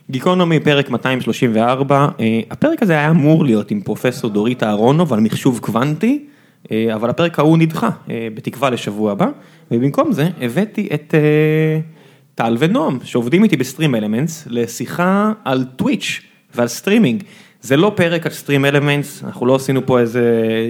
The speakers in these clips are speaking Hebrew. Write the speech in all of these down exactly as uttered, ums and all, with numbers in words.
גיקונומי, פרק מאתיים שלושים וארבע, הפרק הזה היה אמור להיות עם פרופסור דורית אהרונוב על מחשוב קוונטי, אבל הפרק ההוא נדחה, בתקווה לשבוע הבא, ובמקום זה הבאתי את טל ונועם, שעובדים איתי בסטרים אלמנטס, לשיחה על טוויץ' ועל סטרימינג. זה לא פרק על סטרים אלמנטס, אנחנו לא עשינו פה איזה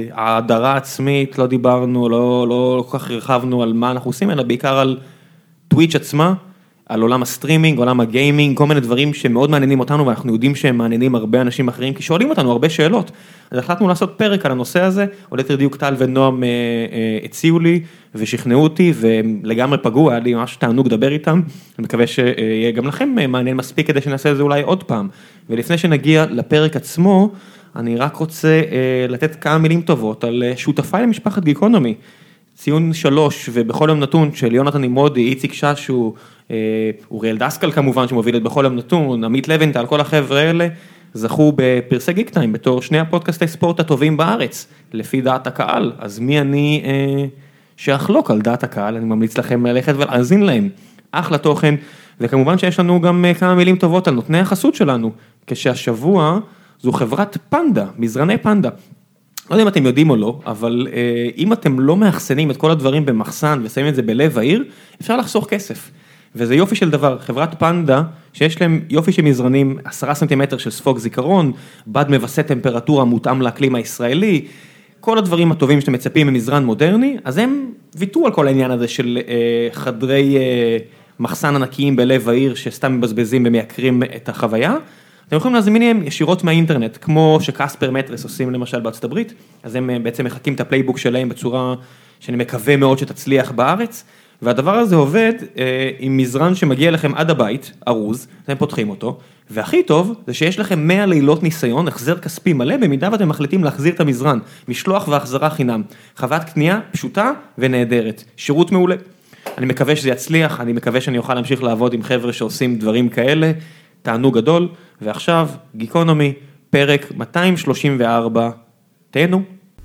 העדרה עצמית, לא דיברנו, לא, לא כל כך הרחבנו על מה אנחנו עושים, אלא בעיקר על טוויץ' עצמה, על עולם הסטרימינג, עולם הגיימינג, כל מיני דברים שמאוד מעניינים אותנו, ואנחנו יודעים שהם מעניינים הרבה אנשים אחרים, כי שואלים אותנו הרבה שאלות. אז החלטנו לעשות פרק על הנושא הזה, או ליתר דיוק טל ונועם הציעו לי, ושכנעו אותי, ולגמרי פגעו, היה לי ממש תענוג לדבר איתם, אני מקווה שיהיה גם לכם מעניין מספיק, כדי שנעשה את זה אולי עוד פעם. ולפני שנגיע לפרק עצמו, אני רק רוצה לתת כמה מילים טובות, על שותפיי למשפחת גיקונומי, ציון שלוש, ובכל יום נתון של יונתן נמרודי, איציק ששו, אוריאל דסקל כמובן, שמוביל את בכל יום נתון, עמית לבנטל, כל החבר'ה האלה, זכו בפרסי גיק טיים, בתור שני הפודקאסטי ספורט הטובים בארץ, לפי דעת הקהל, אז מי אני אה, שאחלוק על דעת הקהל, אני ממליץ לכם ללכת ולהאזין להם, אחלה תוכן, וכמובן שיש לנו גם כמה מילים טובות על נותני החסות שלנו, כשהשבוע זו חברת פנדה, מזרני פנדה, לא יודע אם אתם יודעים או לא, אבל אה, אם אתם לא מאחסנים את כל הדברים במחסן ושמים את זה בלב העיר, אפשר לחסוך כסף. וזה יופי של דבר, חברת פנדה, שיש להם יופי של מזרנים, עשרה סנטימטר של ספוג זיכרון, בד מבסס טמפרטורה מותאם לאקלים הישראלי, כל הדברים הטובים שאתם מצפים ממזרן מודרני, אז הם ויתרו על כל העניין הזה של אה, חדרי אה, מחסן ענקיים בלב העיר, שסתם מבזבזים ומייקרים את החוויה, אתם יכולים להזמין להם ישירות מהאינטרנט, כמו שקספר מטרס עושים למשל בארצות הברית, אז הם בעצם מחכים את הפלייבוק שלהם בצורה שאני מקווה מאוד שתצליח בארץ, והדבר הזה עובד אה, עם מזרן שמגיע לכם עד הבית, ארוז, אתם פותחים אותו, והכי טוב זה שיש לכם מאה לילות ניסיון, החזר כספי מלא, במידה ואתם מחליטים להחזיר את המזרן, משלוח והחזרה חינם, חוות קנייה פשוטה ונהדרת, שירות מעולה. אני מקווה שזה יצליח, אני מקווה שאני אוכל להמשיך לעבוד עם חבר'ה שעושים דברים כאלה, תענוג גדול, ועכשיו גיקונומי, פרק מאתיים שלושים וארבע, תהנו.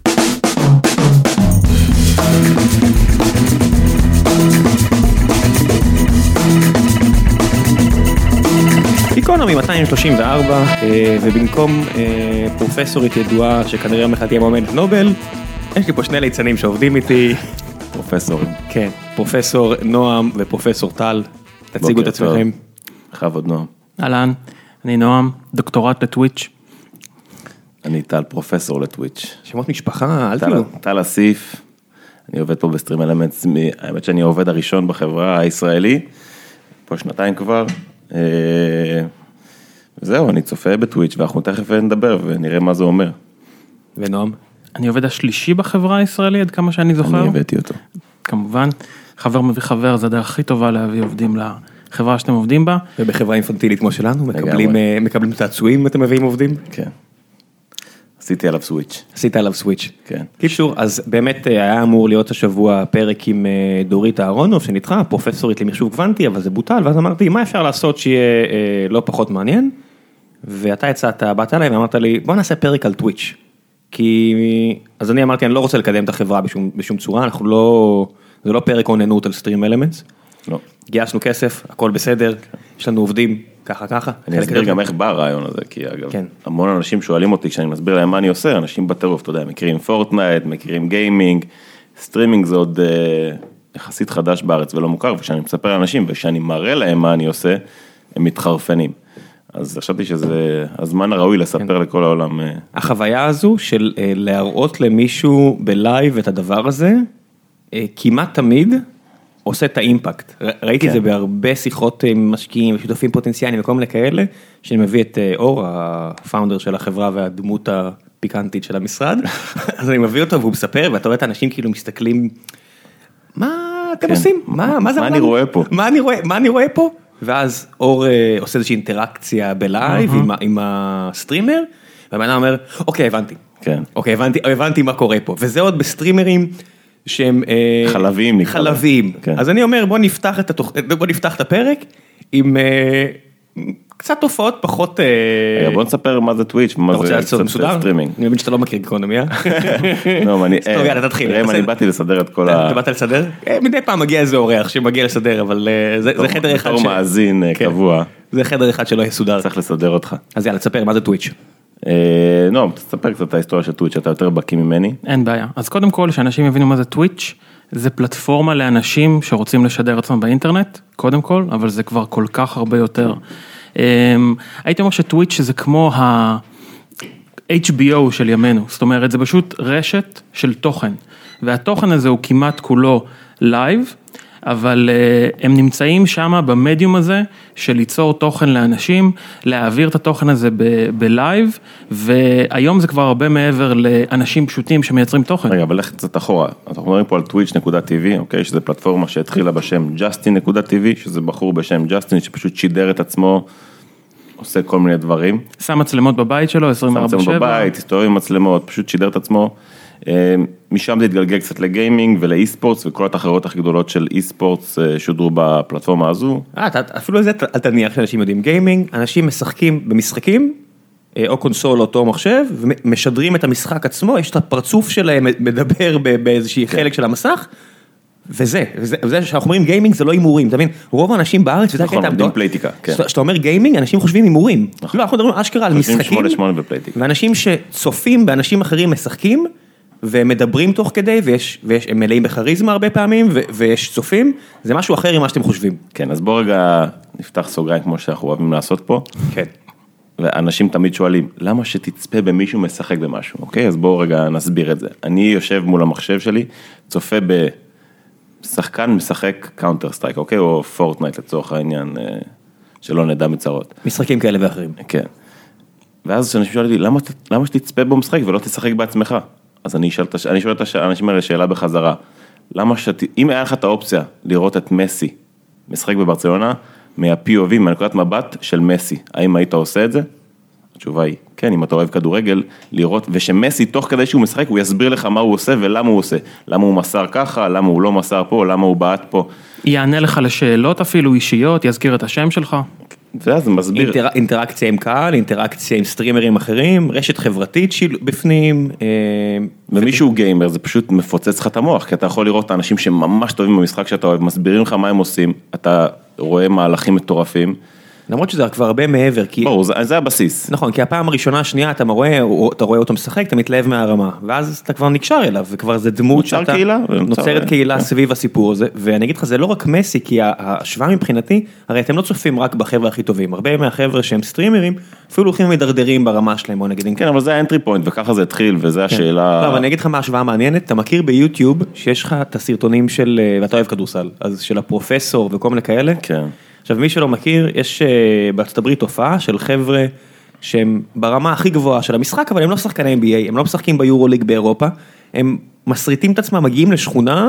גיקונומי מאתיים שלושים וארבע, ובמקום פרופסורית ידועה שכנראה יום אחד תהיה מועמדת נובל, יש לי פה שני ליצנים שעובדים איתי. פרופסורים. כן, פרופסור נועם ופרופסור טל, תציגו את עצמכם. בכבוד נועם. אהלן, אני נועם, דוקטורט לטוויץ'. אני טל, פרופסור לטוויץ'. שמות משפחה, אל תהיו. טל אסיף, אני עובד פה בסטרים אלמנטס, האמת שאני העובד הראשון בחברה הישראלי, פה שנתיים כבר, וזהו, אני צופה בטוויץ' ואנחנו תכף נדבר ונראה מה זה אומר. ונועם? אני עובד השלישי בחברה הישראלית, עד כמה שאני זוכר. אני הבאתי אותו. כמובן, חבר מביא חבר, זה הדרך הכי טובה להביא עובדים לחברה שאתם עובדים בה. ובחברה אינפנטילית כמו שלנו, מקבלים, מקבלים תעצועים, אתם מביאים עובדים? כן. עשיתי עליו סוויץ'. עשית עליו סוויץ'. כן. קיצור, אז באמת היה אמור להיות השבוע פרק עם דורית אהרונוב, שנדחה, פרופסורית למחשוב קוונטי, אבל זה בוטל, ואז אמרתי, מה אפשר לעשות שיהיה לא פחות מעניין? ואתה יצאת, באת אליי ואמרת לי, בוא נעשה פרק על טוויץ'. כי, אז אני אמרתי, אני לא רוצה לקדם את החברה בשום, בשום צורה, אנחנו לא, זה לא פרק עוננות על סטרים אלמנטס. לא. גייסנו כסף, הכל בסדר, יש לנו עובדים, ככה ככה. אני אסביר גם איך בא הרעיון הזה, כי אגב, כן. המון אנשים שואלים אותי, כשאני מסביר להם מה אני עושה, אנשים בטירוף, אתה יודע, מכירים פורטנייט, מכירים גיימינג, סטרימינג זה עוד אה, יחסית חדש בארץ ולא מוכר, וכשאני מספר לאנשים, וכשאני מראה להם מה אני עושה, הם מתחרפנים. אז חשבתי שזה הזמן הראוי לספר לכל העולם. החוויה הזו של להראות למישהו בלייב את הדבר הזה, כמעט תמיד עושה את האימפקט. ראיתי את זה בהרבה שיחות עם משקיעים ושותפים פוטנציאליים וכל מיני כאלה, שאני מביא את אור, הפאונדר של החברה והדמות הפיקנטית של המשרד, אז אני מביא אותו והוא מספר, ואתה רואה את האנשים כאילו מסתכלים, מה אתם עושים? מה אני רואה פה? מה אני רואה פה? ואז אור עושה איזושהי אינטראקציה בלייב עם הסטרימר, והבן אומר, אוקיי, הבנתי. כן. אוקיי, הבנתי, הבנתי מה קורה פה. וזה עוד בסטרימרים שהם חלבים. חלבים. אז אני אומר, בוא נפתח את התוכ... בוא נפתח את הפרק עם קצת תופעות פחות... רגע, בוא נספר מה זה טוויץ' ומה זה קצת סטרימינג. אני מבין שאתה לא מכיר גיקונומי, אה? לא, אני... טוב, יאללה, תתחיל. ראם, אני באתי לסדר את כל ה... אתה באת לסדר? מדי פעם מגיע איזה אורח שמגיע לסדר, אבל זה חדר אחד ש... בתור מאזין קבוע. זה חדר אחד שלא יסודר. צריך לסדר אותך. אז יאללה, תספר, מה זה טוויץ'? לא, תספר קצת את ההיסטוריה של טוויץ', אתה יותר בקיא ממני. אין בעיה. אז קודם כל, שאנשים יבינו מה זה טוויץ', זה פלטפורמה לאנשים שרוצים לשדר עצמם באינטרנט, קודם כל, אבל זה כבר כל כך הרבה יותר. הייתי אומר שטוויץ' זה כמו ה-אייץ' בי או של ימינו, זאת אומרת, זה פשוט רשת של תוכן, והתוכן הזה הוא כמעט כולו לייב, אבל uh, הם נמצאים שם במדיום הזה של ליצור תוכן לאנשים, להעביר את התוכן הזה בלייב, והיום זה כבר הרבה מעבר לאנשים פשוטים שמייצרים תוכן. רגע, אבל לך קצת אחורה, אנחנו מדברים פה על טוויץ' נקודה טי וי, אוקיי, שזו פלטפורמה שהתחילה בשם ג'סטין נקודה טי וי, שזה בחור בשם ג'סטין שפשוט שידר את עצמו, עושה כל מיני דברים. שם מצלמות בבית שלו, עשרים וארבע שבע. שם מצלמות בבית, היסטוריה עם מצלמות, פשוט שידר את עצמו. משם זה התגלגל קצת לגיימינג ולאי-ספורטס, וכל התחרות הכי גדולות של אי-ספורטס שודרו בפלטפורמה הזו. אה, אפילו זה אל תניח שאנשים יודעים גיימינג, אנשים משחקים במשחקים, או קונסולות או מחשב, ומשדרים את המשחק עצמו, יש את הפרצוף שלהם מדבר באיזושהי חלק של המסך, וזה, וזה שאנחנו אומרים גיימינג זה לא הימורים, אתה מבין? רוב האנשים בארץ, נכון, עומדים פלייטיקה, כן. שאתה אומר גיימינג, אנשים חושבים הימורים. לא, אנחנו מדברים אשכרה על משחקים, ואנשים שצופים באנשים אחרים משחקים, ומדברים תוך כדי, ויש, ויש, הם מלאים בכריזמה הרבה פעמים, ו, ויש צופים, זה משהו אחר ממה שאתם חושבים. כן, אז בוא רגע נפתח סוגריים כמו שאנחנו אוהבים לעשות פה. כן. ואנשים תמיד שואלים, למה שתצפה במישהו משחק במשהו, אוקיי? אז בואו רגע נסביר את זה. אני יושב מול המחשב שלי, צופה בשחקן משחק קאונטר סטרייק, אוקיי? או פורטנייט לצורך העניין, שלא נדע מצרות. משחקים כאלה ואחרים. כן. ואז אנשים שואלים לי, למה, למה שתצפה בו משחק ולא תשחק בעצמך? אז אני שואל, אני שואל את האנשים האלה שאלה בחזרה, למה שת... אם היה לך את האופציה לראות את מסי, משחק בברצלונה, מה-פי או וי, מהנקודת מבט של מסי, האם היית עושה את זה? התשובה היא, כן, אם אתה אוהב כדורגל, לראות, ושמסי תוך כדי שהוא משחק, הוא יסביר לך מה הוא עושה ולמה הוא עושה, למה הוא מסר ככה, למה הוא לא מסר פה, למה הוא בעט פה. יענה לך לשאלות אפילו אישיות, יזכיר את השם שלך. ואז זה מסביר. אינטר... אינטראקציה עם קהל, אינטראקציה עם סטרימרים אחרים, רשת חברתית של... בפנים. ומישהו גיימר, זה פשוט מפוצץ לך את המוח, כי אתה יכול לראות את האנשים שממש טובים במשחק שאתה אוהב, מסבירים לך מה הם עושים, אתה רואה מהלכים מטורפים. למרות שזה כבר הרבה מעבר, כי... ברור, זה, זה הבסיס. נכון, כי הפעם הראשונה, השנייה, אתה רואה, אתה רואה אותו משחק, אתה מתלהב מהרמה, ואז אתה כבר נקשר אליו, וכבר זה דמות שאתה... קהילה, נוצרת קהילה סביב הסיפור הזה, ואני אגיד לך, זה לא רק מסי, כי ההשוואה מבחינתי, הרי אתם לא צופים רק בחבר'ה הכי טובים, הרבה מהחבר'ה שהם סטרימרים, אפילו הולכים ומדרדרים ברמה שלהם, בוא נגיד. כן, אבל זה האנטרי פוינט, וככה זה התחיל, וזה השאלה... לא, אבל אני אגיד לך מה השוואה מעניינת, אתה מכיר ביוטיוב, שיש לך את הסרטונים של, ואתה אוהב כדורסל, אז של הפרופסור וכל מיני כאלה. כן. עכשיו, מי שלא מכיר, יש בארצות הברית תופעה של חבר'ה שהם ברמה הכי גבוהה של המשחק, אבל הם לא שחקני אן בי איי, הם לא משחקים ביורוליג באירופה, הם מסריטים את עצמם, מגיעים לשכונה,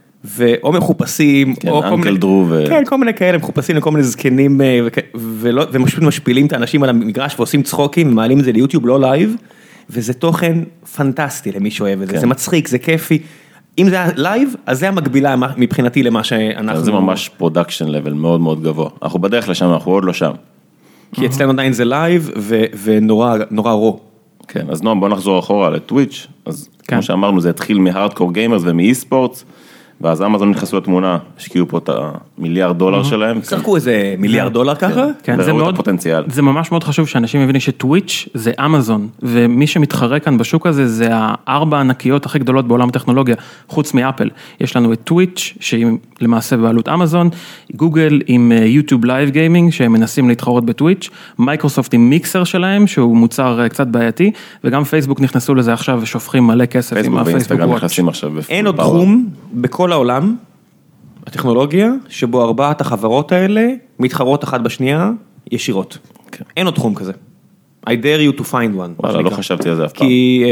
ואו מחופשים, כן, או אנקל דרו ו... כן, כל מיני כאלה, מחופשים לכל מיני זקנים, ולא, ופשוט משפילים את האנשים על המגרש, ועושים צחוקים, ומעלים את זה ליוטיוב, לא לייב, וזה תוכן פנטסטי למי שאוהב את זה, כן. זה מצחיק, זה כיפי, אם זה היה לייב, אז זה המקבילה מבחינתי למה שאנחנו... זה ממש פרודקשן לבל מאוד מאוד גבוה. אנחנו בדרך לשם, אנחנו עוד לא שם. כי אצלנו עדיין זה לייב ונורא רו. כן, אז נועם, בוא נחזור אחורה לטוויץ'. אז כמו שאמרנו, זה התחיל מהארדקור גיימרס ומאי ספורטס, ואז אמזון נכנסו לתמונה, השקיעו פה את המיליארד דולר שלהם. צחקו איזה מיליארד דולר ככה? כן, זה מאוד, הפוטנציאל. זה ממש מאוד חשוב שאנשים מבינים שטוויץ' זה אמזון, ומי שמתחרה כאן בשוק הזה, זה הארבע הענקיות הכי גדולות בעולם הטכנולוגיה, חוץ מאפל. יש לנו את טוויץ', שהיא למעשה בבעלות אמזון, גוגל עם יוטיוב לייב גיימינג, שהם מנסים להתחרות בטוויץ', מייקרוסופט עם מיקסר שלהם, שהוא מוצר קצת בעייתי, וגם פייסבוק נכנסו לזה עכשיו ושופכים מלא כסף עם הפייסבוק וואץ'. אין עוד תחום בכל העולם, הטכנולוגיה, שבו ארבעת החברות האלה מתחרות אחת בשנייה ישירות. כן. אין עוד תחום כזה. I dare you to find one. וואלה, לא חשבתי על זה אף פעם. כי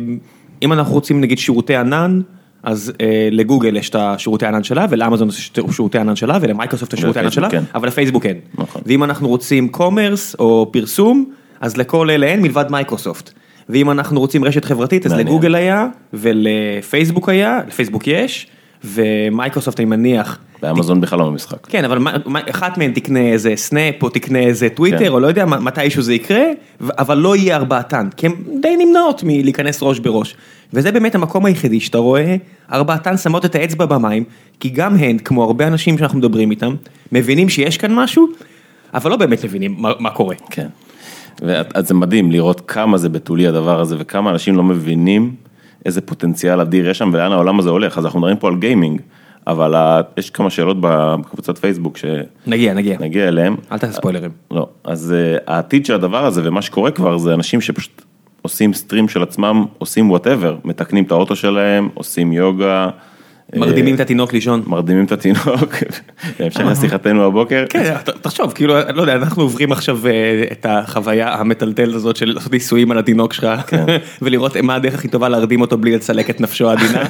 אם אנחנו רוצים נגיד שירותי ענן, אז לגוגל יש את השירותי הענן שלה, ולאמזון יש שירותי הענן שלה, ולמייקרוסופט יש שירותי הענן שלה, אבל לפייסבוק אין. ואם אנחנו רוצים קומרס או פרסום, אז לכל אלה אין מלבד מייקרוסופט. ואם אנחנו רוצים רשת חברתית, אז לגוגל היה, ולפייסבוק היה, לפייסבוק יש, ומייקרוסופט אני מניח, באמזון בכלל לא במשחק. כן, אבל מה, מה, אחת מהן תקנה איזה סנאפ, או תקנה איזה טוויטר, כן. או לא יודע מתישהו זה יקרה, אבל לא יהיה ארבעתן, כי הן די נמנעות מלהיכנס ראש בראש. וזה באמת המקום היחידי שאתה רואה, ארבעתן שמות את האצבע במים, כי גם הן, כמו הרבה אנשים שאנחנו מדברים איתם, מבינים שיש כאן משהו, אבל לא באמת מבינים מה, מה קורה. כן. ואז זה מדהים לראות כמה זה בתולי הדבר הזה, וכמה אנשים לא מבינים איזה פוטנציאל אדיר יש שם, ולאן העולם הזה הולך. אז אנחנו מדברים פה על גיימינג, אבל יש כמה שאלות בקבוצת פייסבוק ש... נגיע, נגיע. נגיע אליהם. אל תעשה ספוילרים. לא, אז העתיד של הדבר הזה, ומה שקורה כבר, זה אנשים שפשוט עושים סטרים של עצמם, עושים whatever, מתקנים את האוטו שלהם, עושים יוגה. מרדימים את התינוק לישון. מרדימים את התינוק, המשך לשיחתנו הבוקר. כן, תחשוב, כאילו, לא יודע, אנחנו עוברים עכשיו את החוויה המטלטלת הזאת של לעשות ניסויים על התינוק שלך, ולראות מה הדרך הכי טובה להרדים אותו בלי לצלק את נפשו העדינה.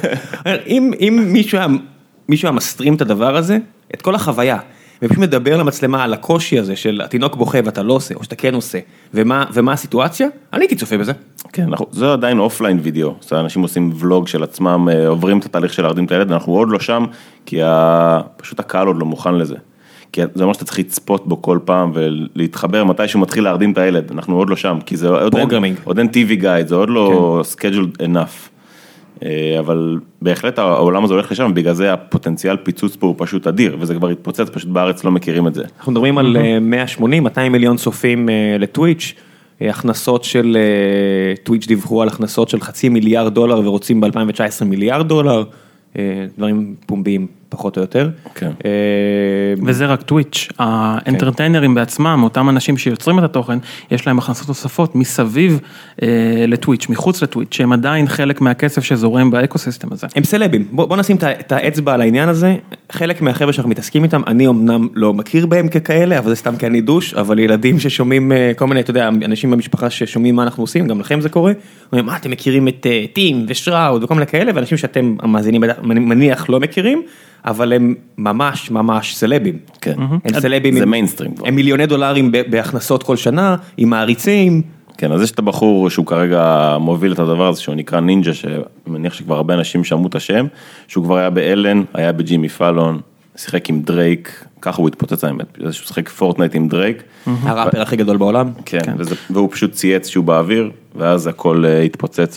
אם מישהו היה מסטרים את הדבר הזה, את כל החוויה, ופשוט מדבר למצלמה על הקושי הזה של התינוק בוכה ואתה לא עושה, או שאתה כן עושה, ומה הסיטואציה, אני הייתי צופה בזה. כן, זה עדיין אופליין וידאו, אנשים עושים ולוג של עצמם, עוברים את התהליך של להרדים את הילד, אנחנו עוד לא שם, כי פשוט הקהל עוד לא מוכן לזה. כי זה אומר שאתה צריך לצפות בו כל פעם, ולהתחבר מתי שהוא מתחיל להרדים את הילד, אנחנו עוד לא שם, כי זה עוד אין טי וי גייד, זה עוד לא scheduled enough. אבל בהחלט העולם הזה הולך לשם, בגלל זה הפוטנציאל פיצוץ פה הוא פשוט אדיר, וזה כבר התפוצץ, פשוט בארץ לא מכירים את זה. אנחנו מדברים על מאה שמונים, מאתיים מיליון צופים לטוויץ', הכנסות של טוויץ' דיווחו על הכנסות של חצי מיליארד דולר, ורוצים ב-אלפיים תשע עשרה מיליארד דולר, דברים פומביים פחות או יותר. כן. וזה רק טוויץ', האנטרטיינרים בעצמם, אותם אנשים שיוצרים את התוכן, יש להם הכנסות נוספות מסביב לטוויץ', מחוץ לטוויץ', שהם עדיין חלק מהכסף שזורם באקוסיסטם הזה. הם סלבים, בוא נשים את האצבע על העניין הזה, חלק מהחבר'ה שאנחנו מתעסקים איתם, אני אמנם לא מכיר בהם ככאלה, אבל זה סתם כי אני דוש, אבל ילדים ששומעים כל מיני, אתה יודע, אנשים במשפחה ששומעים מה אנחנו עושים, גם לכם זה קורה, אומרים, מה, אתם מכירים את טים ושראוד וכל מיני כאלה, ואנשים שאתם המאזינים מניח לא מכירים, אבל הם ממש ממש סלבים. כן. הם סלבים. זה מיינסטרים. הם מיליוני דולרים בהכנסות כל שנה, עם מעריצים. כן, אז יש את הבחור שהוא כרגע מוביל את הדבר הזה, שהוא נקרא נינג'ה, שמניח שכבר הרבה אנשים שמעו את השם, שהוא כבר היה באלן, היה בג'ימי פאלון, שיחק עם דרייק, ככה הוא התפוצץ האמת, זה שהוא שיחק פורטנייט עם דרייק. הראפר הכי גדול בעולם. כן, והוא פשוט צייץ שהוא באוויר, ואז הכל התפוצץ,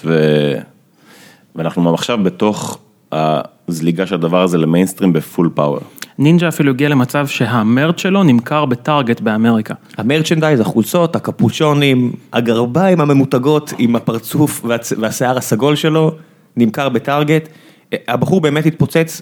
ואנחנו עכשיו בתוך הזליגה של הדבר הזה למיינסטרים בפול פאוור. נינג'ה אפילו הגיע למצב שהמרץ שלו נמכר בטארגט באמריקה. המרצ'נדייז, החולצות, הקפוצ'ונים, הגרביים הממותגות עם הפרצוף והשיער הסגול שלו, נמכר בטארגט. הבחור באמת התפוצץ,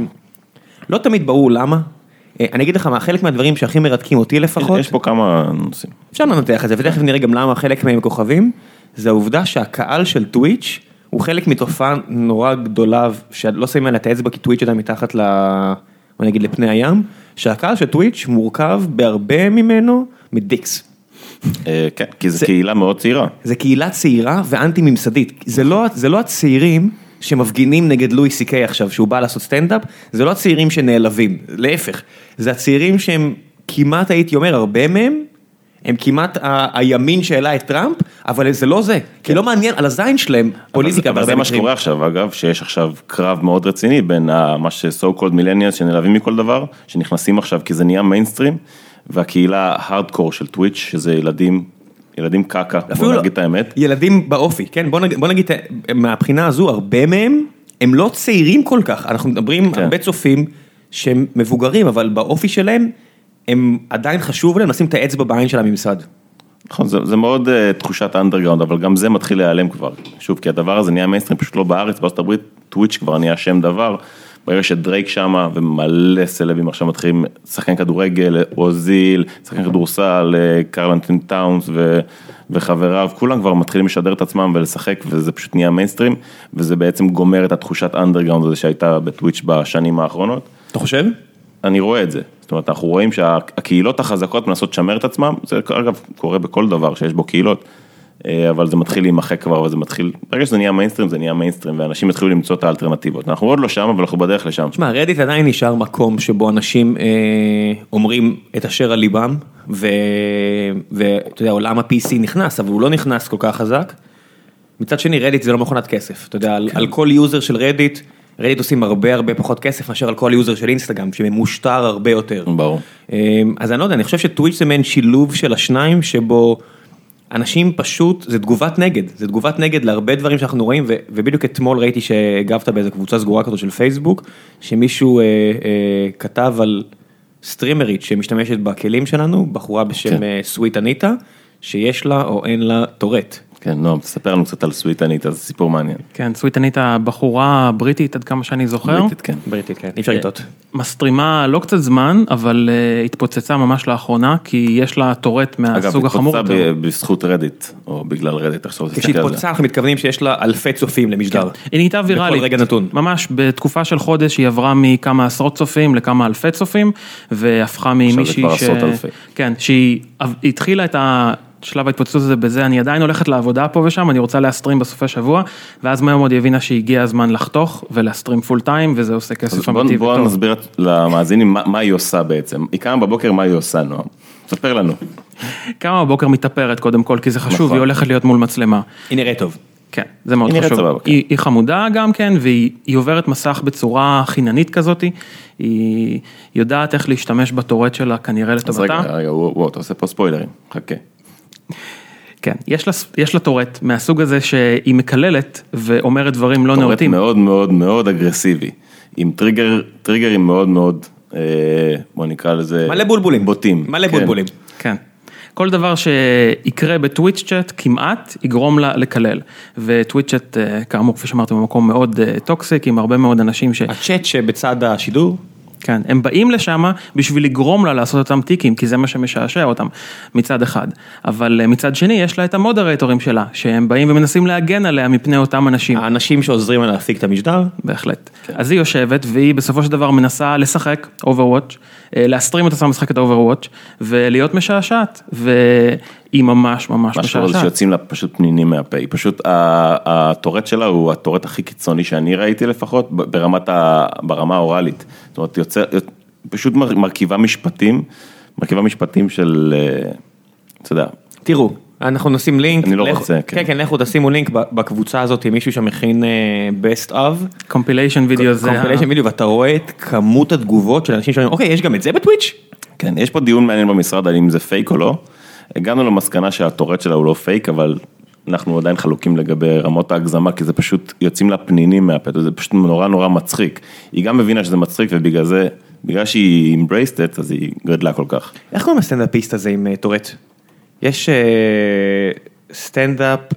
לא תמיד ברור למה. אני אגיד לך מה, חלק מהדברים שהכי מרתקים אותי לפחות. יש פה כמה נושאים. אפשר לנתח את זה, ותכף נראה גם למה חלק מהם כוכבים. זה העובדה שהקהל של טוויץ' הוא חלק מתופעה נורא גדולה, שלא שמים עליה את האצבע, כי טוויץ' עדיין מתחת ל... בוא נגיד לפני הים, שהקהל של טוויץ' מורכב בהרבה ממנו מדיקס. כן, כי זו קהילה מאוד צעירה. זה קהילה צעירה ואנטי ממסדית. זה לא, זה לא הצעירים שמפגינים נגד לואי סי קיי עכשיו, שהוא בא לעשות סטנדאפ, זה לא הצעירים שנעלבים, להפך. זה הצעירים שהם כמעט, הייתי אומר, הרבה מהם, הם כמעט הימין שהעלה את טראמפ, אבל זה לא זה, כי לא מעניין על הזין שלהם פוליטיקה. אבל זה מה שקורה עכשיו, אגב, שיש עכשיו קרב מאוד רציני בין מה ש-so called millennials שנלהבים מכל דבר, שנכנסים עכשיו כי זה נהיה מיינסטרים, והקהילה הארדקור של טוויץ' שזה ילדים, ילדים קקה, בוא נגיד את האמת. ילדים באופי, כן, בוא נגיד, מהבחינה הזו, הרבה מהם, הם לא צעירים כל כך, אנחנו מדברים הרבה צופים שהם מבוגרים, אבל באופי שלהם, הם עדיין חשוב להם לשים את האצבע בעין של הממסד. נכון, זה, זה מאוד uh, תחושת האנדרגראונד, אבל גם זה מתחיל להיעלם כבר. שוב, כי הדבר הזה נהיה מיינסטרים, פשוט לא בארץ, בארצות הברית, טוויץ' כבר נהיה שם דבר, ברגע שדרייק שמה, ומלא סלבים עכשיו מתחילים, שחקן כדורגל, אוזיל, שחקן כדורסל, קרל אנתוני טאונס ו, וחבריו, כולם כבר מתחילים לשדר את עצמם ולשחק, וזה פשוט נהיה מיינסטרים, וזה בעצם גומר את התחושת האנדרגראונד הזה שהייתה בטוויץ' בשנים האחרונות. אתה חושב? אני רואה את זה. זאת אומרת, אנחנו רואים שהקהילות החזקות מנסות לשמר את עצמם, זה אגב קורה בכל דבר שיש בו קהילות, אבל זה מתחיל להימחק כבר, וזה מתחיל, ברגע שזה נהיה מיינסטרים, זה נהיה מיינסטרים, ואנשים התחילו למצוא את האלטרנטיבות. אנחנו עוד לא שם, אבל אנחנו בדרך לשם. תשמע, רדיט עדיין נשאר מקום שבו אנשים אה, אומרים את אשר על ליבם, ואתה יודע, עולם ה-פי סי נכנס, אבל הוא לא נכנס כל כך חזק. מצד שני, רדיט זה לא מכונת כסף. אתה יודע, על, על כל יוזר של רדיט, רדיט עושים הרבה הרבה פחות כסף מאשר על כל יוזר של אינסטגרם, שממושטר הרבה יותר. ברור. אז אני לא יודע, אני חושב שטוויץ' זה מעין שילוב של השניים, שבו אנשים פשוט, זה תגובת נגד, זה תגובת נגד להרבה דברים שאנחנו רואים, ו- ובדיוק אתמול ראיתי שהגבת באיזו קבוצה סגורה כזאת של פייסבוק, שמישהו אה, אה, כתב על סטרימרית שמשתמשת בכלים שלנו, בחורה בשם כן. אה, סוויט אניטה, שיש לה או אין לה טורט. כן, נועם, תספר לנו קצת על סוויט אניטה, זה סיפור מעניין. כן, סוויט אניטה, בחורה בריטית, עד כמה שאני זוכר. בריטית, כן. בריטית, כן, אי אפשר לטעות. מסטרימה לא קצת זמן, אבל uh, התפוצצה ממש לאחרונה, כי יש לה טורט מהסוג החמור. אגב, התפוצצה בזכות רדיט, או בגלל רדיט, עכשיו תסתכל על זה. כשהתפוצצה, אנחנו מתכוונים שיש לה אלפי צופים למשדר. כן. היא נהייתה ויראלית. בכל רגע נתון. ממש בתקופה של חודש, היא עברה מכמה עשרות צופים לכמה אלפי צופים, והפכה ממישהי ש... עכשיו זה כבר עשרות אלפי. כן, שהיא התחילה את ה... שלב ההתפוצצות הזה בזה, אני עדיין הולכת לעבודה פה ושם, אני רוצה להסטרים בסופי שבוע, ואז מהר מאוד הבינה שהגיע הזמן לחתוך, ולהסטרים פול טיים, וזה עושה כסף אמיתי וטוב. בואו נסביר למאזינים מה היא עושה בעצם. היא קמה בבוקר, מה היא עושה, נועם? ספר לנו. קמה בבוקר מתאפרת קודם כל, כי זה חשוב, היא הולכת להיות מול מצלמה. היא נראית טוב. כן, זה מאוד חשוב. היא, היא חמודה גם כן, והיא עוברת מסך בצורה חיננית כזאת, היא יודעת איך להשתמש בטורט שלה, כנראה לטובתה. אז רגע, רגע, וואו, אתה עושה פה ספוילרים, חכה. כן, יש לה, יש לה טורט מהסוג הזה שהיא מקללת ואומרת דברים לא נאותים. טורט מאוד מאוד מאוד אגרסיבי, עם טריגר, טריגרים מאוד מאוד, אה, בוא נקרא לזה... מלא בולבולים. בוטים. מלא כן. בולבולים. כן. כל דבר שיקרה בטוויץ' צ'אט כמעט יגרום לה לקלל. וטוויץ' צ'אט, כאמור, כפי שאמרתי, במקום מאוד טוקסיק, עם הרבה מאוד אנשים ש... הצ'אט שבצד השידור? כן, הם באים לשם בשביל לגרום לה לעשות אותם טיקים, כי זה מה שמשעשע אותם מצד אחד. אבל מצד שני, יש לה את המודרטורים שלה, שהם באים ומנסים להגן עליה מפני אותם אנשים. האנשים שעוזרים לה להפיק את המשדר? בהחלט. כן. אז היא יושבת, והיא בסופו של דבר מנסה לשחק Overwatch, להסטרים את עצמה משחקת Overwatch, ולהיות משעשעת, והיא ממש ממש משעשעת. משהו שיוצאים לה פשוט פנינים מהפה, היא פשוט, הטורט שלה הוא הטורט הכי קיצוני שאני ראיתי לפחות, ברמת ה, ברמה האורלית. זאת אומרת, יוצא, פשוט מרכיבה משפטים, מרכיבה משפטים של, אתה יודע. תראו, אנחנו נשים לינק. אני לא רוצה, כן. כן, כן, לכו תשימו לינק בקבוצה הזאת, עם מישהו שמכין best of. compilation video זה. compilation video, ואתה רואה את כמות התגובות של אנשים שאומרים, אוקיי, יש גם את זה בטוויץ'? כן, יש פה דיון מעניין במשרד, על אם זה פייק או לא. הגענו למסקנה שהטורט שלה הוא לא פייק, אבל אנחנו עדיין חלוקים לגבי רמות ההגזמה, כי זה פשוט יוצאים לה פנינים מהפה, זה פשוט נורא נורא מצחיק. היא גם מבינה שזה מצחיק, ובגלל זה, בגלל שהיא embraced it, אז היא גדלה כל כך. איך קוראים הסטנדאפיסט הזה עם טורט? יש סטנדאפ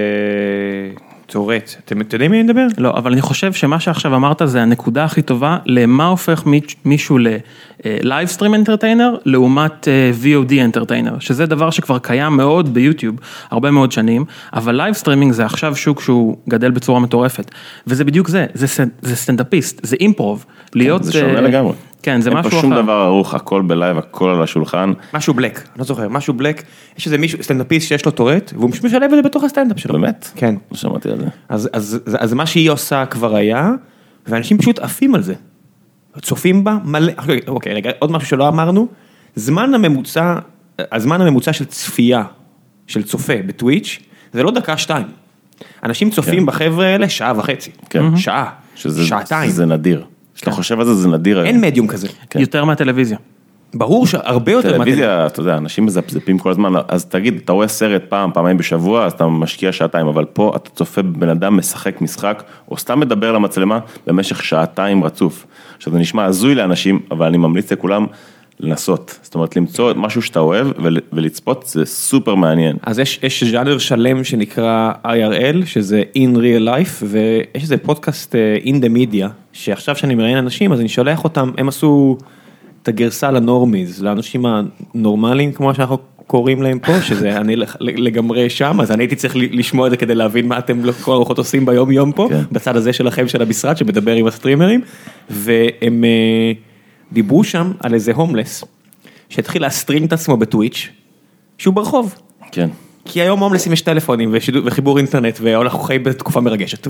טורט, אתם יודעים מי נדבר? לא, אבל אני חושב שמה שעכשיו אמרת זה הנקודה הכי טובה, למה הופך מישהו ללייב סטרים אנטרטיינר, לעומת וי או די אנטרטיינר, שזה דבר שכבר קיים מאוד ביוטיוב, הרבה מאוד שנים, אבל לייב סטרימינג זה עכשיו שוק שהוא גדל בצורה מטורפת, וזה בדיוק זה, זה סטנדאפיסט, זה אימפרוב, להיות... זה שונה לגמרי. כן, זה משהו אחר. אין פה שום דבר ערוך, הכל בלייב, הכל על השולחן. משהו בלק, אני לא זוכר, משהו בלק, יש איזה מישהו, סטנדאפיסט שיש לו טורט, והוא פשוט משלב את זה בתוך הסטנדאפ שלו. באמת? כן. לא שמעתי על זה. אז, אז, אז, אז מה שהיא עושה כבר היה, ואנשים פשוט עפים על זה. צופים בה מלא, אוקיי, רגע, עוד משהו שלא אמרנו, זמן הממוצע, הזמן הממוצע של צפייה, של צופה בטוויץ', זה לא דקה שתיים. אנשים צופים כן. בחבר'ה האלה שעה וחצי. כן. שעה, שזה, שעתיים. זה נדיר. כשאתה חושב על זה, זה נדיר. אין מדיום כזה. יותר מהטלוויזיה. ברור שהרבה יותר מהטלוויזיה. טלוויזיה, אתה יודע, אנשים מזפזפים כל הזמן, אז תגיד, אתה רואה סרט פעם, פעמיים בשבוע, אז אתה משקיע שעתיים, אבל פה אתה צופה בן אדם משחק משחק, או סתם מדבר למצלמה במשך שעתיים רצוף. עכשיו זה נשמע הזוי לאנשים, אבל אני ממליץ לכולם לנסות. זאת אומרת, למצוא משהו שאתה אוהב ולצפות, זה סופר מעניין. אז יש, יש ז'אנר שלם שנקרא איי אר אל, שזה In Real Life, ויש איזה פודקאסט In the Media, שעכשיו שאני מראיין אנשים, אז אני שולח אותם, הם עשו את הגרסה לנורמיז, לאנשים הנורמליים, כמו שאנחנו קוראים להם פה, שזה אני לגמרי שם, אז אני הייתי צריך לשמוע את זה כדי להבין מה אתם כל הרוחות עושים ביום יום פה, כן. בצד הזה שלכם של המשרד, שמדבר עם הסטרימרים, והם דיברו שם על איזה הומלס, שהתחיל להסטרים את עצמו בטוויץ', שהוא ברחוב. כן. כי היום הומלסים יש טלפונים וחיבור אינטרנט, ואנחנו חיים בתקופה מרגשת,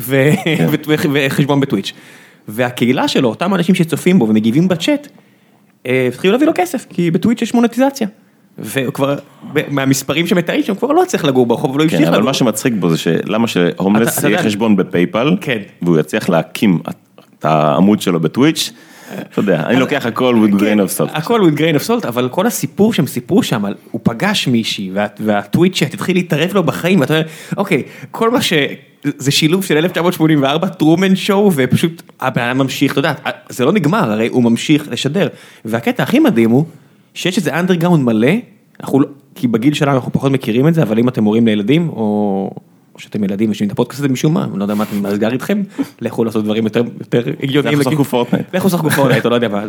וחשבון בטוויץ'. והקהילה שלו, אותם אנשים שצופים בו ומגיבים בצ'אט, התחילו להביא לו כסף, כי בטוויץ' יש מונטיזציה. וכבר, מהמספרים שמתארים שם, כבר לא צריך לגור ברחוב, ולא ימשיך לגור. לגור. אבל מה שמצחיק בו זה שלמה שהומלס יהיה חשבון בפייפל, והוא יצליח להקים את העמוד שלו בטוויץ', אתה יודע, אני לוקח הכל with grain of salt. הכל with grain of salt, אבל כל הסיפור שהם סיפרו שם, הוא פגש מישהי, והטוויץ' שתתחיל להתערב לו בחיים, ואתה אומר, אוקיי, כל מה ש... זה שילוב של אלף תשע מאות שמונים וארבע, טרומן שואו, ופשוט הבן אדם ממשיך, אתה יודע, זה לא נגמר, הרי הוא ממשיך לשדר. והקטע הכי מדהים הוא, שיש איזה אנדרגאונד מלא, אנחנו לא, כי בגיל שלנו אנחנו פחות מכירים את זה, אבל אם אתם הורים לילדים, או... או שאתם ילדים ושומעים את הפודקאסט הזה משום מה, אני לא יודע מה אתם מאתגר איתכם, לכו לעשות דברים יותר הגיוניים. לכו שחקו פורטנייט. לכו שחקו פורטנייט, או לא יודע מה,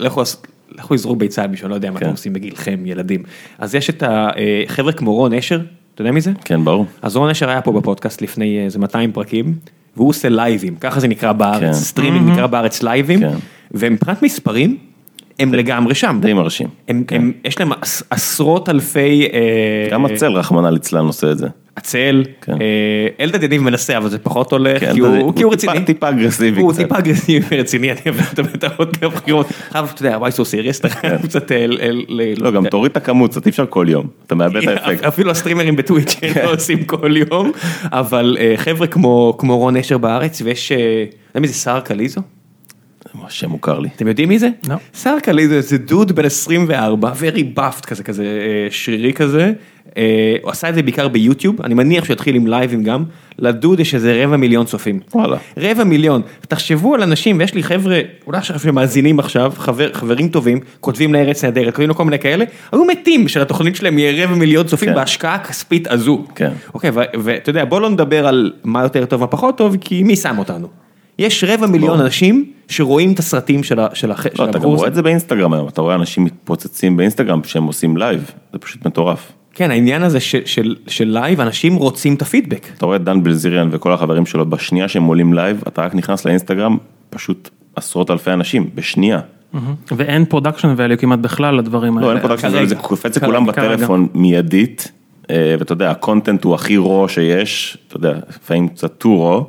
לכו יזרו ביצה בשביל, לא יודע מה אתם עושים בגילכם, ילדים. אז יש את החבר'ה כמו רון אשר, אתה יודע מי זה? כן, ברור. אז רון אשר היה פה בפודקאסט לפני איזה מאתיים פרקים, והוא עושה לייבים, ככה זה נקרא בארץ, סטרימינג נקרא בארץ לייבים, ומבחינת מספרים, הם לגמרי שם. די מרשים. יש להם עשרות אלפי... גם הצל רחמנא ליצלן עושה את זה. הצל, אלדד יניב מנסה, אבל זה פחות הולך, כי הוא רציני. טיפה אגרסיבי. הוא טיפה אגרסיבי ורציני, אני אוהב את עוד כמה בחירות. חייב, אתה יודע, וואי סו סיריוס, אתה חייב קצת... לא, גם תוריד את הכמות, קצת אי אפשר כל יום, אתה מאבד את האפקט. אפילו הסטרימרים בטוויץ' לא עושים כל יום, אבל חבר'ה כמו רון אשר בארץ, ויש, אתה יודע מי זה שר קליזו? השם מוכר לי. אתם יודעים מי זה? לא. שר קליזו זה דוד בן עשרים וארבע, very buffed כזה, כזה שרירי כזה, הוא עשה את זה בעיקר ביוטיוב, אני מניח שהוא יתחיל עם לייבים גם, לדוד יש איזה רבע מיליון צופים. וואלה. רבע מיליון. תחשבו על אנשים, ויש לי חבר'ה, אולי עכשיו שמאזינים עכשיו, חבר, חברים טובים, כותבים לארץ נהדרת, כותבים לו כל מיני כאלה, היו מתים של התוכנית שלהם יהיה רבע מיליון צופים כן. בהשקעה כספית הזו. כן. אוקיי, ואתה יודע, בוא לא נדבר על מה יותר טוב, מה פחות טוב, כי מי שם אותנו? יש רבע מיליון בוא. אנשים שרואים את הסרטים של הבחור. לא, אתה גם רואה את זה באינסטגרם היום, אתה רואה אנשים מתפוצצים באינסטגרם שהם עושים לייב, זה פשוט מטורף. כן, העניין הזה של, של, של לייב, אנשים רוצים את הפידבק. אתה רואה את דן בלזיריאן וכל החברים שלו, בשנייה שהם עולים לייב, אתה רק נכנס לאינסטגרם, פשוט עשרות אלפי אנשים, בשנייה. ואין פרודקשן ואליו כמעט בכלל לדברים האלה. לא, אין פרודקשן ואליו, זה קופץ לכולם בטלפון מיידית, ואתה יודע, הקונטנט הוא הכי רו שיש, אתה יודע, לפעמים קצת טו רו,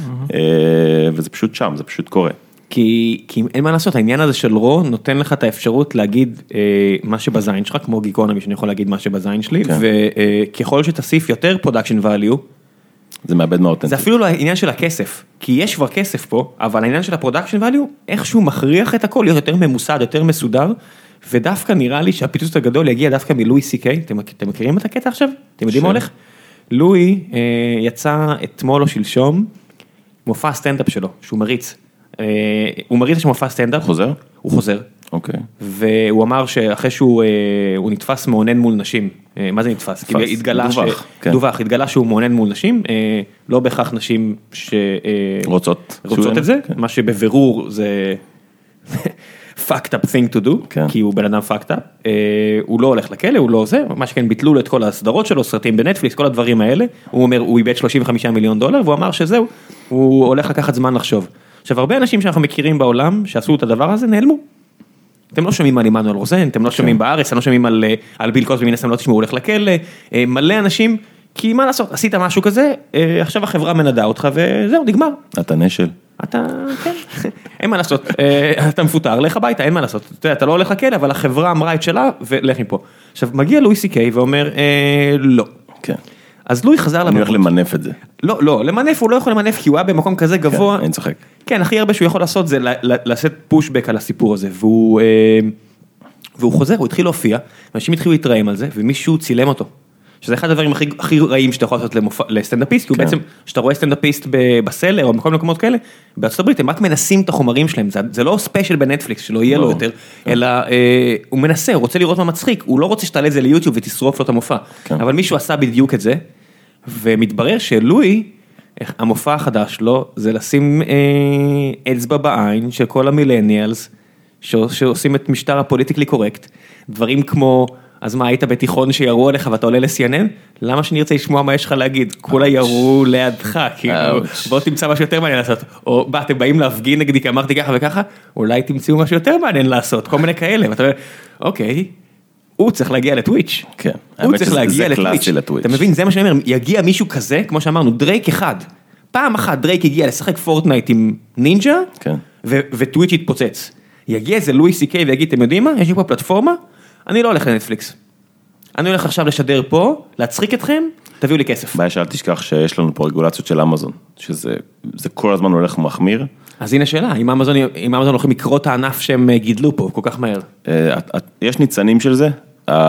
וזה פשוט שם, זה פשוט קורה. כי, כי אין מה לעשות, העניין הזה של רו נותן לך את האפשרות להגיד אה, מה שבזין שלך, כמו גיקונומי שאני יכול להגיד מה שבזין שלי, כן. וככל שתוסיף יותר production value, זה מאבד מהאותנטיות. זה אפילו לא העניין של הכסף, כי יש כבר כסף פה, אבל העניין של הפרודקשן value, איכשהו מכריח את הכל, להיות יותר ממוסד, יותר מסודר, ודווקא נראה לי שהפיצוץ הגדול יגיע דווקא מלואי סי קיי, אתם, אתם מכירים את הקטע עכשיו? אתם יודעים מה הולך? לואי אה, יצא אתמול או שלשום, מופע סטנדאפ שלו, שהוא מריץ. הוא מריץ של מופע סטנדאפ. הוא חוזר? הוא חוזר. אוקיי. והוא אמר שאחרי שהוא נתפס מעונן מול נשים, מה זה נתפס? נתפס, דווח. דווח, התגלה שהוא מעונן מול נשים, לא בהכרח נשים שרוצות רוצות את זה, מה שבבירור זה fucked up thing to do, כי הוא בן אדם fucked up, הוא לא הולך לכלא, הוא לא זה, מה שכן ביטלו לו את כל הסדרות שלו, סרטים בנטפליקס, כל הדברים האלה, הוא אומר, הוא איבד שלושים וחמישה מיליון דולר, והוא אמר שזהו, הוא הולך לקחת זמן לחשוב. עכשיו, הרבה אנשים שאנחנו מכירים בעולם, שעשו את הדבר הזה, נעלמו. אתם לא שומעים על עמנואל רוזן, אתם לא שומעים בארץ, אתם לא שומעים על, על ביל קוסבי, מן הסתם לא תשמעו, הוא הולך לכלא, מלא אנשים, כי מה לעשות, עשית משהו כזה, עכשיו החברה מנדה אותך, וזהו, נגמר. אתה נשל. אתה, כן, אין מה לעשות, אתה מפוטר, לך הביתה, אין מה לעשות, אתה, אתה לא הולך לכלא, אבל החברה אמרה את שלה, ולך מפה. עכשיו, מגיע לואי סי קיי ואומר, לא. כן. אז לואי חזר למקום. אני הולך למנף את זה. לא, לא, למנף הוא לא יכול למנף, כי הוא היה במקום כזה גבוה. כן, אין צוחק. כן, הכי הרבה שהוא יכול לעשות זה לעשות פושבק על הסיפור הזה, והוא, והוא חוזר, הוא התחיל להופיע, אנשים התחילו להתראים על זה, ומישהו צילם אותו. שזה אחד הדברים הכי, הכי רעים שאתה יכול לעשות לסטנדאפיסט, כי הוא בעצם, שאתה רואה סטנדאפיסט בסלר, או בכל מקומות כאלה, בארצות הברית הם רק מנסים את החומרים שלהם, זה, זה לא ספיישל בנטפליקס, שלא יהיה לו יותר, אלא אה, הוא מנסה, הוא רוצה לראות מה מצחיק, הוא לא רוצה שתעלה את זה ליוטיוב ותשרוף לו את המופע, אבל מישהו עשה בדיוק את זה, ומתברר שלואי, המופע החדש לו, זה לשים אה, אצבע בעין של כל המילניאלס, שעושים את משטר הפוליטיקלי קורקט, דברים כמו, אז מה, היית בתיכון שירו עליך ואתה עולה ל-סי אן אן? למה שאני ארצה לשמוע מה יש לך להגיד? כולה ירו לידך, כאילו, בוא תמצא משהו יותר מעניין לעשות, או בא, אתם באים להפגין נגדי, כי אמרתי ככה וככה, אולי תמצאו משהו יותר מעניין לעשות, כל מיני כאלה, ואתה אומר, אוקיי, הוא צריך להגיע לטוויץ'. כן. הוא צריך להגיע לטוויץ'. אתה מבין, זה מה שאני אומר, יגיע מישהו כזה, כמו שאמרנו, דרייק אחד, פעם אחת דרייק הגיע לשחק פורטנייט עם נינג'ה, וטוויץ' יתפוצץ. יגיע איזה לואי סי קיי ויגיד, אתם יודעים מה? יש לי פה פלטפורמה, אני לא הולך לנטפליקס. אני הולך עכשיו לשדר פה, להצחיק אתכם, תביאו לי כסף. בעיה שאל תשכח שיש לנו פה רגולציות של אמזון, שזה זה כל הזמן הולך ומחמיר. אז הנה שאלה, אם אמזון, אם אמזון הולכים לקרוא את הענף שהם גידלו פה כל כך מהר? יש ניצנים של זה,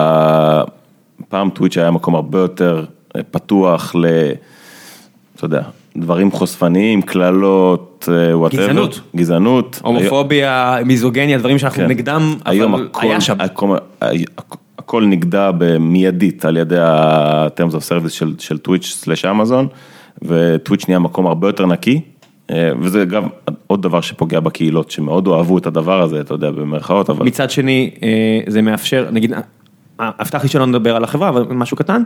פעם טוויץ' היה מקום הרבה יותר פתוח ל, אתה יודע, דברים חושפניים, כללות, whatever. גזענות. גזענות. הומופוביה, מיזוגניה, דברים שאנחנו כן. נגדם, אבל הכל, היה שם. הכל, הכל נגדע במיידית על ידי ה-Terms of Service של, של Twitch/Amazon, וטוויץ' נהיה מקום הרבה יותר נקי, וזה גם עוד דבר שפוגע בקהילות, שמאוד אוהבו את הדבר הזה, אתה יודע, במרכאות, אבל... מצד שני, זה מאפשר, נגיד, הבטחתי שלא נדבר על החברה, אבל משהו קטן,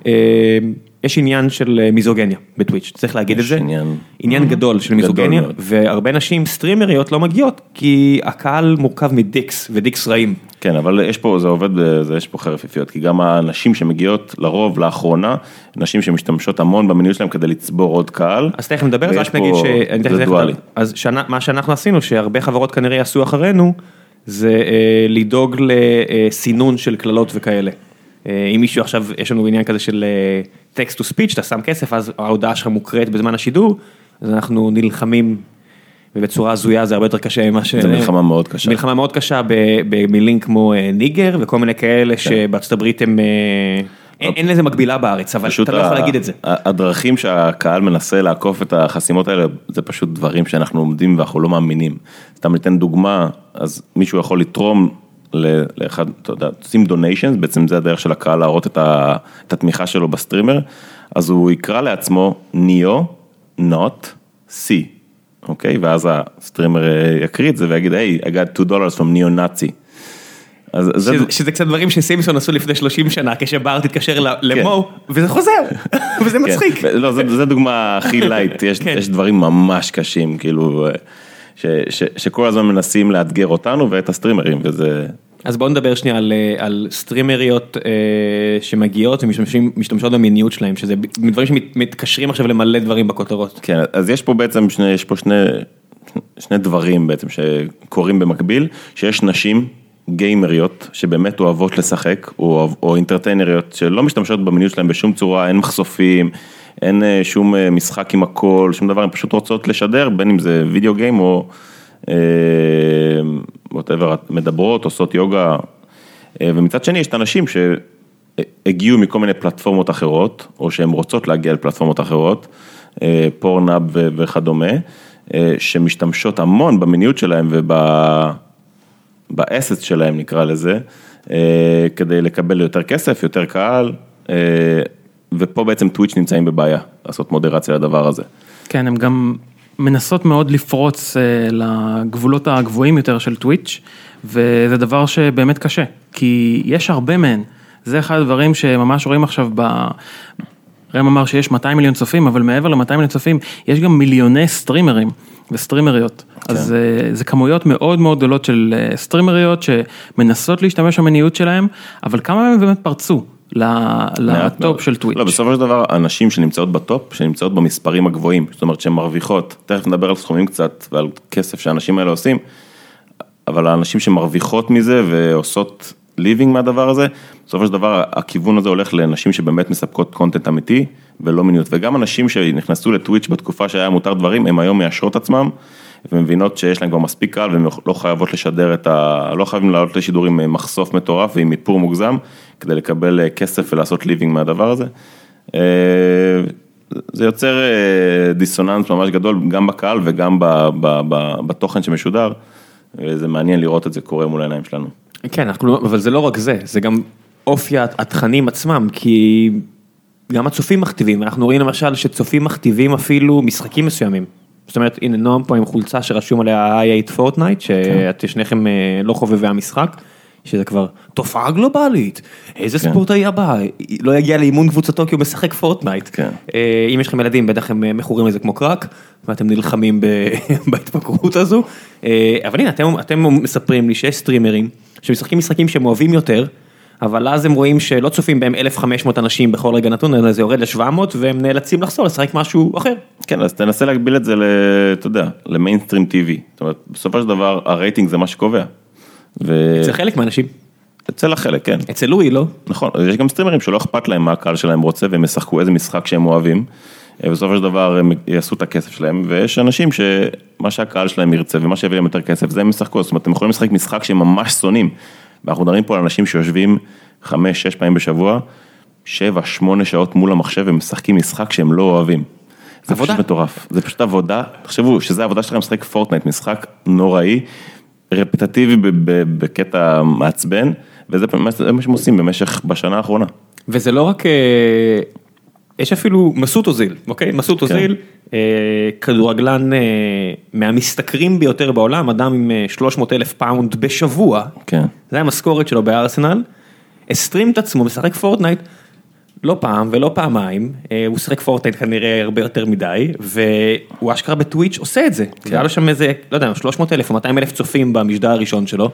יש עניין של מיזוגניה בטוויץ', צריך להגיד את זה, עניין, עניין גדול של מיזוגניה, והרבה נשים סטרימריות לא מגיעות, כי הקהל מורכב מדיקס, ודיקס רעים. כן, אבל יש פה, זה עובד, זה יש פה חרפיפיות, כי גם הנשים שמגיעות לרוב, לאחרונה, נשים שמשתמשות המון במיניות שלהם כדי לצבור עוד קהל. אז תכף נדבר, אז רק נגיד ש... זה דואלי. אז מה שאנחנו עשינו, שהרבה חברות כנראה יעשו אחרינו, זה אה, לדאוג לסינון של כללות וכאלה. אה, אם מישהו עכשיו, יש לנו עניין כזה של אה, text to speech, אתה שם כסף, אז ההודעה שלך מוקראת בזמן השידור, אז אנחנו נלחמים, ובצורה הזויה זה הרבה יותר קשה ממה ש... זה מלחמה מאוד קשה. מלחמה מאוד קשה במילים כמו אה, ניגר, וכל מיני כאלה שבארצות הברית הם... אה, אין, אין לזה מקבילה בארץ, אבל אתה לא יכול להגיד את זה. הדרכים שהקהל מנסה לעקוף את החסימות האלה, זה פשוט דברים שאנחנו עומדים ואנחנו לא מאמינים. סתם ניתן דוגמה, אז מישהו יכול לתרום לאחד, אתה יודע, שים דוניישנס, בעצם זה הדרך של הקהל להראות את, ה, את התמיכה שלו בסטרימר, אז הוא יקרא לעצמו ניאו, נוט, סי, אוקיי? ואז הסטרימר יקריא את זה ויגיד, היי, I got two dollars from neo-Nazi. שזה, שזה קצת דברים שסימפסון עשו לפני שלושים שנה, כשבר תתקשר למו, וזה חוזר, וזה מצחיק. לא, זה דוגמה הכי לייט, יש דברים ממש קשים, כאילו, שכל הזמן מנסים לאתגר אותנו ואת הסטרימרים, וזה... אז בואו נדבר שנייה על, על סטרימריות שמגיעות ומשתמשות במיניות שלהם, שזה דברים שמתקשרים עכשיו למלא דברים בכותרות. כן, אז יש פה בעצם שני, יש פה שני, שני דברים בעצם שקורים במקביל, שיש נשים, גיימריות שבאמת אוהבות לשחק, או, או אינטרטיינריות שלא משתמשות במיניות שלהם בשום צורה, אין מחשופים, אין שום משחק עם הכל, שום דבר, הן פשוט רוצות לשדר, בין אם זה וידאו גיים או whatever, מדברות, עושות יוגה, ומצד שני יש את האנשים שהגיעו מכל מיני פלטפורמות אחרות, או שהן רוצות להגיע לפלטפורמות אחרות, פורנאב וכדומה, שמשתמשות המון במיניות שלהם וב... באסט שלהם נקרא לזה, כדי לקבל יותר כסף, יותר קהל, ופה בעצם טוויץ' נמצאים בבעיה, לעשות מודרציה לדבר הזה. כן, הם גם מנסות מאוד לפרוץ לגבולות הגבוהים יותר של טוויץ', וזה דבר שבאמת קשה, כי יש הרבה מהן, זה אחד הדברים שממש רואים עכשיו ב... רם אמר שיש מאתיים מיליון צופים, אבל מעבר ל-מאתיים מיליון צופים, יש גם מיליוני סטרימרים וסטרימריות. כן. אז זה כמויות מאוד מאוד גדולות של סטרימריות, שמנסות להשתמש במיניות שלהם, אבל כמה מהם באמת פרצו לטופ של טוויץ'. לא, בסופו של דבר, אנשים שנמצאות בטופ, שנמצאות במספרים הגבוהים, זאת אומרת שהן מרוויחות, תכף נדבר על סכומים קצת, ועל כסף שהאנשים האלה עושים, אבל האנשים שמרוויחות מזה, ועושות ליבינג מהדבר הזה, בסופו של דבר, הכיוון הזה הולך לאנשים שבאמת מספקות קונטנט אמיתי, ולא מיניות, וגם אנשים שנכנסו לטוויץ' בתקופה שהיה מותר דברים, הם היום מיישרות עצמם, ומבינות שיש להם כבר מספיק קהל, והם לא חייבות לשדר את ה... לא חייבים לעלות לשידור עם מחשוף מטורף, ועם איפור מוגזם, כדי לקבל כסף ולעשות ליבינג מהדבר הזה. זה יוצר דיסוננס ממש גדול, גם בקהל וגם בתוכן שמשודר, וזה מעניין לראות את זה קורה מול העיניים שלנו. כן, אבל זה לא רק זה, זה גם אופי התכנים עצמם, כי גם הצופים מכתיבים, אנחנו רואים למשל שצופים מכתיבים אפילו משחקים מסוימים, זאת אומרת, הנה נועם פה עם חולצה שרשום עליה איי אייט Fortnite, שאתם שניכם לא חובבי המשחק, שזה כבר תופעה גלובלית, איזה ספורטאי הבא, לא יגיע לאימון קבוצתו כי הוא משחק פורטנייט, אם יש לכם ילדים בטח הם מכורים לזה כמו קרק, ואתם נלחמים בהתמכרות הזו, אבל הנה אתם מספרים לי שיש סטרימרים, שמשחקים משחקים שהם אוהבים יותר, אבל אז הם רואים שלא צופים בהם אלף וחמש מאות אנשים בכל רגע נתון, אלא זה יורד ל-שבע מאות, והם נאלצים לחזור לשחק משהו אחר. כן, אז תנסה להגביל את זה, אתה יודע, למיינסטרים טי וי. זאת אומרת, בסופו של דבר, הרייטינג זה מה שקובע. זה חלק מהאנשים. אצל החלק, כן. אצל לואי, לא? נכון, יש גם סטרימרים שלא אכפת להם מה הקהל שלהם רוצה, והם ישחקו איזה משחק שהם אוהבים, ובסופו של דבר הם יעשו את הכסף שלהם, ויש אנשים שמה שהקהל שלהם ירצה, ומה שיביא להם יותר כסף, זה הם ישחקו, זאת אומרת, הם יכולים לשחק משחק שהם ממש שונאים, ואנחנו מדברים פה על אנשים שיושבים חמש, שש פעמים בשבוע, שבע, שמונה שעות מול המחשב, והם משחקים משחק שהם לא אוהבים. זה עבודה. פשוט מטורף, זה פשוט עבודה, תחשבו שזה העבודה שלכם משחק פורטנייט, משחק נוראי, רפטטיבי בקטע מעצבן, וזה מה שהם עושים במשך בשנה האחרונה. וזה לא רק, יש אפילו מסות אוזיל, אוקיי? מסות אוזיל, כדורגלן מהמשתכרים ביותר בעולם, אדם עם שלוש מאות אלף פאונד בשבוע, זה המשכורת שלו בארסנל, הסטרים את עצמו, משחק פורטנייט, לא פעם ולא פעמיים, הוא שחק פורטנייט כנראה הרבה יותר מדי, והוא אשכרה בטוויץ' עושה את זה, היה לו שם איזה, לא יודע, שלוש מאות אלף או מאתיים אלף צופים במשדר הראשון שלו,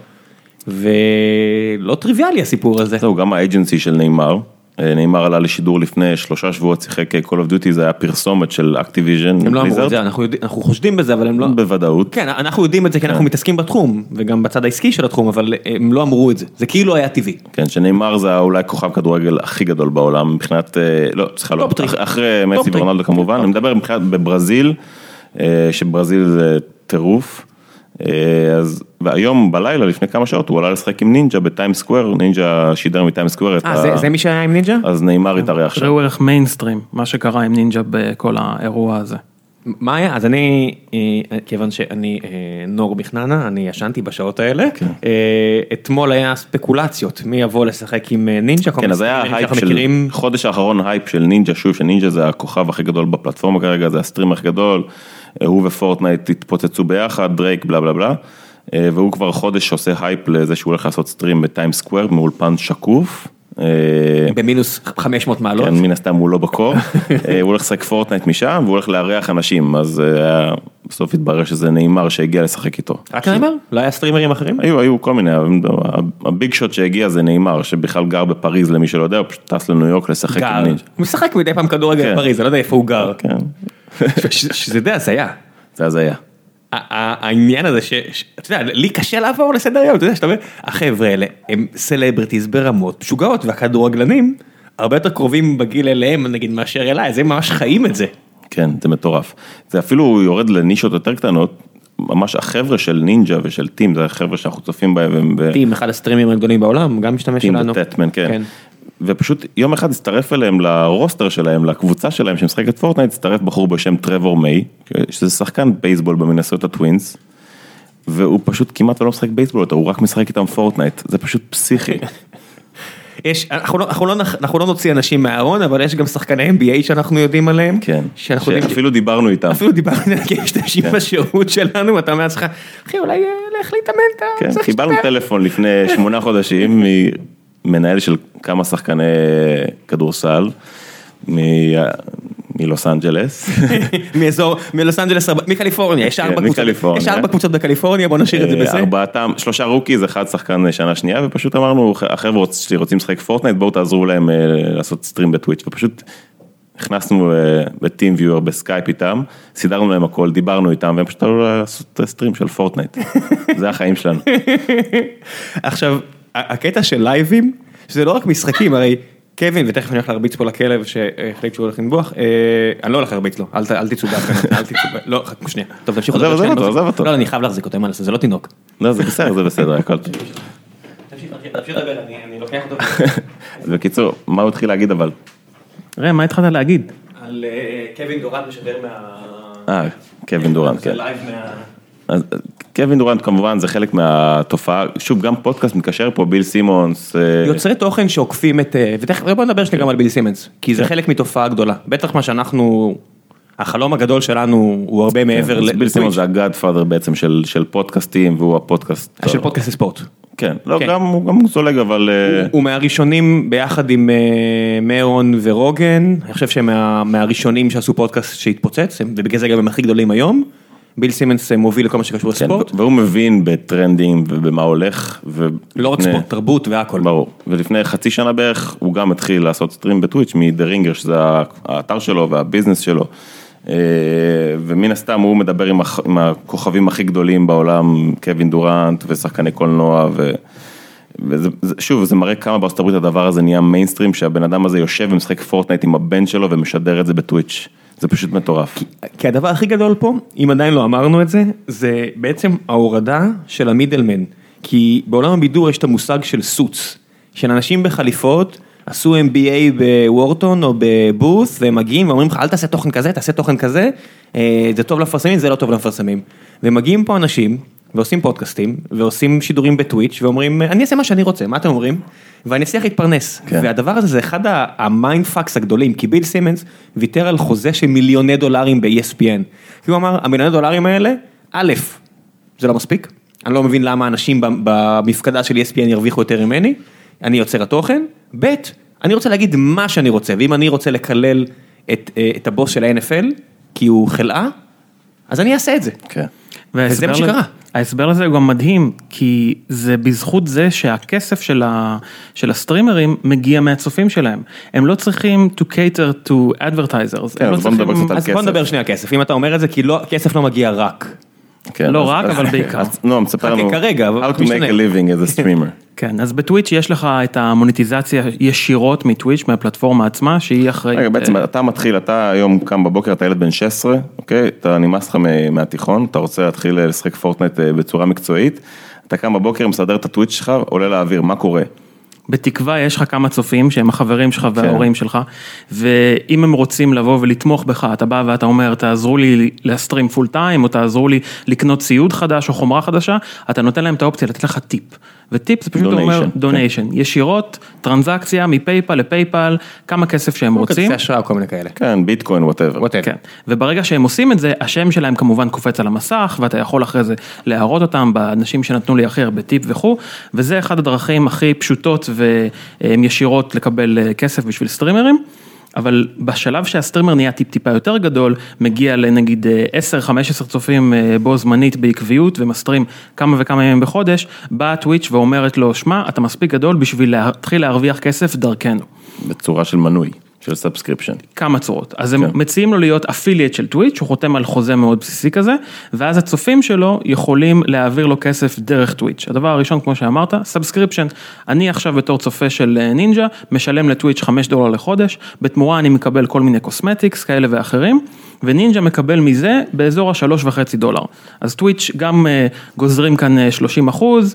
ולא טריוויאלי הסיפור הזה. זהו, גם האג'נסי של ניימר, ניימר עלה לשידור לפני שלושה שבועות, שיחק Call of Duty, זה היה פרסומת של Activision. הם לא אמרו את זה, אנחנו חושדים בזה, אבל הם לא... בוודאות. כן, אנחנו יודעים את זה, כי אנחנו מתעסקים בתחום, וגם בצד העסקי של התחום, אבל הם לא אמרו את זה, זה כאילו היה טבעי. כן, שניימר זה אולי כוכב כדורגל הכי גדול בעולם, מבחינת, לא, צריכה לא, אחרי מסי ורונלדו כמובן, אני מדבר מבחינת בברזיל, שברזיל זה טירוף, אז, והיום בלילה, לפני כמה שעות, הוא עלה לשחק עם נינג'ה בטיים סקוואר, נינג'ה שידר מטיים סקוואר. אה, זה מי שהיה עם נינג'ה? אז ניימר התארח שם. ראו ערך מיינסטרים, מה שקרה עם נינג'ה בכל האירוע הזה. מה היה? אז אני, כיוון שאני נור בכננה, אני ישנתי בשעות האלה, אתמול היה ספקולציות, מי יבוא לשחק עם נינג'ה? כן, אז היה הייפ של, חודש האחרון הייפ של נינג'ה, שוב שנינג'ה זה הכוכב הכי גדול בפלטפורמה כרגע, זה הסטרים הכי גדול, הוא ופורטנייט התפוצצו ביחד, דרייק, בלה בלה בלה, והוא כבר חודש עושה הייפ לזה שהוא הולך לעשות סטרים בטיים סקוואר, מאולפן שקוף. במינוס חמש מאות מעלות. כן, מן הסתם הוא לא בקור, הוא הולך לשחק פורטנייט משם, והוא הולך לארח אנשים, אז בסוף התברר שזה ניימר שהגיע לשחק איתו. רק ניימר? לא היה סטרימרים אחרים? היו, היו כל מיני, הביג שוט שהגיע זה ניימר, שבכלל גר בפריז למי שלא יודע, הוא פשוט טס לניו יורק לשחק עם נינג'ה. הוא משחק מדי פעם כדורגל בפריז, אני לא יודע איפה הוא גר. שזה די הזיה. זה הזיה. העניין הזה שאתה יודע, לי קשה לעבור לסדר היום, אתה יודע, שאתה אומר, החבר'ה האלה הם סלבריטיז ברמות משוגעות, והכדורגלנים הרבה יותר קרובים בגיל אליהם, נגיד, מאשר אליי, זה ממש חיים את זה. כן, זה מטורף. זה אפילו יורד לנישות יותר קטנות, ממש החבר'ה של נינג'ה ושל טים, זה החבר'ה שאנחנו צופים בהם. טים, אחד הסטרימים הגדולים בעולם, גם משתמש שלנו. טים וטטמן, כן. ופשוט יום אחד הצטרף אליהם לרוסטר שלהם, לקבוצה שלהם שמשחקת פורטנייט, הצטרף בחור בשם טרוור מיי, שזה שחקן בייסבול במינסוטה טווינס, והוא פשוט כמעט ולא משחק בייסבול, הוא רק משחק איתם פורטנייט, זה פשוט פסיכי. יש, אנחנו לא, אנחנו לא, אנחנו לא נוציא אנשים מהארון, אבל יש גם שחקני אן בי איי שאנחנו יודעים עליהם. כן, שאפילו דיברנו איתם. אפילו דיברנו איתם, כי יש אנשים בשירות שלנו, ואתה אומר לך, אחי, אולי לך להתאמן את זה. כן, קיבלנו טלפון לפני שמונה חודשים, ממנהל של כמה שחקני כדורסל, מלוס אנג'לס. מאזור, מלוס אנג'לס, מקליפורניה, יש ארבע קבוצות בקליפורניה, בוא נשאיר את זה בזה. ארבעתם, שלושה רוקיז, אחד שחקן שנה שנייה, ופשוט אמרנו, החבר'ה רוצים לשחק פורטנייט, בואו תעזרו להם לעשות סטרים בטוויץ', ופשוט הכנסנו בטים ויואר בסקייפ איתם, סידרנו להם הכל, דיברנו איתם, והם פשוט עלו לעשות סטרים של פורטנייט. זה החיים שלנו. עכשיו, הקטע של לייבים, שזה לא רק משחקים, הרי קווין, ותכף אני הולך להרביץ פה לכלב שהחליט שהוא הולך לנבוח, אני לא הולך להרביץ לו, אל תצאו דווקא, אל תצאו, לא, חכו שנייה, טוב, תמשיכו. עזב אותו, עזב אותו. לא, אני חייב להחזיק אותו, זה לא תינוק. לא, זה בסדר, זה בסדר, הכל טוב. תמשיך לדבר, אני לוקח אותו. בקיצור, מה הוא התחיל להגיד אבל? ראה, מה התחלת להגיד? על קווין דורנט משדר מה... אה, קווין דורנט, כן. אז קווין דורנט כמובן זה חלק מהתופעה, שוב גם פודקאסט מתקשר פה, ביל סימונס. יוצרי תוכן שעוקפים את, ותכף בוא נדבר שנייה גם על ביל סימונס, כי זה חלק מתופעה גדולה, בטח מה שאנחנו, החלום הגדול שלנו הוא הרבה מעבר. ביל סימונס זה הגאדפאדר בעצם של פודקאסטים, והוא הפודקאסט. של פודקאסט ספורט. כן, לא, הוא גם זולג אבל... הוא מהראשונים ביחד עם מרון ורוגן, אני חושב שהם מהראשונים שעשו פודקאסט שהתפוצץ, ובגלל זה גם הם הכי גדולים היום. ביל סימונס מוביל לכל מה שקשור לספורט. והוא מבין בטרנדים ובמה הולך. לא רק ספורט, תרבות והכל. ברור. ולפני חצי שנה בערך הוא גם התחיל לעשות סטרים בטוויץ' מ-The Ringer, שזה האתר שלו והביזנס שלו. ומן הסתם הוא מדבר עם הכוכבים הכי גדולים בעולם, קווין דורנט ושחקני קולנוע ושוב, זה מראה כמה בארצות הברית הדבר הזה נהיה מיינסטרים, שהבן אדם הזה יושב ומשחק פורטנייט עם הבן שלו ומשדר את זה בטוויץ'. זה פשוט מטורף. כי, כי הדבר הכי גדול פה, אם עדיין לא אמרנו את זה, זה בעצם ההורדה של המידלמן. כי בעולם הבידור יש את המושג של סוץ, של אנשים בחליפות, עשו אם בי איי בוורטון או בבוס, והם מגיעים ואומרים לך, אל תעשה תוכן כזה, תעשה תוכן כזה, זה טוב למפרסמים, זה לא טוב למפרסמים. ומגיעים פה אנשים, ועושים פודקאסטים, ועושים שידורים בטוויץ', ואומרים, אני אעשה מה שאני רוצה, מה אתם אומרים? ואני אצליח להתפרנס. כן. והדבר הזה זה אחד המיינד פאקס הגדולים, כי ביל סימנס ויתר על חוזה של מיליוני דולרים ב-אי אס פי אן. כי הוא אמר, המיליוני דולרים האלה, א', זה לא מספיק, אני לא מבין למה אנשים במפקדה של אי אס פי אן ירוויחו יותר ממני, אני יוצר התוכן, ב', אני רוצה להגיד מה שאני רוצה, ואם אני רוצה לקלל את, את הבוס של ה-אן אף אל, כי הוא חלאה, אז אני אעשה את זה. כן. וזה מה שקרה. ההסבר לזה הוא גם מדהים, כי זה בזכות זה שהכסף של, ה, של הסטרימרים מגיע מהצופים שלהם. הם לא צריכים to cater to advertisers. כן, אז בוא נדבר קצת על כסף. אז בוא נדבר שנייה על כסף. אם אתה אומר את זה, כי לא, כסף לא מגיע רק. כן, לא רק, אבל בעיקר. לא, מספר לנו, כרגע, how to make a living as a streamer. כן, אז בטוויץ' יש לך את המוניטיזציה ישירות מטוויץ', מהפלטפורמה עצמה, שהיא אחראית. רגע, בעצם אתה מתחיל, אתה היום קם בבוקר, אתה ילד בן שש עשרה, אוקיי? אתה נמאס לך מהתיכון, אתה רוצה להתחיל לשחק פורטנייט בצורה מקצועית, אתה קם בבוקר, מסדר את הטוויץ' שלך, עולה לאוויר, מה קורה? בתקווה יש לך כמה צופים שהם החברים שלך וההורים שלך, ואם הם רוצים לבוא ולתמוך בך, אתה בא ואתה אומר, תעזרו לי להסטרים פול טיים, או תעזרו לי לקנות ציוד חדש או חומרה חדשה, אתה נותן להם את האופציה לתת לך טיפ. וטיפ זה פשוט אומר דוניישן, ישירות, טרנזקציה מפייפל לפייפל, כמה כסף שהם רוצים. כסף השראה או כל מיני כאלה. כן, ביטקוין, whatever. כן. וברגע שהם עושים את זה, השם שלהם כמובן קופץ על המסך, ואתה יכול אחרי זה להראות אותם באנשים שנתנו לי אחר בטיפ וכו', וזה אחד הדרכים הכי פשוטות וישירות לקבל כסף בשביל סטרימרים. אבל בשלב שהסטרימר נהיה טיפ-טיפה יותר גדול, מגיע לנגיד עשר חמש עשרה צופים בו זמנית בעקביות, ומסטרים כמה וכמה ימים בחודש, באה טוויץ' ואומרת לו, שמע, אתה מספיק גדול בשביל להתחיל להרוויח כסף דרכנו. בצורה של מנוי, של סאבסקריפשן. כמה צורות. אז הם מציעים לו להיות אפילייט של טוויץ', הוא חותם על חוזה מאוד בסיסי כזה, ואז הצופים שלו יכולים להעביר לו כסף דרך טוויץ'. הדבר הראשון, כמו שאמרת, סאבסקריפשן. אני עכשיו בתור צופה של נינג'ה, משלם לטוויץ' חמישה דולר לחודש, בתמורה אני מקבל כל מיני קוסמטיקס כאלה ואחרים, ונינג'ה מקבל מזה באזור השלוש וחצי דולר. אז טוויץ' גם גוזרים כאן שלושים אחוז,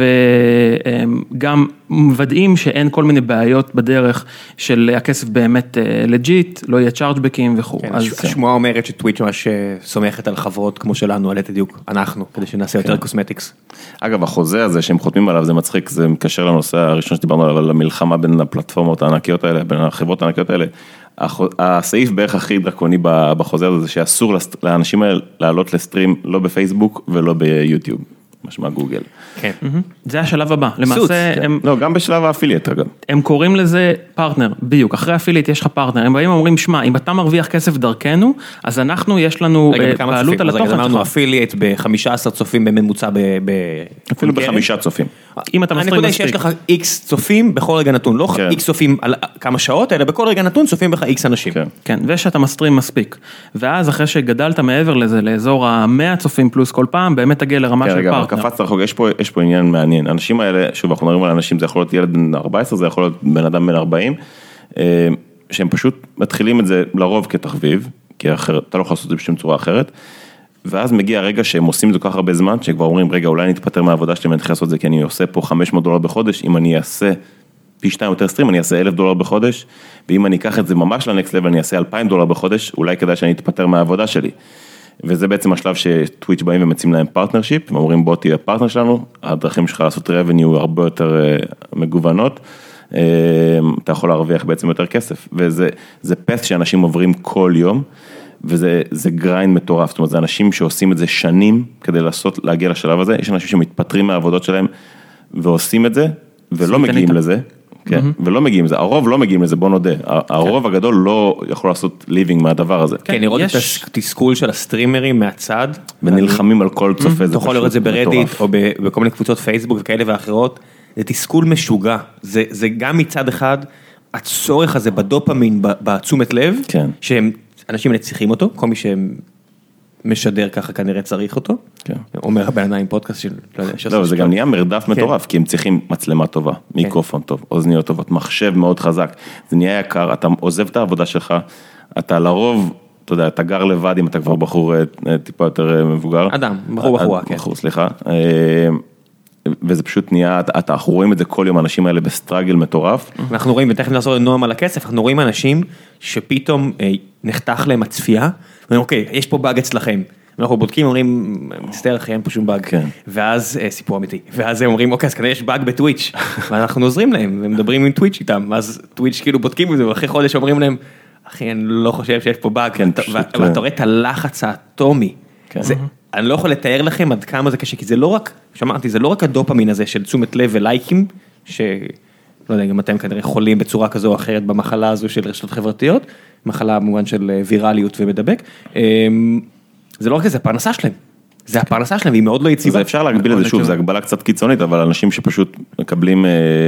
וגם מוודאים שאין כל מיני בעיות בדרך של הכסף באמת לג'יט, לא יהיה צ'ארג'בקים וכו'. השמועה אומרת שטוויץ' ממש סומכת על חברות כמו שלנו, עלית בדיוק, אנחנו, כדי שנעשה יותר קוסמטיקס. אגב, החוזה הזה שהם חותמים עליו, זה מצחיק, זה מקשר לנושא הראשון שדיברנו עליו, על המלחמה בין הפלטפורמות הענקיות האלה, בין החברות הענקיות האלה. הסעיף בערך הכי דרקוני בחוזה הזה, זה שאסור לאנשים האלה לעלות לסטרים, לא בפייסבוק ולא ביוטיוב. משמע גוגל. כן. זה השלב הבא. למעשה הם... לא, גם בשלב האפילייט, אגב. הם קוראים לזה פרטנר, בדיוק. אחרי האפילייט יש לך פרטנר. הם באים ואומרים, שמע, אם אתה מרוויח כסף דרכנו, אז אנחנו, יש לנו בעלות על התוכן שלך. אמרנו אפילייט ב-חמישה עשר צופים בממוצע ב... אפילו בחמישה צופים. אם אתה מסטרים מספיק. הנקודה שיש לך איקס צופים בכל רגע נתון, לא איקס צופים על כמה שעות, אלא בכל רגע נתון צופים בך איקס אנשים. כן, ושאתה מסטרים מספיק. ואז אחרי שגדלת מעבר לזה, לאזור ה-מאה צופים פלוס כל פעם, באמת תגיע לרמה של פרטנר. קפץ רחוק, יש פה, יש פה עניין מעניין. האנשים האלה, שוב, אנחנו מדברים על אנשים, זה יכול להיות ילד בן ארבע עשרה, זה יכול להיות בן אדם בן ארבעים, שהם פשוט מתחילים את זה לרוב כתחביב, כי אחרת, אתה לא יכול לעשות את זה בשום צורה אחרת, ואז מגיע הרגע שהם עושים את זה כל כך הרבה זמן, שכבר אומרים, רגע, אולי אני אתפטר מהעבודה שלי, ואני אתחיל לעשות את זה, כי אני עושה פה חמש מאות דולר בחודש, אם אני אעשה פי שתיים יותר סטרים, אני אעשה אלף דולר בחודש, ואם אני אקח את זה ממש לנקסט לבל, אני אעשה אלפיים דולר בחודש, אולי כדאי שאני אתפטר מהעבודה שלי. וזה בעצם השלב שטוויץ' באים ומציעים להם פרטנרשיפ, הם אומרים בוא תהיה פרטנר שלנו, הדרכים שלך לעשות revenue הרבה יותר מגוונות, אתה יכול להרוויח בעצם יותר כסף, וזה פס שאנשים עוברים כל יום, וזה גריינד מטורף, זאת אומרת, זה אנשים שעושים את זה שנים, כדי לעשות, להגיע לשלב הזה, יש אנשים שמתפטרים מהעבודות שלהם, ועושים את זה, ולא מגיעים לזה, כן, ולא מגיעים לזה, הרוב לא מגיעים לזה, בוא נודה, הרוב הגדול לא יכול לעשות ליבינג מהדבר הזה. כן, לראות את התסכול של הסטרימרים מהצד, ונלחמים על כל צופה, אתה יכול לראות את זה ברדיט, או בכל מיני קבוצות פייסבוק וכאלה ואחרות, זה תסכול משוגע, זה גם מצד אחד, הצורך הזה בדופמין, בתשומת לב, שאנשים צריכים אותו, כל מי שהם משדר ככה כנראה צריך אותו. כן. אומר הבן אדם עם פודקאסט של, לא יודע, לא, זה גם נהיה מרדף מטורף, כי הם צריכים מצלמה טובה, מיקרופון טוב, אוזניות טובות, מחשב מאוד חזק, זה נהיה יקר, אתה עוזב את העבודה שלך, אתה לרוב, אתה יודע, אתה גר לבד אם אתה כבר בחור טיפה יותר מבוגר. אדם, בחור בחורה, כן. בחור, סליחה. וזה פשוט נהיה, אנחנו רואים את זה כל יום, האנשים האלה בסטרגל מטורף. אנחנו רואים, ותכף נעזור לנועם על הכסף, אנחנו רואים אנשים שפתאום נחתך להם הצפייה, ואומרים, אוקיי, יש פה באג אצלכם. אנחנו בודקים, אומרים, מצטער אחי, אין פה שום באג. ואז, סיפור אמיתי, ואז הם אומרים, אוקיי, אז כנראה יש באג בטוויץ', ואנחנו עוזרים להם, ומדברים עם טוויץ' איתם, ואז טוויץ' כאילו בודקים את זה, ואחרי חודש אומרים להם, אחי, אני לא חושב שיש פה באג, ואתה רואה את הלחץ האטומי. אני לא יכול לתאר לכם עד כמה זה קשה, כי זה לא רק, שמעתי, זה לא רק הדופמין הזה של תשומת לב ולייקים, שלא יודע, גם אתם כנראה חולים בצורה כזו או אחרת במחלה הזו של רשתות חברתיות, מחלה במובן של ויראליות ומדבק, זה לא רק זה, זה הפרנסה שלהם, זה הפרנסה שלהם, והיא מאוד לא יציבה. זה אפשר להגביל את זה שוב, זה הגבלה קצת קיצונית, אבל אנשים שפשוט מקבלים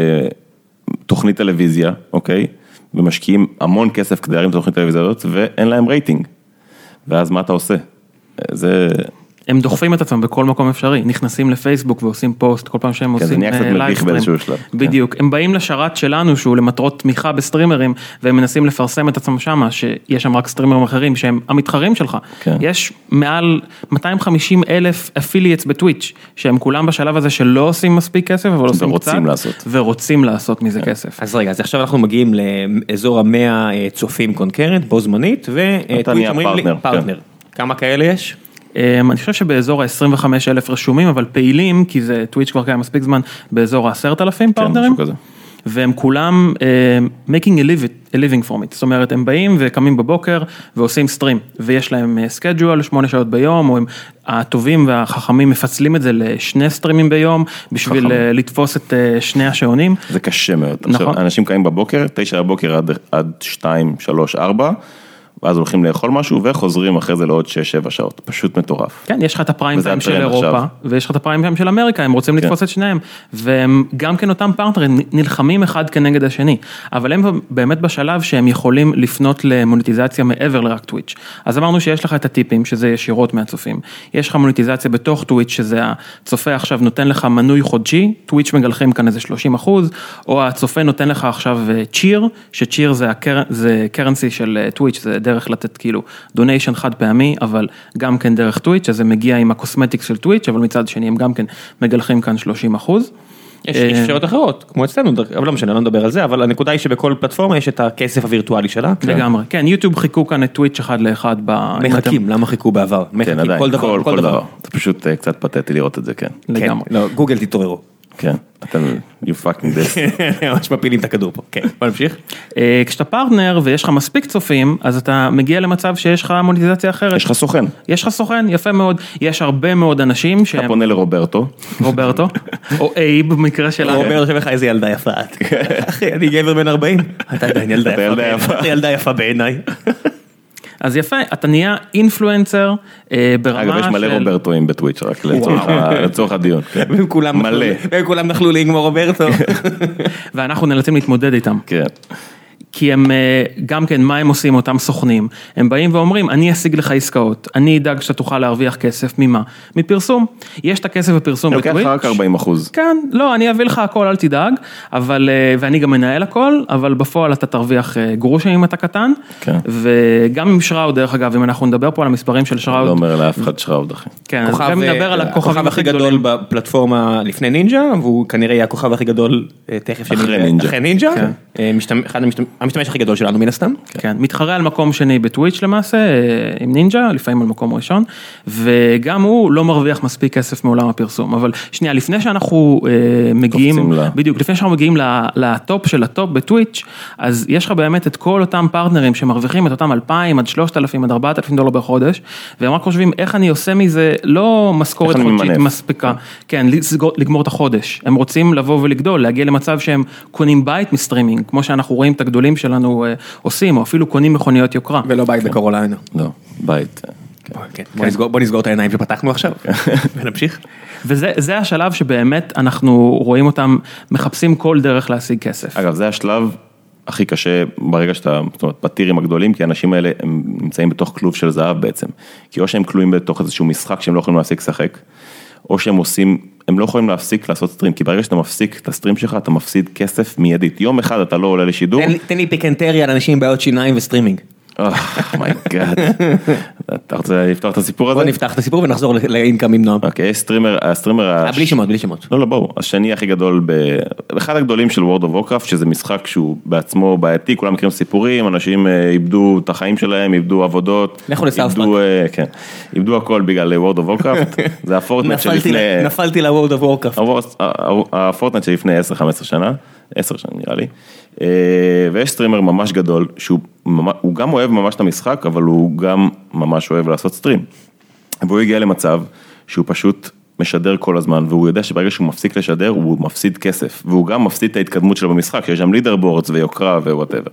תוכנית טלוויזיה, אוקיי, ומשקיעים המון כסף כדי להרים תוכנית טלוויזיה הזאת, ואין להם רייטינג, ואז מה אתה עושה? זה... הם דוחפים את עצמם בכל מקום אפשרי, נכנסים לפייסבוק ועושים פוסט, כל פעם שהם עושים לייבסטרים. בדיוק, הם באים לשרת שלנו, שהוא למטרות תמיכה בסטרימרים, והם מנסים לפרסם את עצמם שמה, שיש שם רק סטרימרים אחרים, שהם המתחרים שלך. יש מעל מאתיים וחמישים אלף אפילייטס בטוויץ', שהם כולם בשלב הזה שלא עושים מספיק כסף, אבל עושים קצת, ורוצים לעשות מזה כסף. אז רגע, אז עכשיו אנחנו מגיעים לאזור המאה צופים קונקרנט, בו זמנית, וטוויץ' אומרים לי, פרטנר. כמה כאלה יש? אני חושב שבאזור ה-עשרים וחמישה אלף רשומים, אבל פעילים, כי זה טוויץ' כבר קיים מספיק זמן, באזור ה-עשרת אלפים פרטנרים, והם כולם uh, making a, live, a living from it, זאת אומרת, הם באים וקמים בבוקר ועושים סטרים, ויש להם schedule שמונה שעות ביום, או הם הטובים והחכמים מפצלים את זה לשני סטרימים ביום, בשביל חכם. לתפוס את uh, שני השעונים. זה קשה מאוד. נכון. עכשיו, אנשים קמים בבוקר, תשע בבוקר עד, עד שתיים, שלוש, ארבע, ואז הולכים לאכול משהו, וחוזרים אחרי זה לעוד שש שבע שעות, פשוט מטורף. כן, יש לך את הפריים טיים של אירופה, ויש לך את הפריים טיים של אמריקה, הם רוצים לתפוס את שניהם, והם גם כן אותם פרטנרים, נלחמים אחד כנגד השני, אבל הם באמת בשלב שהם יכולים לפנות למוניטיזציה מעבר לרק טוויץ'. אז אמרנו שיש לך את הטיפים, שזה ישירות מהצופים. יש לך מוניטיזציה בתוך טוויץ', שזה הצופה עכשיו נותן לך מנוי חודשי, טוויץ' מגלחים כאן איזה שלושים אחוז, או הצופה נותן לך עכשיו צ'יר, שצ'יר זה קרנסי של טוויץ', זה דרך לתת כאילו דוניישן חד פעמי, אבל גם כן דרך טוויץ', אז זה מגיע עם הקוסמטיקס של טוויץ', אבל מצד שני הם גם כן מגלחים כאן שלושים אחוז. יש אפשרויות אחרות, כמו אצלנו, אבל לא משנה, לא נדבר על זה, אבל הנקודה היא שבכל פלטפורמה יש את הכסף הווירטואלי שלה. לגמרי, כן, יוטיוב חיכו כאן את טוויץ' אחד לאחד. מחכים, למה חיכו בעבר? כן, עדיין, כל דבר. זה פשוט קצת פתטי לראות את זה, כן. לגמרי. גוגל תתעוררו. כן, אתם, you fucking this. ממש מפילים את הכדור פה, כן, בוא נמשיך. כשאתה פרטנר ויש לך מספיק צופים, אז אתה מגיע למצב שיש לך מוניטיזציה אחרת. יש לך סוכן. יש לך סוכן, יפה מאוד. יש הרבה מאוד אנשים שהם... אתה פונה לרוברטו. רוברטו, או אייב במקרה שלנו. רוברטו שבך איזה ילדה יפה את. אחי, אני גבר בן ארבעים. אתה עדיין ילדה יפה. אתה ילדה יפה בעיניי. אז יפה, אתה נהיה אינפלואנסר ברמה של... אגב, יש מלא רוברטואים בטוויץ', רק לצורך הדיון. והם כולם נחלו לי כמו רוברטו. ואנחנו נאלצים להתמודד איתם. כן. כי הם גם כן, מה הם עושים אותם סוכנים? הם באים ואומרים, אני אשיג לך עסקאות, אני אדאג שאתה תוכל להרוויח כסף, ממה? מפרסום. יש את הכסף בפרסום בטוויץ'. לוקח רק ארבעים אחוז. כן, לא, אני אביא לך הכל, אל תדאג, אבל, ואני גם מנהל הכל, אבל בפועל אתה תרוויח גרושים אם אתה קטן, כן. וגם עם שראוד, דרך אגב, אם אנחנו נדבר פה על המספרים של שראוד. לא אומר לאף אחד שראוד, אחי. כן, אז גם נדבר על הכוכבים הכי גדול בפלטפורמה לפני נינג'ה, והוא כנראה יהיה הכוכב הכי גדול תכף אחרי נינג'ה. המשתמש הכי גדול שלנו מן הסתם. כן, מתחרה על מקום שני בטוויץ' למעשה, עם נינג'ה, לפעמים על מקום ראשון, וגם הוא לא מרוויח מספיק כסף מעולם הפרסום, אבל שנייה, לפני שאנחנו מגיעים, בדיוק, לפני שאנחנו מגיעים לטופ של הטופ בטוויץ', אז יש לך באמת את כל אותם פרטנרים שמרוויחים את אותם אלפיים עד שלושת אלפים עד ארבעת אלפים דולר בחודש, והם רק חושבים איך אני עושה מזה, לא משכורת חודשית מספיקה, כן, לגמור את החודש, הם רוצים לבוא ולגדול, להגיע למצב שהם קונים בית מסטרימינג, כמו שאנחנו רואים את הגדולים שלנו עושים, או אפילו קונים מכוניות יוקרה. ולא בית בקרוליינה. לא, בית. בוא נסגור את העיניים שפתחנו עכשיו, ונמשיך. וזה השלב שבאמת אנחנו רואים אותם, מחפשים כל דרך להשיג כסף. אגב, זה השלב הכי קשה ברגע שאתה, זאת אומרת, בטירים הגדולים, כי האנשים האלה הם נמצאים בתוך כלוב של זהב בעצם, כי או שהם כלואים בתוך איזשהו משחק שהם לא יכולים להפסיק לשחק, או שהם עושים, הם לא יכולים להפסיק לעשות סטרים, כי ברגע שאתה מפסיק את הסטרים שלך, אתה מפסיד כסף מיידית, יום אחד אתה לא עולה לשידור. תן לי פיקנטריה על אנשים עם בעיות שיניים וסטרימינג. אומייגאד, אתה רוצה לפתוח את הסיפור הזה? בוא נפתח את הסיפור ונחזור לאינקאם עם נועם. אוקיי, סטרימר, הסטרימר... בלי שמות, בלי שמות. לא, לא, ברור, השני הכי גדול, אחד הגדולים של World of Warcraft, שזה משחק שהוא בעצמו בעייתי, כולם מכירים סיפורים, אנשים איבדו את החיים שלהם, איבדו עבודות, לכו לסאוף פארק. כן, איבדו הכל בגלל World of Warcraft, זה הפורטנייט שלפני... נפלתי ל-World of Warcraft. הפורטנייט שלפני עשר חמש עשרה שנה, עשר שנה נראה לי, ויש סטרימר ממש גדול, שהוא גם אוהב ממש את המשחק, אבל הוא גם ממש אוהב לעשות סטרים. והוא הגיע למצב שהוא פשוט משדר כל הזמן, והוא יודע שברגע שהוא מפסיק לשדר, הוא מפסיד כסף, והוא גם מפסיד את ההתקדמות שלו במשחק, שיש שם לידר בורדס ויוקרה ווואטאבר.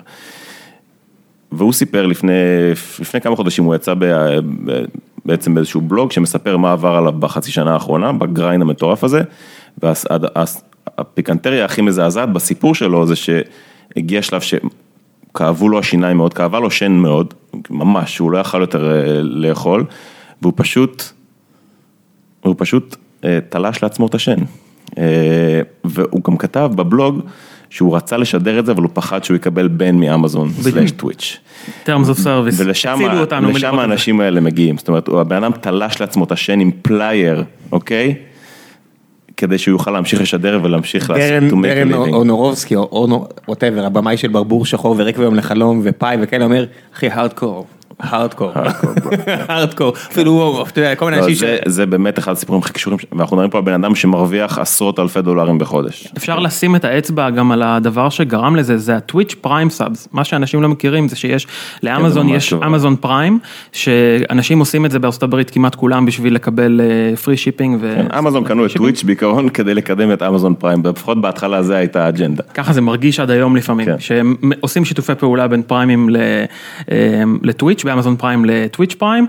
והוא סיפר לפני, לפני כמה חודשים, הוא יצא בעצם באיזשהו בלוג, שמספר מה עבר עליו בחצי שנה האחרונה, בגריין המטורף הזה, והפיקנטריה הכי מזעזעת בסיפור שלו, זה שהגיע שלב שכאבו לו השיניים מאוד, כאבה לו שן מאוד, ממש, הוא לא יכל יותר לאכול, והוא פשוט, הוא פשוט תלש לעצמו את השן. והוא גם כתב בבלוג, שהוא רצה לשדר את זה, אבל הוא פחד שהוא יקבל בן מאמזון סלאש טוויץ'. terms of service. ולשם האנשים האלה מגיעים. זאת אומרת, הבן אדם תלש לעצמו את השן עם פלייר, אוקיי? כדי שהוא יוכל להמשיך לשדר ולהמשיך לעשות. דרן אונורובסקי, או whatever, הבמאי של ברבור שחור ורקוויום לחלום ופאי וכאלה, אומר, אחי, הארדקור. הארדקור, הארדקור, אפילו וואו, אתה יודע, כל מיני אנשים ש... זה באמת אחד הסיפורים הכי קשורים, ואנחנו נראים פה על בן אדם שמרוויח עשרות אלפי דולרים בחודש. אפשר לשים את האצבע גם על הדבר שגרם לזה, זה הטוויץ' פריים סאבס, מה שאנשים לא מכירים זה שיש, לאמזון יש אמזון פריים, שאנשים עושים את זה בארצות הברית כמעט כולם בשביל לקבל פרי שיפינג ו... אמזון קנו את טוויץ' בעיקרון כדי לקדם את אמזון פריים, לפחות בהתחלה זה הייתה האג'נדה. ככה זה מרגיש עד היום לפעמים, שהם עושים שיתופי פעולה בין פריימים לטוויץ' באמזון פריים לטוויץ' פריים,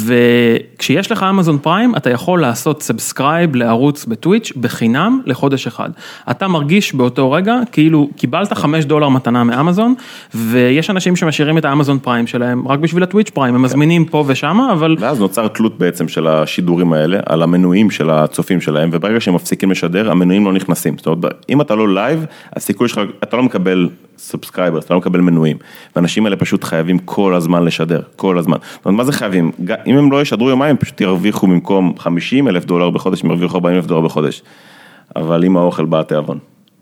וכשיש לך אמזון פריים, אתה יכול לעשות סאבסקרייב לערוץ בטוויץ' בחינם לחודש אחד. אתה מרגיש באותו רגע, כאילו קיבלת חמש דולר מתנה מאמזון, ויש אנשים שמשאירים את האמזון פריים שלהם, רק בשביל הטוויץ' פריים, הם מזמינים פה ושמה, אבל... ואז נוצר תלות בעצם של השידורים האלה, על המנויים של הצופים שלהם, וברגע שהם מפסיקים לשדר, המנויים לא נכנסים. זאת אומרת, אם אתה לא לייב, הסיכוי שלך, אתה לא מקבל סאבסקרייבר, אתה לא מקבל מנויים, ואנשים האלה פשוט חייבים כל הזמן לשדר, כל הזמן. זאת אומרת, מה זה חייבים? אם הם לא ישדרו יומיים, פשוט ירוויחו במקום חמישים אלף דולר בחודש, הם ירוויחו ארבעים אלף דולר בחודש. אבל עם האוכל בא התיאבון.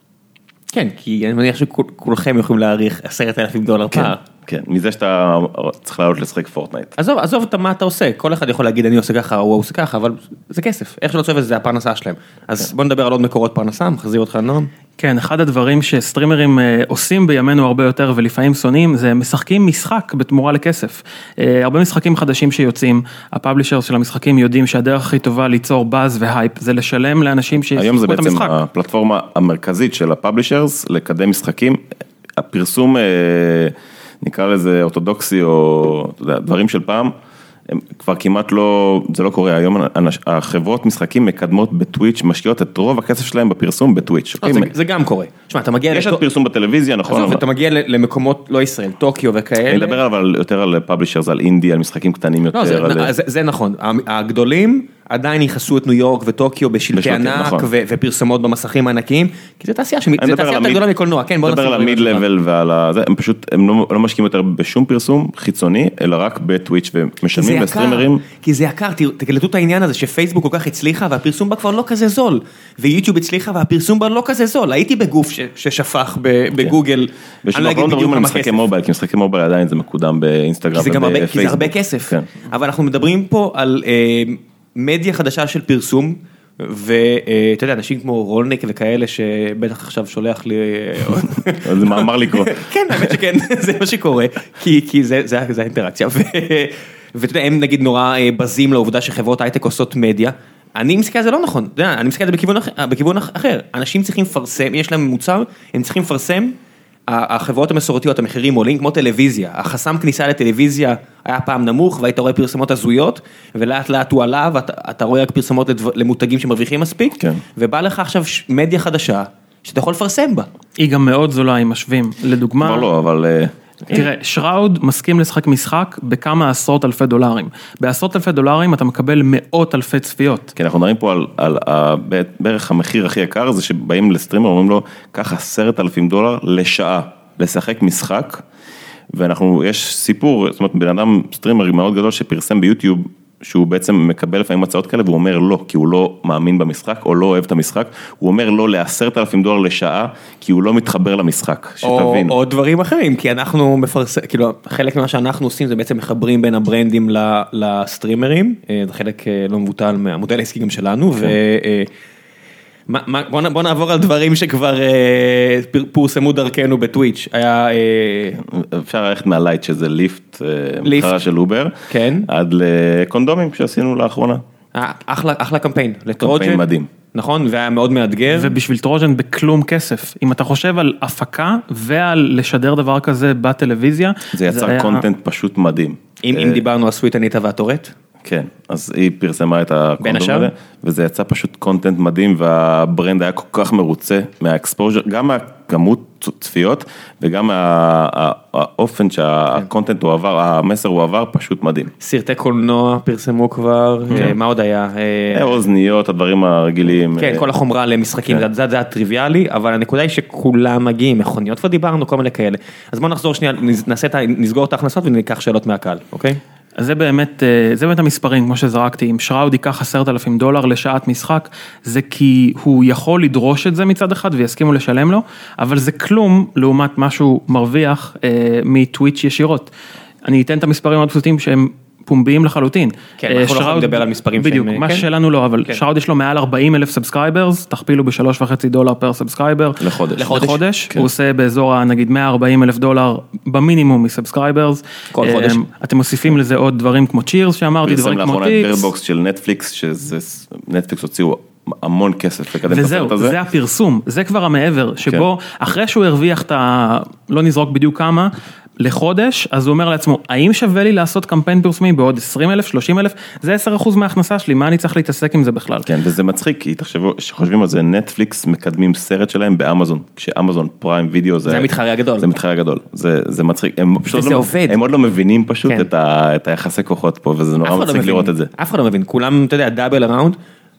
כן, כי אני מניח שכולכם יכולים להעריך עשרת אלפים דולר פער. כן, מזה שאתה צריך לעלות לשחק פורטנייט. עזוב, עזוב את מה אתה עושה, כל אחד יכול להגיד אני עושה ככה או הוא עושה ככה, אבל זה כסף, איך שלא צוות זה הפרנסה שלהם. אז בוא נדבר על עוד מקורות פרנסה, מחזיר אותך נועם. כן, אחד הדברים שסטרימרים עושים בימינו הרבה יותר ולפעמים שונאים, זה משחקים משחק בתמורה לכסף. הרבה משחקים חדשים שיוצאים, הפאבלישרס של המשחקים יודעים שהדרך הכי טובה ליצור באז והייפ, זה לשלם לאנשים שישחקו את המשחק. היום זה בעצם הפלטפורמה המרכזית של הפאבלישרס לקדם משחקים, הפרסום נקרא לזה אורתודוקסי או אתה יודע, דברים של פעם, הם כבר כמעט לא, זה לא קורה, היום החברות משחקים מקדמות בטוויץ', משקיעות את רוב הכסף שלהם בפרסום בטוויץ'. זה גם קורה. תשמע, אתה מגיע... יש את פרסום בטלוויזיה, נכון? אתה מגיע למקומות, לא ישראל, טוקיו וכאלה. אני מדבר אבל יותר על פאבלישרס, על אינדי, על משחקים קטנים יותר. זה נכון, הגדולים עדיין יכנסו את ניו יורק וטוקיו בשלטי ענק ופרסומות במסכים הענקיים, כי זה תעשייה הגדולה מקולנוע, כן, בוא נדבר על המיד לבל ועל זה, הם פשוט, הם לא משקיעים יותר בשום פרסום חיצוני, אלא רק בטוויץ' ומשלמים לסטרימרים. כי זה יקר, תקלטו את העניין הזה שפייסבוק כל כך הצליחה והפרסום בה כבר לא כזה זול, ויוטיוב הצליחה והפרסום בה לא כזה זול, הייתי בגוף ששפך בגוגל. בשביל אנחנו לא מדברים על משחקי מובייל, כי משחקי מובייל עדיין זה מקודם באינסטגרם ובפייסבוק. כי זה הרבה כסף, אבל אנחנו מדברים פה על מדיה חדשה של פרסום, ואתה יודע, אנשים כמו רולניק וכאלה שבטח עכשיו שולח לי... זה מאמר לקרוא. כן, האמת שכן, זה מה שקורה, כי זה האינטראקציה, ואתה יודע, הם נגיד נורא בזים לעובדה שחברות הייטק עושות מדיה, אני מסתכל על זה לא נכון, אני מסתכל על זה בכיוון אחר, אנשים צריכים לפרסם, יש להם מוצר, הם צריכים לפרסם, החברות המסורתיות, המחירים עולים כמו טלוויזיה, החסם כניסה לטלוויזיה היה פעם נמוך, והיית רואה פרסומות הזויות, ולאט לאט הוא עלה, ואתה רואה רק פרסומות למותגים שמרוויחים מספיק, ובא לך עכשיו מדיה חדשה, שאתה יכול לפרסם בה. היא גם מאוד זולה, אם משווים. לדוגמה... כבר לא, אבל... תראה, שראוד מסכים לשחק משחק בכמה עשרות אלפי דולרים. בעשרות אלפי דולרים אתה מקבל מאות אלפי צפיות. כי אנחנו מדברים פה על, על, על בערך המחיר הכי יקר, זה שבאים לסטרימר, אומרים לו, קח עשרת אלפים דולר לשעה, לשחק משחק, ואנחנו, יש סיפור, זאת אומרת, בן אדם סטרימר מאוד גדול שפרסם ביוטיוב, שהוא בעצם מקבל לפעמים הצעות כאלה, והוא אומר לא, כי הוא לא מאמין במשחק, או לא אוהב את המשחק, הוא אומר לא לעשרת אלפים דולר לשעה, כי הוא לא מתחבר למשחק, שתבין. או, או דברים אחרים, כי אנחנו מפרסם, כאילו, חלק ממה שאנחנו עושים, זה בעצם מחברים בין הברנדים לסטרימרים, זה חלק לא מבוטל מהמודל העסקי גם שלנו, ו... בוא נעבור על דברים שכבר פורסמו דרכנו בטוויץ', היה... אפשר ללכת מהלייט שזה ליפט, מתחרה של אובר, עד לקונדומים שעשינו לאחרונה. אחלה קמפיין, לטרוג'ן. קמפיין מדהים. נכון, והיה מאוד מאתגר. ובשביל טרוג'ן בכלום כסף. אם אתה חושב על הפקה ועל לשדר דבר כזה בטלוויזיה. זה יצר קונטנט פשוט מדהים. אם דיברנו על סוויט אניטה והטורט. כן, אז היא פרסמה את הקונדום הזה, וזה יצא פשוט קונטנט מדהים, והברנד היה כל כך מרוצה מהאקספוז'ר, גם מהכמות צפיות, וגם האופן שהקונטנט הוא עבר, המסר הוא עבר, פשוט מדהים. סרטי קולנוע פרסמו כבר, מה עוד היה? אוזניות, הדברים הרגילים. כן, כל החומרה למשחקים, זה היה טריוויאלי, אבל הנקודה היא שכולם מגיעים, מכוניות ודיברנו, כל מיני כאלה. אז בואו נחזור שנייה, נסגור את ההכנסות וניקח שאלות מהקהל, אוקיי? אז זה באמת, זה באמת המספרים, כמו שזרקתי, אם שראוד ייקח עשרת אלפים דולר לשעת משחק, זה כי הוא יכול לדרוש את זה מצד אחד ויסכימו לשלם לו, אבל זה כלום לעומת משהו מרוויח אה, מטוויץ' ישירות. אני אתן את המספרים מאוד פשוטים שהם פומביים לחלוטין. כן, אנחנו לא יכולים לדבר על מספרים בדיוק, שהם... מה כן? שלנו לא, אבל כן. שראוד יש לו מעל ארבעים אלף סאבסקרייברס, תכפילו בשלוש וחצי דולר פר סאבסקרייבר. לחודש. לחודש. לחודש. כן. הוא עושה באזור, נגיד, מאה וארבעים אלף דולר במינימום מסאבסקרייברס. כל חודש. אתם מוסיפים לזה עוד דברים כמו צ'ירס, שאמרתי, דברים כמו טיקס. פרסם לאחרונה ברבוקס של נטפליקס, שזה נטפליקס הוציאו המון כסף לקדם את הסרט הזה. וזהו, זה הפרסום, זה כבר המעבר, שבו אחרי שהוא הרוויח את ה... לא נזרוק בדיוק כמה, לחודש, אז הוא אומר לעצמו, האם שווה לי לעשות קמפיין פרסומי בעוד עשרים אלף, שלושים אלף? זה עשרה אחוז מההכנסה שלי, מה אני צריך להתעסק עם זה בכלל? כן, וזה מצחיק, כי תחשבו, שחושבים על זה, נטפליקס מקדמים סרט שלהם באמזון, כשאמזון פריים וידאו זה... זה המתחרה הגדול. זה מתחרה הגדול, זה, זה מצחיק. הם וזה לא, עובד. הם עוד לא מבינים פשוט כן. את, ה, את היחסי כוחות פה, וזה נורא מצחיק לראות את זה. אף אחד לא מבין, כולם, אתה יודע, דאבל אראונד,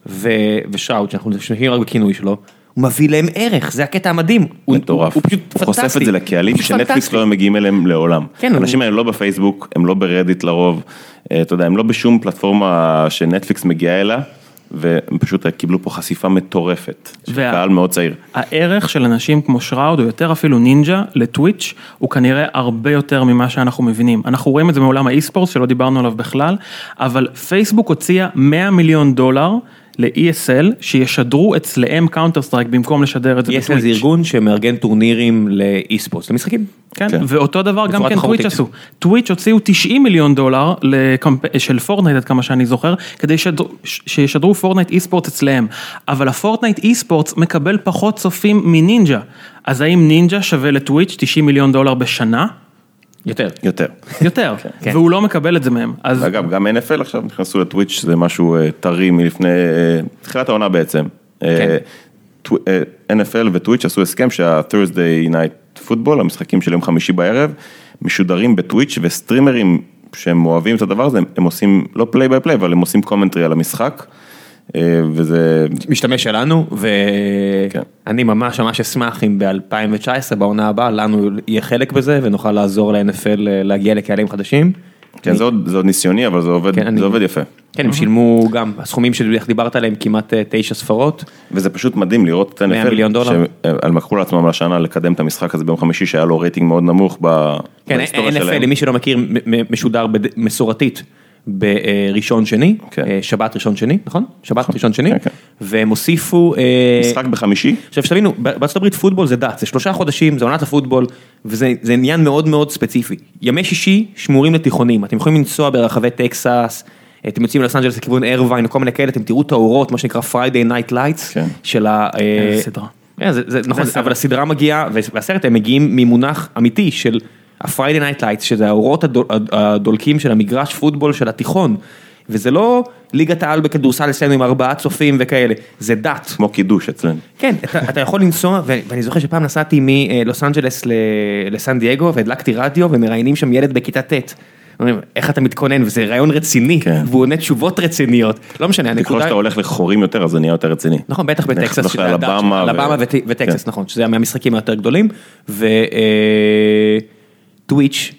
ושראוד, שאנחנו שומעים רק בכינוי שלו, הוא מביא להם ערך, זה הקטע המדהים. מטורף. הוא פשוט פנטסטי. הוא חושף את זה לקהלים שנטפליקס לא מגיעים אליהם לעולם. אנשים האלה לא בפייסבוק, הם לא ברדיט לרוב, אתה יודע, הם לא בשום פלטפורמה שנטפליקס מגיעה אליה, והם פשוט קיבלו פה חשיפה מטורפת, של קהל מאוד צעיר. הערך של אנשים כמו שראוד, או יותר אפילו נינג'ה, לטוויץ', הוא כנראה הרבה יותר ממה שאנחנו מבינים. אנחנו רואים את זה מעולם האי-ספורט, שלא דיברנו עליו בכלל, אבל פייסבוק הוציאה מאה מיליון דולר, ל-אי אס אל, שישדרו אצלהם קאונטר סטרייק, במקום לשדר את זה בטוויץ'. אי אס אל זה ארגון שמארגן טורנירים לאי-ספורט, למשחקים. כן, ואותו דבר גם כן טוויץ' עשו. טוויץ' הוציאו תשעים מיליון דולר של פורטנייט, עד כמה שאני זוכר, כדי שישדרו פורטנייט אי-ספורט אצלהם. אבל הפורטנייט אי-ספורט מקבל פחות צופים מנינג'ה. אז האם נינג'ה שווה לטוויץ' תשעים מיליון דולר בשנה? יותר. יותר. יותר, והוא לא מקבל את זה מהם. אגב, גם אן אף אל עכשיו נכנסו לטוויץ', זה משהו טרי מלפני, תחילת העונה בעצם. אן אף אל וטוויץ' עשו הסכם שה-Thursday Night Football, המשחקים של יום חמישי בערב, משודרים בטוויץ' וסטרימרים שהם אוהבים את הדבר הזה, הם עושים, לא פליי ביי פליי, אבל הם עושים קומנטרי על המשחק. וזה משתמש שלנו, ואני ממש ממש אשמח אם ב-אלפיים תשע עשרה בעונה הבאה לנו יהיה חלק בזה ונוכל לעזור ל-אן אף אל להגיע לקהלים חדשים. כן, זה עוד ניסיוני, אבל זה עובד יפה. כן, הם שילמו גם, הסכומים שאיך דיברת עליהם כמעט תשע ספרות. וזה פשוט מדהים לראות את אן אף אל, שהם לקחו לעצמם לשנה לקדם את המשחק הזה ביום חמישי, שהיה לו רייטינג מאוד נמוך בהיסטוריה שלהם. אן אף אל, למי שלא מכיר, משודר מסורתית. בראשון שני, שבת ראשון שני, נכון? שבת ראשון שני, והם הוסיפו... משחק בחמישי. עכשיו שתבינו, בארצות הברית פוטבול זה דת, זה שלושה חודשים, זה עונת הפוטבול, וזה עניין מאוד מאוד ספציפי. ימי שישי שמורים לתיכונים, אתם יכולים לנסוע ברחבי טקסס, אתם יוצאים ללוס אנג'לס לכיוון ארווין, וכל מיני כאלה, אתם תראו את האורות, מה שנקרא Friday Night Lights, של ה... סדרה. זה נכון, אבל הסדרה מגיעה, והסרט הם מגיעים ממונח אמיתי של... ה-Friday Night Lights, שזה האורות הדולקים של המגרש פוטבול של התיכון, וזה לא ליגת העל בכדורסל אצלנו עם ארבעה צופים וכאלה, זה דת. כמו קידוש אצלנו. כן, אתה, אתה יכול לנסוע, ואני זוכר שפעם נסעתי מלוס אנג'לס לסן דייגו, והדלקתי רדיו, ומראיינים שם ילד בכיתה ט'. אומרים, איך אתה מתכונן, וזה רעיון רציני, והוא עונה תשובות רציניות, לא משנה, הנקודה... ככל שאתה הולך לחורים יותר, אז זה נהיה יותר רציני. נכון, בטח בטקסס, אלבמה וטקסס, נכון, שזה מהמשחקים היותר גדולים, וטוויץ',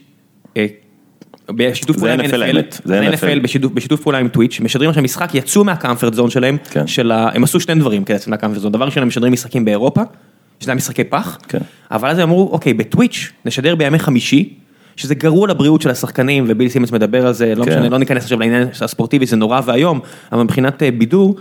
בשיתוף פעולה עם אן אף אל, בשיתוף פעולה עם טוויץ', משדרים עכשיו משחק, יצאו מהקומפורט זון שלהם, הם עשו שני דברים כדי לצאת מהקומפורט זון, דבר ראשון, הם משדרים משחקים באירופה, שזה משחקי פח, אבל אז הם אמרו, אוקיי, בטוויץ' נשדר בימי חמישי, שזה גרוע לבריאות של השחקנים, וביל סימנס מדבר על זה, לא משנה, לא ניכנס עכשיו לעניין הספורטיבי, זה נורא והיום, אבל מבחינת בידור,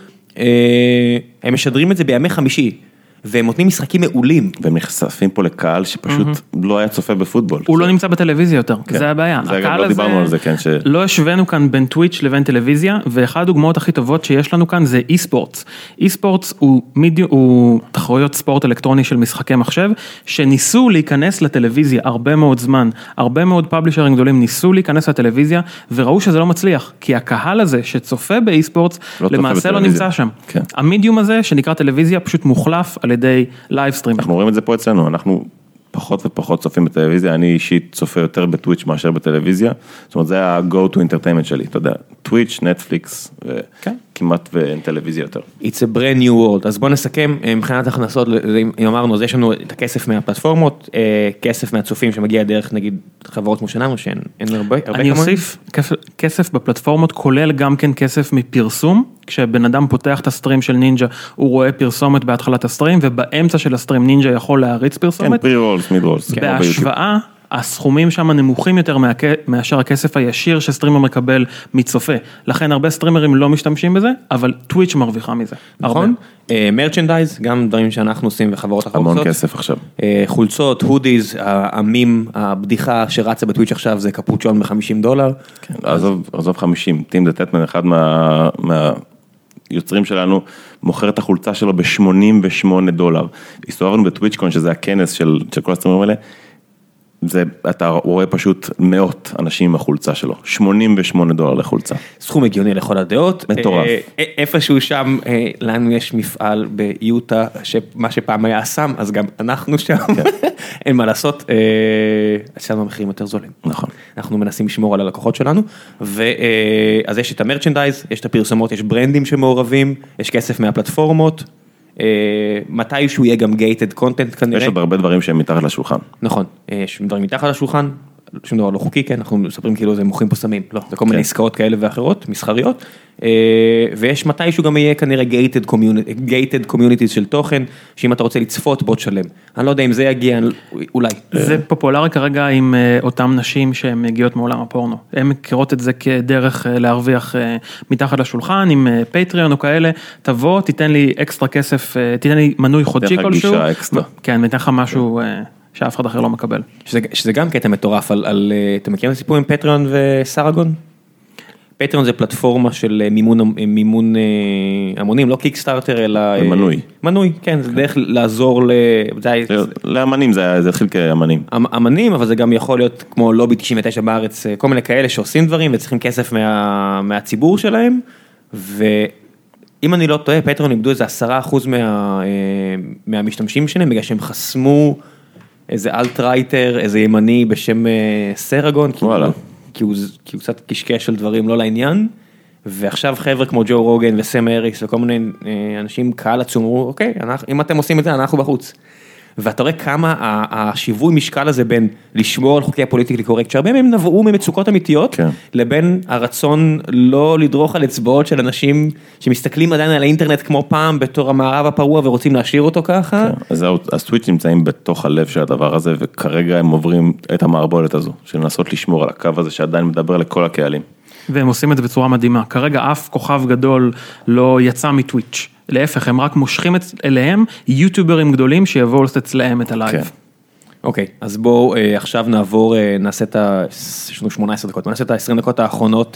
הם משדרים את זה בימי חמישי, והם נותנים משחקים מעולים. והם נחשפים פה לקהל שפשוט לא היה צופה בפוטבול. הוא לא נמצא בטלוויזיה יותר, זה הבעיה. זה אגב, לא דיברנו על זה, כן. לא השווינו כאן בין טוויץ' לבין טלוויזיה, ואחת הדוגמאות הכי טובות שיש לנו כאן זה אי-ספורטס. אי-ספורטס הוא תחרויות ספורט אלקטרוני של משחקי מחשב, שניסו להיכנס לטלוויזיה הרבה מאוד זמן, הרבה מאוד פאבלישרים גדולים ניסו להיכנס לטלוויזיה, וראו שזה לא מצליח, כי הקהל הזה שצופה באי-ספורטס, למעשה לא נמצא שם. המדיום הזה שנקרא טלוויזיה פשוט מוחלף על ידי לייב סטרים. אנחנו רואים את זה פה אצלנו, אנחנו פחות ופחות צופים בטלוויזיה, אני אישית צופה יותר בטוויץ' מאשר בטלוויזיה, זאת אומרת זה ה-go to entertainment שלי, אתה יודע, טוויץ', נטפליקס, וכמעט ואין טלוויזיה יותר. It's a brand new world, אז בוא נסכם, מבחינת הכנסות, אם אמרנו, אז יש לנו את הכסף מהפלטפורמות, כסף מהצופים שמגיע דרך נגיד חברות כמו שלנו, שאין הרבה כמובן. אני אוסיף, כסף בפלטפורמות כולל גם כן כסף מפרסום, כשבן אדם פותח את הסטרים של נינג'ה, הוא רואה פרסומת בהתחלת הסטרים, ובאמצע של הסטרים נינג'ה יכול להריץ פרסומת. כן, פרי-רולס, מיד-רולס. בהשוואה, הסכומים שם נמוכים יותר מאשר הכסף הישיר שסטרימר מקבל מצופה. לכן הרבה סטרימרים לא משתמשים בזה, אבל טוויץ' מרוויחה מזה. נכון? מרצ'נדייז, גם דברים שאנחנו עושים וחברות אחרות. המון כסף עכשיו. חולצות, הודיז, המים, הבדיחה שרצה בטוויץ' עכשיו זה קפוצ'ון ב-חמישים דולר. כן, עזוב חמישים. טים דה טטמן, אחד מהיוצרים שלנו, מוכר את החולצה שלו ב-שמונים ושמונה דולר. הסתובבנו בטוויץ'קון, שזה הכנס של כל הסטרימרים האלה, זה, אתה רואה פשוט מאות אנשים עם החולצה שלו, שמונים ושמונה דולר לחולצה. סכום הגיוני לכל הדעות. מטורף. איפשהו שם, לנו יש מפעל ביוטה, שמה שפעם היה אסם, אז גם אנחנו שם, אין מה לעשות, אצלנו המחירים יותר זולים. נכון. אנחנו מנסים לשמור על הלקוחות שלנו, אז יש את המרצ'נדייז, יש את הפרסומות, יש ברנדים שמעורבים, יש כסף מהפלטפורמות, מתישהו יהיה גם gated content כנראה. יש עוד הרבה דברים שהם מתחת לשולחן. נכון, יש דברים מתחת לשולחן, שום דבר לא חוקי, כן, אנחנו מספרים כאילו זה מוכרים פה סמים, לא, זה כל מיני עסקאות כאלה ואחרות, מסחריות, ויש מתישהו גם יהיה כנראה gated community, gated communities של תוכן, שאם אתה רוצה לצפות בוא תשלם. אני לא יודע אם זה יגיע, אולי. זה פופולרי כרגע עם אותם נשים שהן מגיעות מעולם הפורנו. הן מכירות את זה כדרך להרוויח מתחת לשולחן, עם פטריון או כאלה, תבוא, תיתן לי אקסטרה כסף, תיתן לי מנוי חודשי כלשהו. דרך הגישה אקסטרה. כן, מתן לך משהו שאף אחד אחר לא מקבל. שזה, שזה גם קטע מטורף על, על, אתם מכירים את הסיפור עם פטריון וסארגון? פטריון זה פלטפורמה של מימון, מימון המונים, לא קיקסטארטר, אלא... מנוי. מנוי, כן, זה דרך לעזור ל... לאמנים, זה התחיל כאמנים. אמנים, אבל זה גם יכול להיות כמו לובי תשעים ותשע בארץ, כל מיני כאלה שעושים דברים וצריכים כסף מה, מהציבור שלהם, ואם אני לא טועה, פטריון איבדו איזה עשרה אחוז מה, מהמשתמשים שלהם, בגלל שהם חסמו איזה אלט-רייטר, איזה ימני בשם סרגון, וואלה. כי הוא, כי הוא קצת קשקש של דברים לא לעניין, ועכשיו חבר'ה כמו ג'ו רוגן וסם אריס וכל מיני אנשים, קהל עצום, אמרו, אוקיי, אנחנו, אם אתם עושים את זה, אנחנו בחוץ. ואתה רואה כמה השיווי משקל הזה בין לשמור על חוקי הפוליטיקלי קורקט, שהרבה מהם נבעו ממצוקות אמיתיות, כן. לבין הרצון לא לדרוך על אצבעות של אנשים שמסתכלים עדיין על האינטרנט כמו פעם, בתור המערב הפרוע ורוצים להשאיר אותו ככה. כן. אז, אז טוויץ' נמצאים בתוך הלב של הדבר הזה, וכרגע הם עוברים את המערבולת הזו, של לנסות לשמור על הקו הזה שעדיין מדבר לכל הקהלים. והם עושים את זה בצורה מדהימה. כרגע אף כוכב גדול לא יצא מטוויץ'. להפך, הם רק מושכים אליהם יוטיוברים גדולים שיבואו לתת להם את הלייב. אוקיי, אז בואו עכשיו נעבור, נעשה את ה... יש לנו שמונה עשרה דקות, נעשה את ה-עשרים דקות האחרונות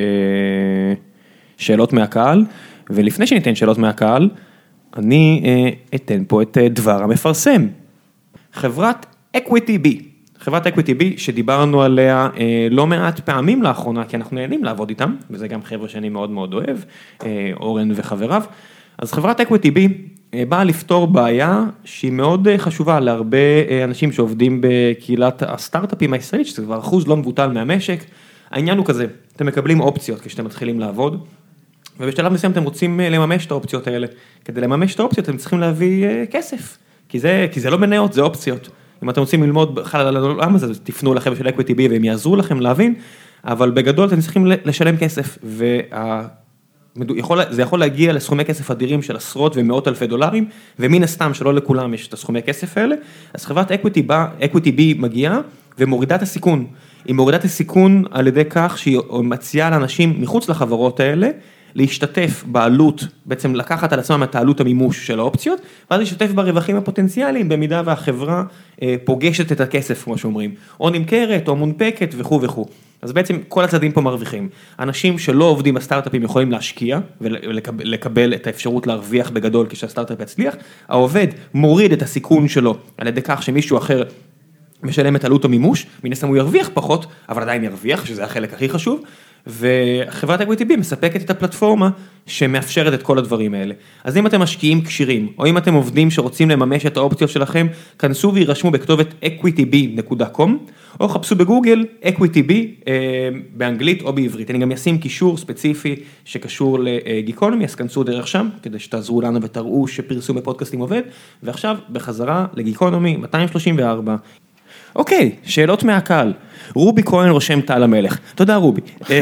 שאלות מהקהל, ולפני שניתן שאלות מהקהל, אני אתן פה את דבר המפרסם. חברת Equity B, חברת אקוויטי בי, שדיברנו עליה אה, לא מעט פעמים לאחרונה, כי אנחנו נהנים לעבוד איתם, וזה גם חבר'ה שאני מאוד מאוד אוהב, אה, אורן וחבריו. אז חברת אקוויטי בי אה, באה לפתור בעיה שהיא מאוד אה, חשובה להרבה אה, אנשים שעובדים בקהילת הסטארט-אפים הישראלית, שזה כבר אחוז לא מבוטל מהמשק. העניין הוא כזה, אתם מקבלים אופציות כשאתם מתחילים לעבוד, ובשלב מסוים אתם רוצים לממש את האופציות האלה. כדי לממש את האופציות אתם צריכים להביא אה, כסף, כי זה, כי זה לא מניות, זה אופציות. אם אתם רוצים ללמוד בכלל על העולם הזה, תפנו לחבר'ה של אקוויטי בי והם יעזרו לכם להבין, אבל בגדול אתם צריכים לשלם כסף, וזה יכול להגיע לסכומי כסף אדירים של עשרות ומאות אלפי דולרים, ומן הסתם שלא לכולם יש את הסכומי כסף האלה, אז חברת אקוויטי בי מגיעה ומורידה את הסיכון. היא מורידה את הסיכון על ידי כך שהיא מציעה לאנשים מחוץ לחברות האלה, להשתתף בעלות, בעצם לקחת על עצמם את העלות המימוש של האופציות, ואז להשתתף ברווחים הפוטנציאליים, במידה והחברה אה, פוגשת את הכסף, כמו שאומרים, או נמכרת, או מונפקת, וכו' וכו'. אז בעצם כל הצדדים פה מרוויחים. אנשים שלא עובדים בסטארט-אפים יכולים להשקיע, ולקבל את האפשרות להרוויח בגדול כשהסטארט-אפ יצליח, העובד מוריד את הסיכון שלו, על ידי כך שמישהו אחר משלם את עלות המימוש, מן הסתם הוא ירוויח פחות, אבל עדיין ירוויח, שזה החלק הכי חשוב, וחברת אקוויטי בי מספקת את הפלטפורמה שמאפשרת את כל הדברים האלה. אז אם אתם משקיעים קשירים, או אם אתם עובדים שרוצים לממש את האופציות שלכם, כנסו וירשמו בכתובת אקוויטי בי דוט קום, או חפשו בגוגל אקוויטי בי באנגלית או בעברית. אני גם אשים קישור ספציפי שקשור לגיקונומי, אז כנסו דרך שם, כדי שתעזרו לנו ותראו שפרסום בפודקאסטים עובד, ועכשיו בחזרה לגיקונומי מאתיים שלושים וארבע. אוקיי, שאלות מהקהל. רובי כהן רושם טל המלך. תודה רובי.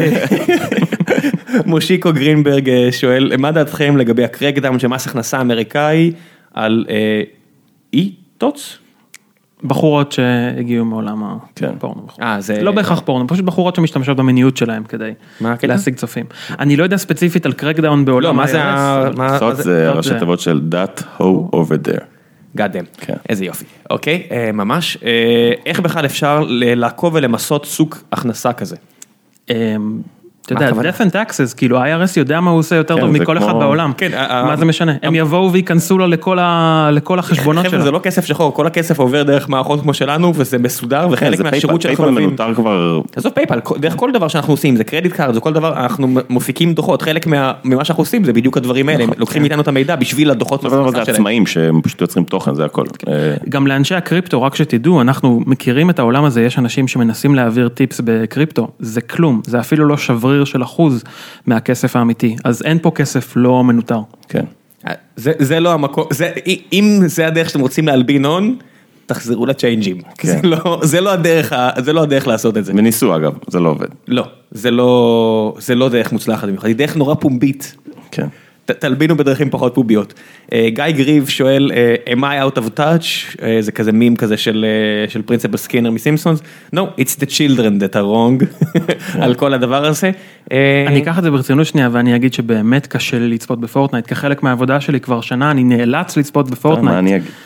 מושיקו גרינברג שואל, מה דעתכם לגבי הקרקדאון של מס הכנסה אמריקאי על אי-טוץ? בחורות שהגיעו מעולם הפורנו. לא בהכרח פורנו, פשוט בחורות שמשתמשות במיניות שלהם כדי להשיג צופים. אני לא יודע ספציפית על קרקדאון בעולם ה-איי אר אס. טוץ זה ראשי תיבות של that hoe over there. גאדם, איזה יופי, אוקיי, ממש, איך בכלל אפשר לעקוב ולמסות סוג הכנסה כזה? אתה יודע, death and taxes, כאילו ה-איי אר אס יודע מה הוא עושה יותר טוב מכל אחד בעולם, מה זה משנה, הם יבואו וייכנסו לו לכל החשבונות שלו. זה לא כסף שחור, כל הכסף עובר דרך מערכות כמו שלנו, וזה מסודר, וחלק מהשירות שאנחנו מביאים. עזוב פייפל, דרך כל דבר שאנחנו עושים, זה קרדיט קארד, זה כל דבר, אנחנו מופיקים דוחות, חלק ממה שאנחנו עושים, זה בדיוק הדברים האלה, הם לוקחים איתנו את המידע בשביל הדוחות. זה עצמאים שהם פשוט יוצרים תוכן, זה הכל. גם לאנשי הקריפטו, רק שתדעו, אנחנו מכירים את העולם הזה, יש אנשים שמנסים להעביר טיפס בקריפטו, זה כלום, זה אפילו לא שבריר של אחוז מהכסף האמיתי, אז אין פה כסף לא מנותר. כן. זה, זה לא המקום, זה, אם זה הדרך שאתם רוצים להלבין הון, תחזרו לצ'יינג'ים. כן. זה לא, זה לא הדרך, זה לא הדרך לעשות את זה. וניסו אגב, זה לא עובד. לא, זה לא, זה לא דרך מוצלחת במיוחד, היא דרך נורא פומבית. כן. תלבינו בדרכים פחות פומביות. גיא גריב שואל, am I out of touch? זה כזה מים כזה של פרינציפל סקינר מסימפסונס. No, it's the children that are wrong, על כל הדבר הזה. אני אקח את זה ברצינות שנייה, ואני אגיד שבאמת קשה לי לצפות בפורטנייט, כחלק מהעבודה שלי כבר שנה, אני נאלץ לצפות בפורטנייט. מה אני אגיד?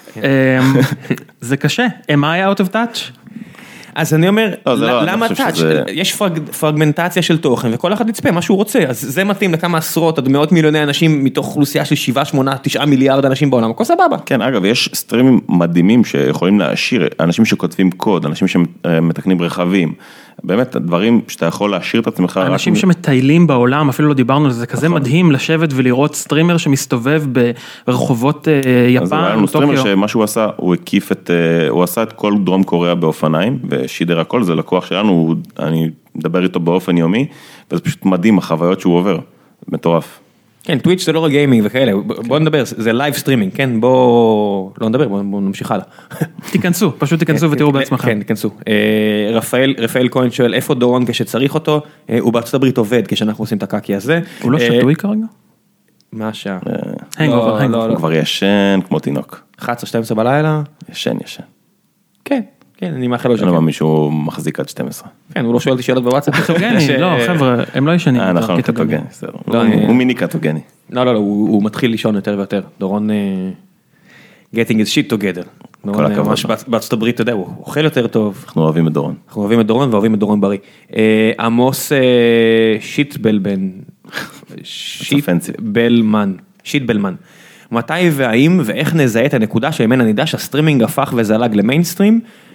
זה קשה, am I out of touch? אז אני אומר, למה טאץ'? יש פרגמנטציה של תוכן, וכל אחד יצפה מה שהוא רוצה, אז זה מתאים לכמה עשרות עד מאות מיליוני אנשים, מתוך אוכלוסייה של שבעה, שמונה, תשעה מיליארד אנשים בעולם, הכל סבבה. כן, אגב, יש סטרימים מדהימים שיכולים להשאיר, אנשים שכותבים קוד, אנשים שמתקנים רכבים, באמת, הדברים שאתה יכול להשאיר את עצמך. אנשים שמטיילים בעולם, אפילו לא דיברנו על זה, זה כזה מדהים לשבת ולראות סטרימר שמסתובב ברחובות יפן, אז היה לנו סטרימר שמה שהוא עשה, הוא הקיף את, הוא עשה את כל דרום קוריאה באופניים, ושידר הכל, זה לקוח שלנו, אני מדבר איתו באופן יומי, וזה פשוט מדהים, החוויות שהוא עובר, מטורף. כן, טוויץ' זה לא רק גיימינג וכאלה, בוא נדבר, זה לייב סטרימינג, כן, בוא, לא נדבר, בוא נמשיך הלאה. תיכנסו, פשוט תיכנסו ותראו בעצמכם. כן, תיכנסו. רפאל, רפאל כהן שואל, איפה דורון כשצריך אותו? הוא בארצות הברית עובד כשאנחנו עושים את הקקי הזה. הוא לא שטוי כרגע? מה השעה? הנגובר, הנגובר. הוא כבר ישן כמו תינוק. אחת עשרה שתים עשרה בלילה? ישן, ישן. כן. כן, אני מאחל לו שאני לא מאמין שהוא מחזיק עד שתים עשרה. כן, הוא לא שואל אותי שאלות בוואטסאפ. קטוגני, לא, חבר'ה, הם לא ישנים. אה, נכון, קטוגני, בסדר. הוא מיני קטוגני. לא, לא, לא, הוא מתחיל לישון יותר ויותר. דורון, getting his shit together. כל הכבוד. ממש בארצות הברית, אתה יודע, הוא אוכל יותר טוב. אנחנו אוהבים את דורון. אנחנו אוהבים את דורון ואוהבים את דורון בריא. עמוס שיטבלבן. שיטבלמן. שיטבלמן. מתי והאם ואיך נזהה את הנקודה שממנה נדע שהסטרימינג הפך וזלג למיינסטרים,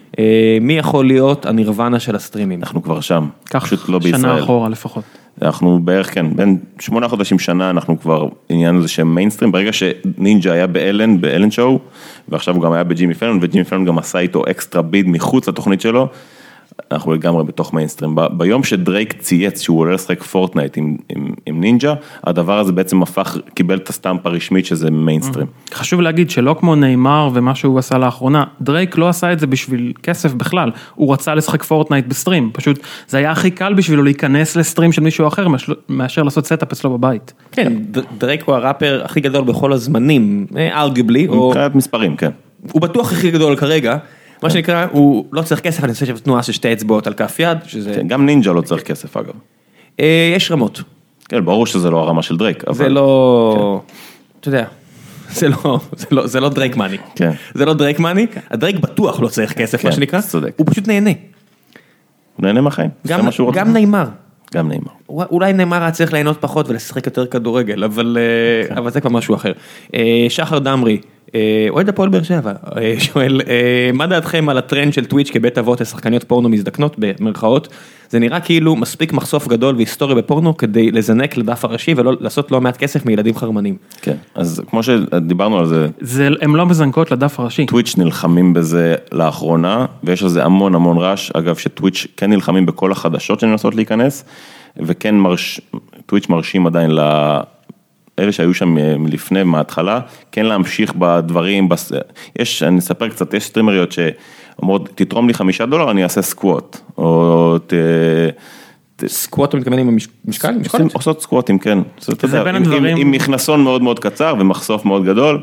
מי יכול להיות הנירוונה של הסטרימים? אנחנו כבר שם, פשוט לא בישראל. שנה אחורה לפחות. אנחנו בערך, כן, בין שמונה חודשים שנה, אנחנו כבר עניין הזה שהם מיינסטרים, ברגע שנינג'ה היה באלן, באלן שואו, ועכשיו הוא גם היה בג'ימי פלון, וג'ימי פלון גם עשה איתו אקסטרה ביד מחוץ לתוכנית שלו, אנחנו לגמרי בתוך מיינסטרים. ביום שדרייק צייץ שהוא עולה לשחק פורטנייט עם, עם, עם נינג'ה, הדבר הזה בעצם הפך, קיבל את הסטמפ הרשמית שזה מיינסטרים. חשוב להגיד שלא כמו ניימר ומה שהוא עשה לאחרונה, דרייק לא עשה את זה בשביל כסף בכלל, הוא רצה לשחק פורטנייט בסטרים, פשוט זה היה הכי קל בשבילו להיכנס לסטרים של מישהו אחר, מאשר לעשות סטאפ אצלו בבית. כן, דרייק הוא הראפר הכי גדול בכל הזמנים, ארגבלי, או... מבחינת מספרים, כן. הוא בטוח הכי גדול כרגע, מה שנקרא, הוא לא צריך כסף, אני חושב תנועה של שתי אצבעות על כף יד, שזה... גם נינג'ה לא צריך כסף, אגב. יש רמות. כן, ברור שזה לא הרמה של דרייק, אבל... זה לא... אתה יודע, זה לא, זה לא דרייק מאני. כן. זה לא דרייק מאני, הדרייק בטוח לא צריך כסף, מה שנקרא. צודק. הוא פשוט נהנה. הוא נהנה מהחיים. גם ניימר. גם ניימר. אולי ניימר היה צריך ליהנות פחות ולשחק יותר כדורגל, אבל זה כבר משהו אחר. שחר דמרי, אוהד הפועל באר שבע, שואל, מה דעתכם על הטרנד של טוויץ' כבית אבות לשחקניות פורנו מזדקנות במרכאות? זה נראה כאילו מספיק מחשוף גדול והיסטורי בפורנו כדי לזנק לדף הראשי ולעשות לא מעט כסף מילדים חרמנים. כן, אז כמו שדיברנו על זה, הם לא מזנקות לדף הראשי. טוויץ' נלחמים בזה לאחרונה, ויש על זה המון המון רעש, אגב שטוויץ' כן נלחמים בכל החדשות שמנסות להיכנס, וכן טוויץ' מרשים עדיין ל... אלה שהיו שם מלפני, מההתחלה, כן להמשיך בדברים, יש, אני אספר קצת, יש סטרימריות שאומרות, תתרום לי חמישה דולר, אני אעשה סקווט, או ת... סקווט, אתה מתכוון עם המשקל? עושות סקווטים, כן. זה בין הדברים... עם מכנסון מאוד מאוד קצר ומחשוף מאוד גדול,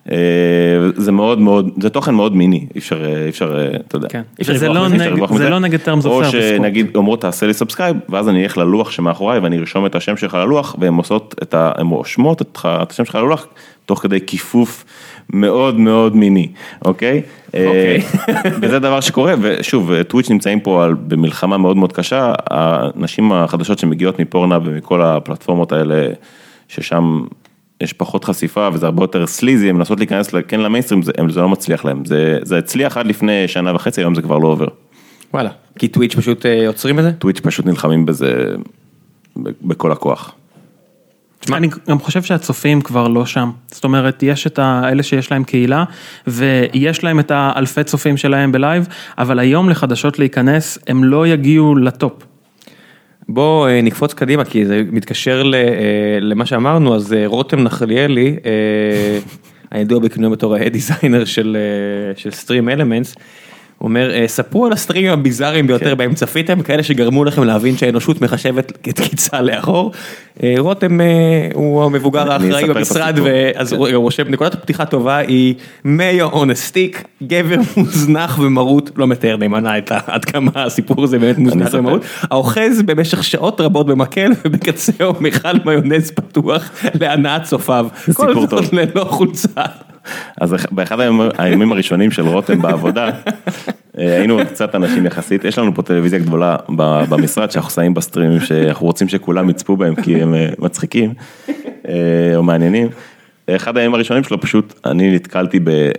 זה מאוד מאוד, זה תוכן מאוד מיני, אי אפשר, אי אפשר, אתה יודע. זה לא נגד terms of service. או שנגיד, אומרות, תעשה לי סאבסקרייב, ואז אני אלך ללוח שמאחוריי, ואני ארשום את השם שלך ללוח, והן עושות את ה... הן רושמות את השם שלך ללוח, תוך כדי כיפוף מאוד מאוד מיני, אוקיי? אוקיי. וזה דבר שקורה, ושוב, טוויץ' נמצאים פה במלחמה מאוד מאוד קשה, הנשים החדשות שמגיעות מפורנה ומכל הפלטפורמות האלה, ששם יש פחות חשיפה, וזה הרבה יותר סליזי, הם מנסות להיכנס כן למיינסטרים, זה, זה לא מצליח להם, זה, זה הצליח עד לפני שנה וחצי, היום זה כבר לא עובר. וואלה, כי טוויץ' פשוט עוצרים את זה? טוויץ' פשוט נלחמים בזה, בכל הכוח. אני גם חושב שהצופים כבר לא שם, זאת אומרת, יש את האלה שיש להם קהילה, ויש להם את האלפי צופים שלהם בלייב, אבל היום לחדשות להיכנס, הם לא יגיעו לטופ. בוא נקפוץ קדימה, כי זה מתקשר למה שאמרנו, אז רותם נחליאלי, הידוע בכינויו בתור הדיזיינר של סטרים אלמנטס, הוא אומר, ספרו על הסטרימים הביזאריים ביותר בהם צפיתם, כאלה שגרמו לכם להבין שהאנושות מחשבת את קיצה לאחור. רותם הוא המבוגר האחראי במשרד, אז הוא רושם, נקודת הפתיחה טובה היא, מאיו on a stick, גבר מוזנח ומרות, לא מתאר נאמנה את עד כמה הסיפור הזה באמת מוזנח ומרות, האוחז במשך שעות רבות במקל, ובקצהו מיכל מיונז פתוח להנאת צופיו. כל זאת ללא חולצה. אז באחד הימים הראשונים של רותם בעבודה, היינו קצת אנשים יחסית, יש לנו פה טלוויזיה גדולה במשרד שאנחנו שמים בסטרימים, שאנחנו רוצים שכולם יצפו בהם כי הם מצחיקים או מעניינים. אחד הימים הראשונים שלו פשוט, אני נתקלתי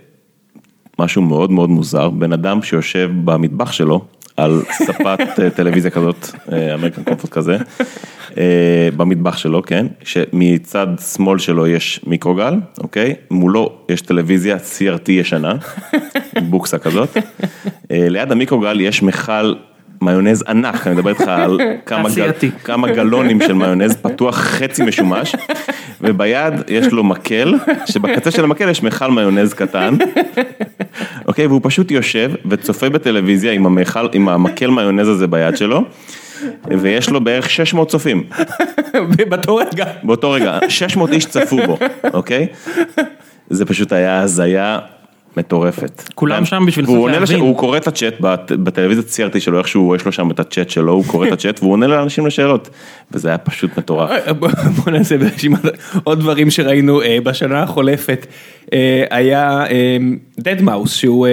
במשהו מאוד מאוד מוזר, בן אדם שיושב במטבח שלו, על ספת טלוויזיה כזאת, אמריקן קומפורט כזה, במטבח שלו, כן, שמצד שמאל שלו יש מיקרוגל, אוקיי, מולו יש טלוויזיה סי אר טי ישנה, בוקסה כזאת, ליד המיקרוגל יש מחל מיונז ענק, אני מדבר איתך על כמה, גל, כמה גלונים של מיונז, פתוח חצי משומש, וביד יש לו מקל, שבקצה של המקל יש מחל מיונז קטן, אוקיי, והוא פשוט יושב וצופה בטלוויזיה עם המחל, עם המקל מיונז הזה ביד שלו, ויש לו בערך שש מאות צופים. באותו רגע. באותו רגע, שש מאות איש צפו בו, אוקיי? זה פשוט היה הזיה מטורפת. כולם שם בשביל לנסות להבין. הוא קורא את הצ'אט בטלוויזיה ציירתי שלו, איכשהו יש לו שם את הצ'אט שלו, הוא קורא את הצ'אט והוא עונה לאנשים לשאלות, וזה היה פשוט מטורף. בוא נעשה ברשימה, עוד דברים שראינו בשנה החולפת, היה דדמאוס, שהוא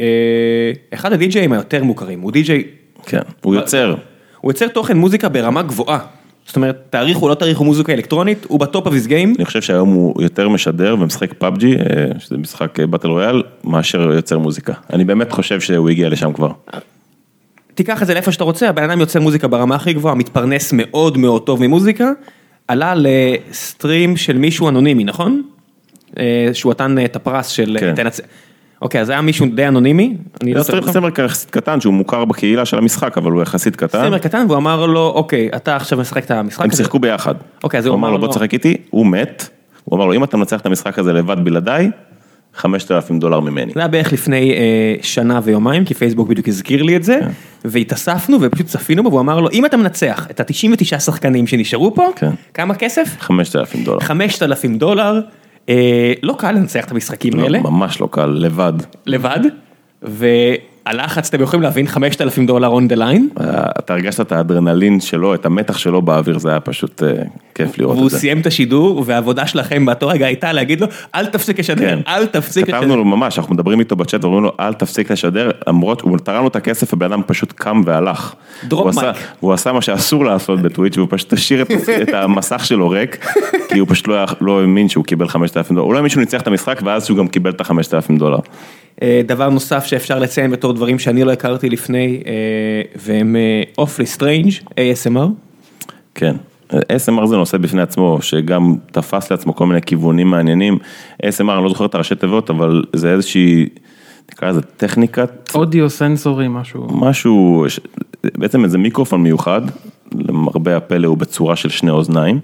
אחד הדי-ג'אים היותר מוכרים, הוא די-ג'יי... כן, הוא יוצר. הוא יוצר תוכן מוזיקה ברמה גבוהה. זאת אומרת, תאריך הוא לא תאריך הוא מוזיקה אלקטרונית, הוא בטופ of his game. אני חושב שהיום הוא יותר משדר ומשחק פאבג'י, שזה משחק באטל רויאל, מאשר יוצר מוזיקה. אני באמת חושב שהוא הגיע לשם כבר. תיקח את זה לאיפה שאתה רוצה, הבן אדם יוצר מוזיקה ברמה הכי גבוהה, מתפרנס מאוד מאוד טוב ממוזיקה, עלה לסטרים של מישהו אנונימי, נכון? שהוא נתן את הפרס של... כן. אוקיי, אז היה מישהו די אנונימי, אני לא טועה. סטרימר יחסית קטן, שהוא מוכר בקהילה של המשחק, אבל הוא יחסית קטן. סטרימר קטן, והוא אמר לו, אוקיי, אתה עכשיו משחק את המשחק הזה. הם שיחקו ביחד. אוקיי, אז הוא אמר לו, בוא תשחק איתי, הוא מת. הוא אמר לו, אם אתה מנצח את המשחק הזה לבד בלעדיי, חמשת אלפים דולר ממני. זה היה בערך לפני שנה ויומיים, כי פייסבוק בדיוק הזכיר לי את זה, והתאספנו ופשוט צפינו בו, והוא אמר לו, אם אתה מנצח את ה-תשעים ותשעה שחקנים שנשארו פה, כמה כסף? חמשת אלפים דולר. חמשת אלפים דולר. לא קל לנצח את המשחקים האלה. ממש לא קל, לבד. לבד, והלחץ, אתם יכולים להבין חמשת אלפים דולר on the line. אתה הרגשת את האדרנלין שלו, את המתח שלו באוויר, זה היה פשוט כיף לראות את זה. והוא סיים את השידור, והעבודה שלכם באותו רגע הייתה להגיד לו, אל תפסיק לשדר, אל תפסיק לשדר. כתבנו לו ממש, אנחנו מדברים איתו בצ'אט, ואומרים לו, אל תפסיק לשדר, למרות, הוא תרם לו את הכסף, הבן אדם פשוט קם והלך. דרופ מייק. הוא עשה מה שאסור לעשות בטוויץ', והוא פשוט תשאיר את המסך שלו ריק, כי הוא פשוט לא האמין שהוא קיבל חמשת אלפים דולר. אולי מישהו ניצח את המשחק, ואז שהוא גם קיבל את ה-חמשת אלפים דולר. דבר נוסף שאפשר לציין בתור דברים שאני לא הכרתי לפני, והם Awfully Strange, איי אס אם אר. כן, איי אס אם אר זה נושא בפני עצמו, שגם תפס לעצמו כל מיני כיוונים מעניינים. איי אס אם אר, אני לא זוכר את הראשי תיבות, אבל זה איזושהי, נקרא לזה טכניקת... אודיו סנסורי, משהו. משהו, בעצם איזה מיקרופון מיוחד, למרבה הפלא הוא בצורה של שני אוזניים,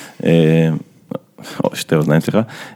או שתי אוזניים, סליחה,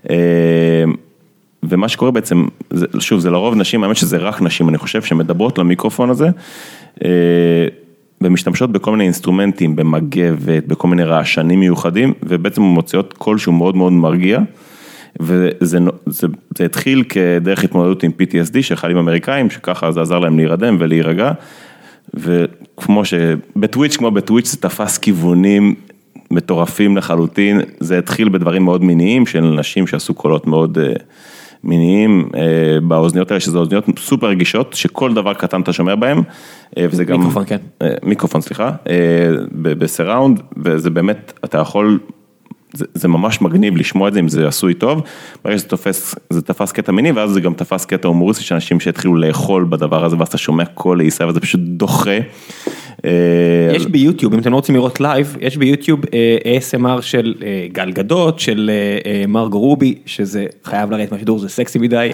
ומה שקורה בעצם, שוב, זה לרוב נשים, האמת שזה רק נשים, אני חושב, שמדברות למיקרופון הזה, ומשתמשות בכל מיני אינסטרומנטים, במגבת, בכל מיני רעשנים מיוחדים, ובעצם מוציאות קול שהוא מאוד מאוד מרגיע, וזה זה, זה התחיל כדרך התמודדות עם פי טי אס די, של חיילים אמריקאים, שככה זה עזר להם להירדם ולהירגע, וכמו שבטוויץ', כמו בטוויץ', זה תפס כיוונים מטורפים לחלוטין, זה התחיל בדברים מאוד מיניים, של נשים שעשו קולות מאוד מיניים, באוזניות האלה, שזה אוזניות סופר רגישות, שכל דבר קטן אתה שומע בהם, וזה גם... מיקרופון, כן. מיקרופון, סליחה, בסראונד, וזה באמת, אתה יכול, זה, זה ממש מגניב לשמוע את זה, אם זה עשוי טוב, ברגע שזה תופס, זה תפס קטע מיני, ואז זה גם תפס קטע הומוריסטי, שאנשים שהתחילו לאכול בדבר הזה, ואז אתה שומע כל לעיסה, וזה פשוט דוחה. יש ביוטיוב, אם אתם לא רוצים לראות לייב, יש ביוטיוב איי אס אם אר של גל גדות, של מרגו רובי, שזה חייב לראות מהשידור, זה סקסי מדי,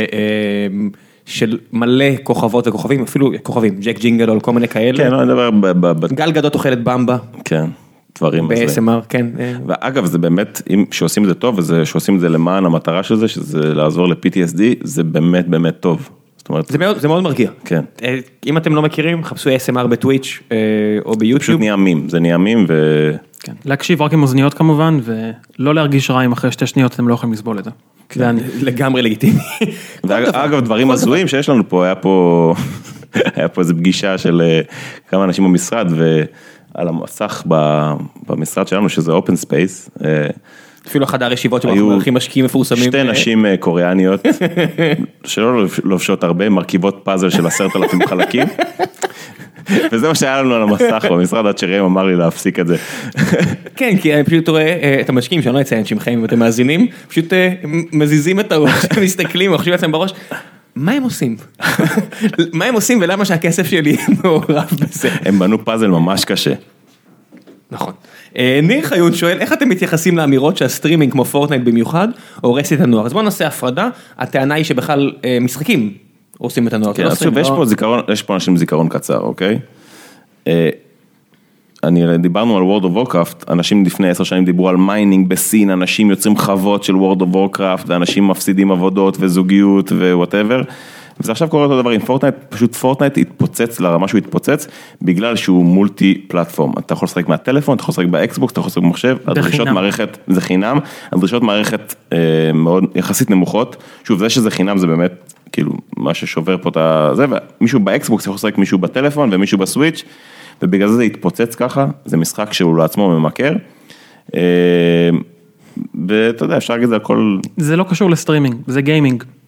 של מלא כוכבות וכוכבים, אפילו כוכבים, ג'ק ג'ינגל או כל מיני כאלה. כן, אני מדבר... גל גדות אוכלת במבה. כן. דברים. ב-איי אס אם אר, כן. ואגב, זה באמת, אם שעושים את זה טוב, שעושים את זה למען המטרה של זה, שזה לעזור ל-פי טי אס די, זה באמת באמת טוב. זה מאוד, זה מאוד מרגיע. כן. אם אתם לא מכירים, חפשו איי אס אם אר בטוויץ' או ביוטיוב. פשוט נהיה מים, זה נהיה מים ו... כן. להקשיב רק עם אוזניות כמובן, ולא להרגיש רע אם אחרי שתי שניות אתם לא יכולים לסבול את זה. זה לגמרי לגיטימי. ואגב, דברים הזויים שיש לנו פה, היה פה, היה פה איזו פגישה של כמה אנשים במשרד, ועל המסך במשרד שלנו, שזה אופן ספייס, אפילו אחד הרשיבות שאנחנו הכי משקיעים מפורסמים. שתי נשים קוריאניות, שלא לובשות הרבה, מרכיבות פאזל של עשרת אלפים חלקים, וזה מה שהיה לנו על המסך במשרד, עד שראם אמר לי להפסיק את זה. כן, כי אני פשוט רואה את המשקיעים, שאני לא אציין שמכם אם אתם מאזינים, פשוט מזיזים את הראש, מסתכלים, חושבים לעצמם בראש, מה הם עושים? מה הם עושים ולמה שהכסף שלי מעורב בזה? הם בנו פאזל ממש קשה. נכון. ניר חיון שואל, איך אתם מתייחסים לאמירות שהסטרימינג כמו פורטנייט במיוחד, הורס את הנוער? אז בואו נעשה הפרדה, הטענה היא שבכלל משחקים עושים את הנוער. כן, אז שוב, יש פה זיכרון, יש פה אנשים זיכרון קצר, אוקיי? אני דיברנו על World of Warcraft, אנשים לפני עשר שנים דיברו על מיינינג בסין, אנשים יוצרים חוות של World of Warcraft, ואנשים מפסידים עבודות וזוגיות ווואטאבר, וזה עכשיו קורה אותו דבר עם פורטנייט, פשוט פורטנייט התפוצץ לרמה שהוא התפוצץ, בגלל שהוא מולטי פלטפורם, אתה יכול לשחק מהטלפון, אתה יכול לשחק באקסבוקס, אתה יכול לשחק במחשב, הדרישות מערכת, זה חינם, הדרישות מערכת מאוד יחסית נמוכות, שוב, זה שזה חינם זה באמת, כאילו, מה ששובר פה את זה, ומישהו באקסבוקס יכול לשחק מישהו בטלפון ומישהו בסוויץ', ובגלל זה זה התפוצץ ככה, זה משחק שהוא לעצמו ממכר, ואתה יודע, אפשר להגיד זה הכל... זה לא קשור לסטרימינג, זה גיימינג.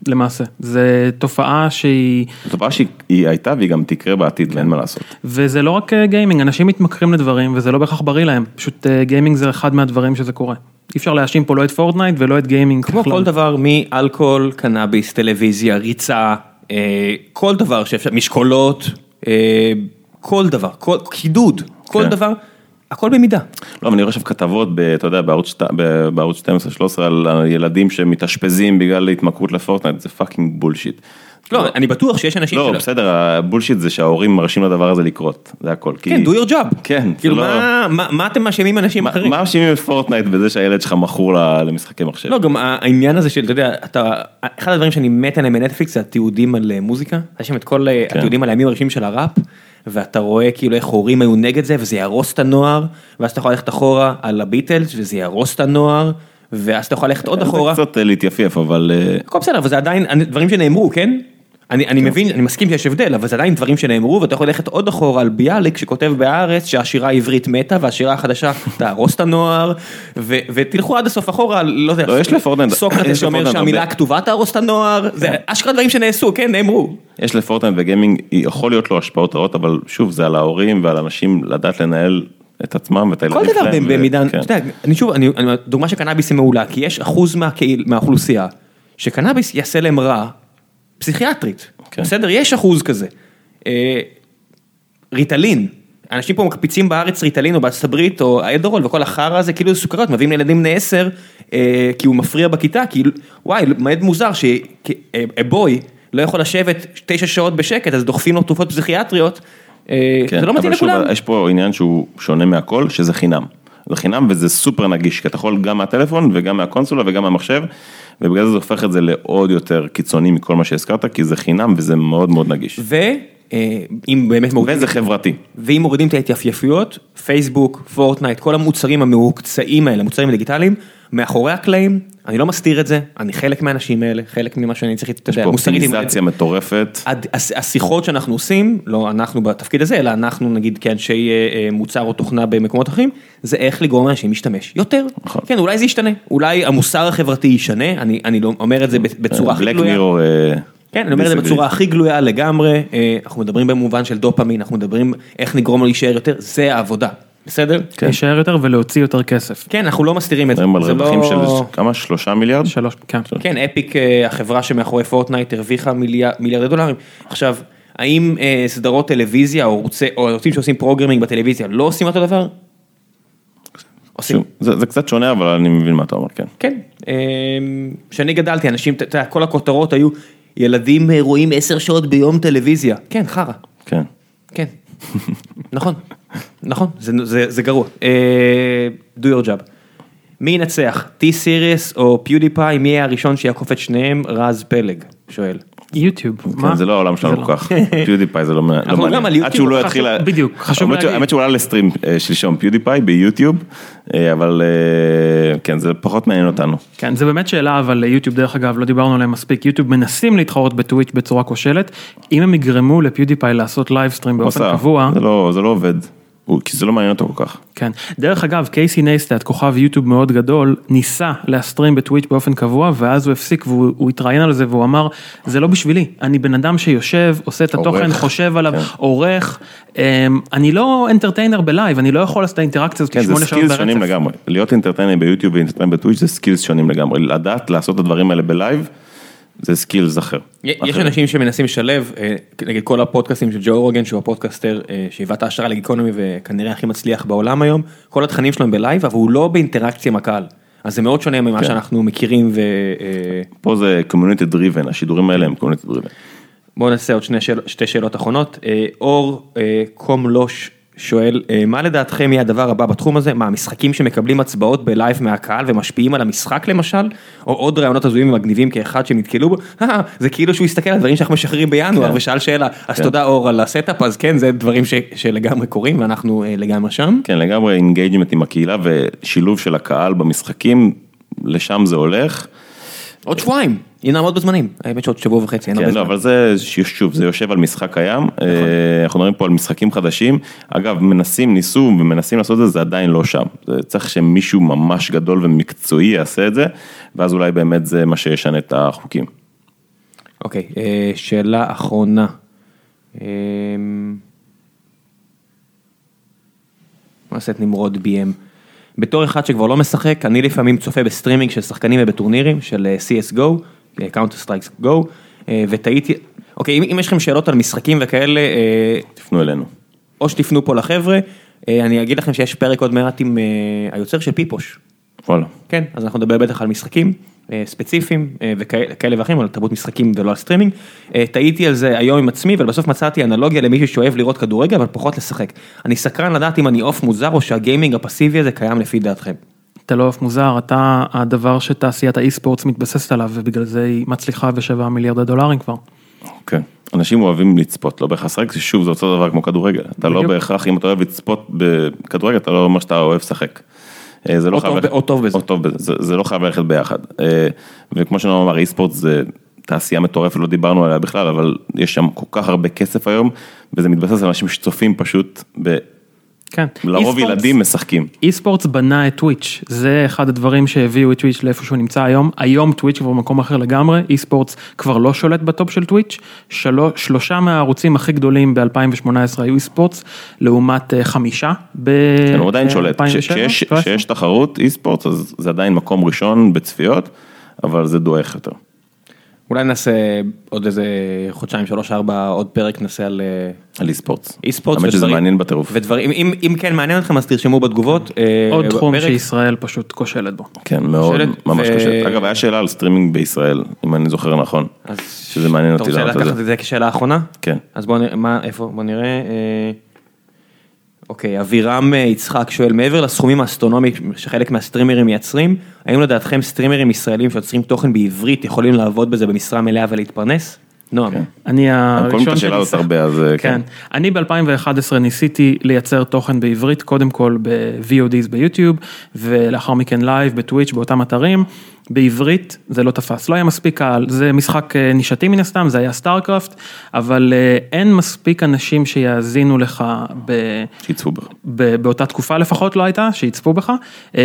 למעשה. זה תופעה שהיא... זו תופעה שהיא הייתה והיא גם תקרה בעתיד, ואין מה לעשות. וזה לא רק גיימינג, אנשים מתמכרים לדברים, וזה לא בהכרח בריא להם. פשוט גיימינג זה אחד מהדברים שזה קורה. אי אפשר להאשים פה לא את פורטנייט ולא את גיימינג. כמו כל דבר, מאלכוהול, קנאביס, טלוויזיה, ריצה, כל דבר שאפשר, משקולות, כל דבר, קידוד, כל דבר, הכל במידה. לא, אבל אני רואה עכשיו כתבות, אתה יודע, בערוץ שתים עשרה שלוש עשרה, על ילדים שמתאשפזים בגלל התמכרות לפורטנייט, זה פאקינג בולשיט. לא, אני בטוח שיש אנשים לא, בסדר, הבולשיט זה שההורים מרשים לדבר הזה לקרות, זה הכל. כן, do your job. כן. כאילו, מה אתם מאשימים אנשים אחרים? מה מאשימים את פורטנייט בזה שהילד שלך מכור למשחקי מחשב? לא, גם העניין הזה של, אתה יודע, אחד הדברים שאני מת עליהם בנטפליקס זה התיעודים על מוזיקה, יש שם את כל התיעודים על הימים הראשיים של הראפ, ואתה רואה כאילו איך הורים היו נגד זה, וזה ירוס את הנוער, ואז אתה יכול ללכת אחורה על הביטלס, וזה ירוס את הנוער, ואז אתה יכול ללכת עוד אחורה. זה קצת להתייפיף, אבל... הכל בסדר, וזה עדיין דברים שנאמרו, כן? אני, אני מבין, אני מסכים שיש הבדל, אבל זה עדיין דברים שנאמרו, ואתה יכול ללכת עוד אחורה על ביאליק, שכותב בהארץ שהשירה העברית מתה, והשירה החדשה תהרוס את הנוער, ו, ותלכו עד הסוף אחורה, לא יודע, לא, יש לפורטנייט, סוקרטס שאומר שהמילה הכתובה תהרוס את הנוער, זה אשכרה דברים שנעשו, כן, נאמרו. יש לפורטנייט וגיימינג, יכול להיות לו השפעות רעות, אבל שוב, זה על ההורים ועל אנשים לדעת לנהל את עצמם ואת הילדים שלהם. כל דבר במידה, אתה יודע, אני שוב, דוגמה שקנאביס היא מעולה, כי יש אחוז מהאוכלוסייה, שקנאביס יעשה להם רע, פסיכיאטרית, בסדר, יש אחוז כזה. ריטלין, אנשים פה מקפיצים בארץ ריטלין או בארצות הברית או האלדורול וכל החרא הזה, כאילו זה סוכריות, מביאים לילדים בני עשר, כי הוא מפריע בכיתה, כי וואי, מאוד מוזר שבוי לא יכול לשבת תשע שעות בשקט, אז דוחפים לו תרופות פסיכיאטריות, זה לא מתאים לכולם. יש פה עניין שהוא שונה מהכל, שזה חינם. זה חינם וזה סופר נגיש, כי אתה יכול גם מהטלפון וגם מהקונסולה וגם מהמחשב, ובגלל זה זה הופך את זה לעוד יותר קיצוני מכל מה שהזכרת, כי זה חינם וזה מאוד מאוד נגיש. ואם באמת מורידים... וזה חברתי. ואם מורידים את ההתייפייפויות, פייסבוק, פורטנייט, כל המוצרים המהוקצעים האלה, המוצרים הדיגיטליים, מאחורי הקלעים, אני לא מסתיר את זה, אני חלק מהאנשים האלה, חלק ממה שאני צריך, אתה יודע, מוסרית. יש פה אופטימיזציה מטורפת. השיחות שאנחנו עושים, לא אנחנו בתפקיד הזה, אלא אנחנו נגיד כאנשי מוצר או תוכנה במקומות אחרים, זה איך לגרום לאנשים להשתמש יותר. כן, אולי זה ישתנה, אולי המוסר החברתי ישנה, אני לא אומר את זה בצורה הכי גלויה. כן, אני אומר את זה בצורה הכי גלויה לגמרי, אנחנו מדברים במובן של דופמין, אנחנו מדברים איך נגרום לו להישאר יותר, זה העבודה. בסדר? להישאר יותר ולהוציא יותר כסף. כן, אנחנו לא מסתירים את זה. על רווחים של כמה? שלושה מיליארד? שלוש, כן. כן, אפיק, החברה שמאחורי פורטנייט, הרוויחה מיליארדי דולרים. עכשיו, האם סדרות טלוויזיה או ערוצים שעושים פרוגרמינג בטלוויזיה לא עושים אותו דבר? עושים. זה קצת שונה, אבל אני מבין מה אתה אומר, כן. כן. כשאני גדלתי, אנשים, אתה יודע, כל הכותרות היו, ילדים רואים עשר שעות ביום טלוויזיה. כן, חרה. כן. כן. נכון. נכון, זה, זה, זה גרוע. Uh, do your job. מי ינצח? T-Series או PewDiePie? מי יהיה הראשון שיעקוף את שניהם? רז פלג, שואל. יוטיוב. כן, זה לא העולם שלנו כל כך. PewDiePie זה לא מעניין. עד שהוא לא יתחיל... בדיוק, חשוב להגיד. האמת שהוא עלה לסטרים שלשום, PewDiePie ביוטיוב, אבל כן, זה פחות מעניין אותנו. כן, זה באמת שאלה, אבל יוטיוב דרך אגב, לא דיברנו עליהם מספיק, יוטיוב מנסים להתחרות בטוויץ' בצורה כושלת, אם הם יגרמו לפיודיפיי לעשות לייב סטרים באופן קבוע... זה לא עובד. כי זה לא מעניין אותו כל כך. כן. דרך אגב, קייסי נייסטאט, כוכב יוטיוב מאוד גדול, ניסה להסטרים בטוויץ' באופן קבוע, ואז הוא הפסיק והוא התראיין על זה, והוא אמר, זה לא בשבילי, אני בן אדם שיושב, עושה את התוכן, חושב עליו, עורך, אני לא אנטרטיינר בלייב, אני לא יכול לעשות את האינטראקציה הזאת שמונה שעות ברצף. זה סקילס שונים לגמרי. להיות אנטרטיינר ביוטיוב ואינטרטיינר בטוויץ' זה סקילס שונים לגמרי. לדעת לעשות את הדברים האלה בלייב, זה סקילס אחר. יש אנשים שמנסים לשלב, נגיד כל הפודקאסטים של ג'ו רוגן, שהוא הפודקאסטר שהיווה את ההשראה לגיקונומי וכנראה הכי מצליח בעולם היום, כל התכנים שלהם בלייב, אבל הוא לא באינטראקציה עם הקהל. אז זה מאוד שונה ממה שאנחנו מכירים ו... פה זה community driven, השידורים האלה הם community driven. בואו נעשה עוד שתי שאלות אחרונות. אור קומלוש שואל, מה לדעתכם יהיה הדבר הבא בתחום הזה? מה, המשחקים שמקבלים הצבעות בלייב מהקהל ומשפיעים על המשחק למשל? או עוד רעיונות הזויים ומגניבים כאחד שהם נתקלו בו? זה כאילו שהוא הסתכל על דברים שאנחנו משחררים בינואר ושאל שאלה, אז תודה אור על הסטאפ, אז כן, זה דברים שלגמרי קורים ואנחנו לגמרי שם. כן, לגמרי אינגייג'מנט עם הקהילה ושילוב של הקהל במשחקים, לשם זה הולך. עוד שבועיים, הנה נעמוד בזמנים, האמת שעוד שבוע וחצי. כן, לא, אבל זה, שוב, זה יושב על משחק קיים, אנחנו מדברים פה על משחקים חדשים, אגב, מנסים, ניסו ומנסים לעשות את זה, זה עדיין לא שם, זה צריך שמישהו ממש גדול ומקצועי יעשה את זה, ואז אולי באמת זה מה שישנה את החוקים. אוקיי, שאלה אחרונה. נעשה את נמרוד בי אם. בתור אחד שכבר לא משחק, אני לפעמים צופה בסטרימינג של שחקנים ובטורנירים של סי אס גו, Counter Strike Go, ותהיתי, אוקיי, אם יש לכם שאלות על משחקים וכאלה, תפנו אלינו. או שתפנו פה לחבר'ה, אני אגיד לכם שיש פרק עוד מעט עם היוצר של פיפוש. וואלה. כן, אז אנחנו נדבר בטח על משחקים ספציפיים וכאלה ואחרים, על תרבות משחקים ולא על סטרימינג. תהיתי על זה היום עם עצמי, ובסוף מצאתי אנלוגיה למישהו שאוהב לראות כדורגל, אבל פחות לשחק. אני סקרן לדעת אם אני אוף מוזר, או שהגיימינג הפסיבי הזה קיים לפי דעתכם. אתה לא אוף מוזר, אתה הדבר שתעשיית האי-ספורטס מתבססת עליו, ובגלל זה היא מצליחה בשבעה מיליארד הדולרים כבר. כן. אנשים אוהבים לצפות, לא בהכרח לשחק, שוב, זה אותו דבר כמו כדורגל. אתה לא בהכרח, אם אתה אוהב לצפות בכדורגל, אתה לא אומר שאתה אוהב לשחק. זה לא חייב, או טוב בזה. או טוב בזה, זה, זה לא חייב ללכת ביחד. וכמו שאני אומר, אי-ספורט זה תעשייה מטורפת, לא דיברנו עליה בכלל, אבל יש שם כל כך הרבה כסף היום, וזה מתבסס על אנשים שצופים פשוט ב... כן. לרוב ילדים משחקים. אי-ספורטס בנה את טוויץ', זה אחד הדברים שהביאו את טוויץ' לאיפה שהוא נמצא היום, היום טוויץ' כבר במקום אחר לגמרי, אי-ספורטס כבר לא שולט בטופ של טוויץ', שלושה מהערוצים הכי גדולים ב-אלפיים שמונה עשרה היו אי-ספורטס, לעומת חמישה ב-אלפיים ושבע. כן, הוא עדיין שולט, כשיש תחרות אי-ספורטס, אז זה עדיין מקום ראשון בצפיות, אבל זה דועך יותר. אולי נעשה עוד איזה חודשיים, שלוש, ארבע, עוד פרק נעשה על... על אי-ספורטס. אי-ספורטס. האמת שזה מעניין בטירוף. ודברים, אם, אם כן מעניין אתכם, אז תרשמו בתגובות. עוד תחום שישראל פשוט כושלת בו. כן, מאוד, ממש כושלת. אגב, היה שאלה על סטרימינג בישראל, אם אני זוכר נכון. שזה מעניין אותי. אתה רוצה לקחת את זה כשאלה האחרונה? כן. אז בוא נראה, מה, איפה? בוא נראה... אוקיי, אבירם יצחק שואל, מעבר לסכומים האסטרונומיים שחלק מהסטרימרים מייצרים, האם לדעתכם סטרימרים ישראלים שיוצרים תוכן בעברית יכולים לעבוד בזה במשרה מלאה ולהתפרנס? נועם. אני הראשון שניסה. כן. אני ב-אלפיים ואחת עשרה ניסיתי לייצר תוכן בעברית, קודם כל ב-וי או די'ס ביוטיוב, ולאחר מכן לייב בטוויץ' באותם אתרים. בעברית זה לא תפס, לא היה מספיק קהל, זה משחק נישתי מן הסתם, זה היה סטארקראפט, אבל אין מספיק אנשים שיאזינו לך ב... שיצפו בך. באותה תקופה לפחות לא הייתה, שיצפו בך,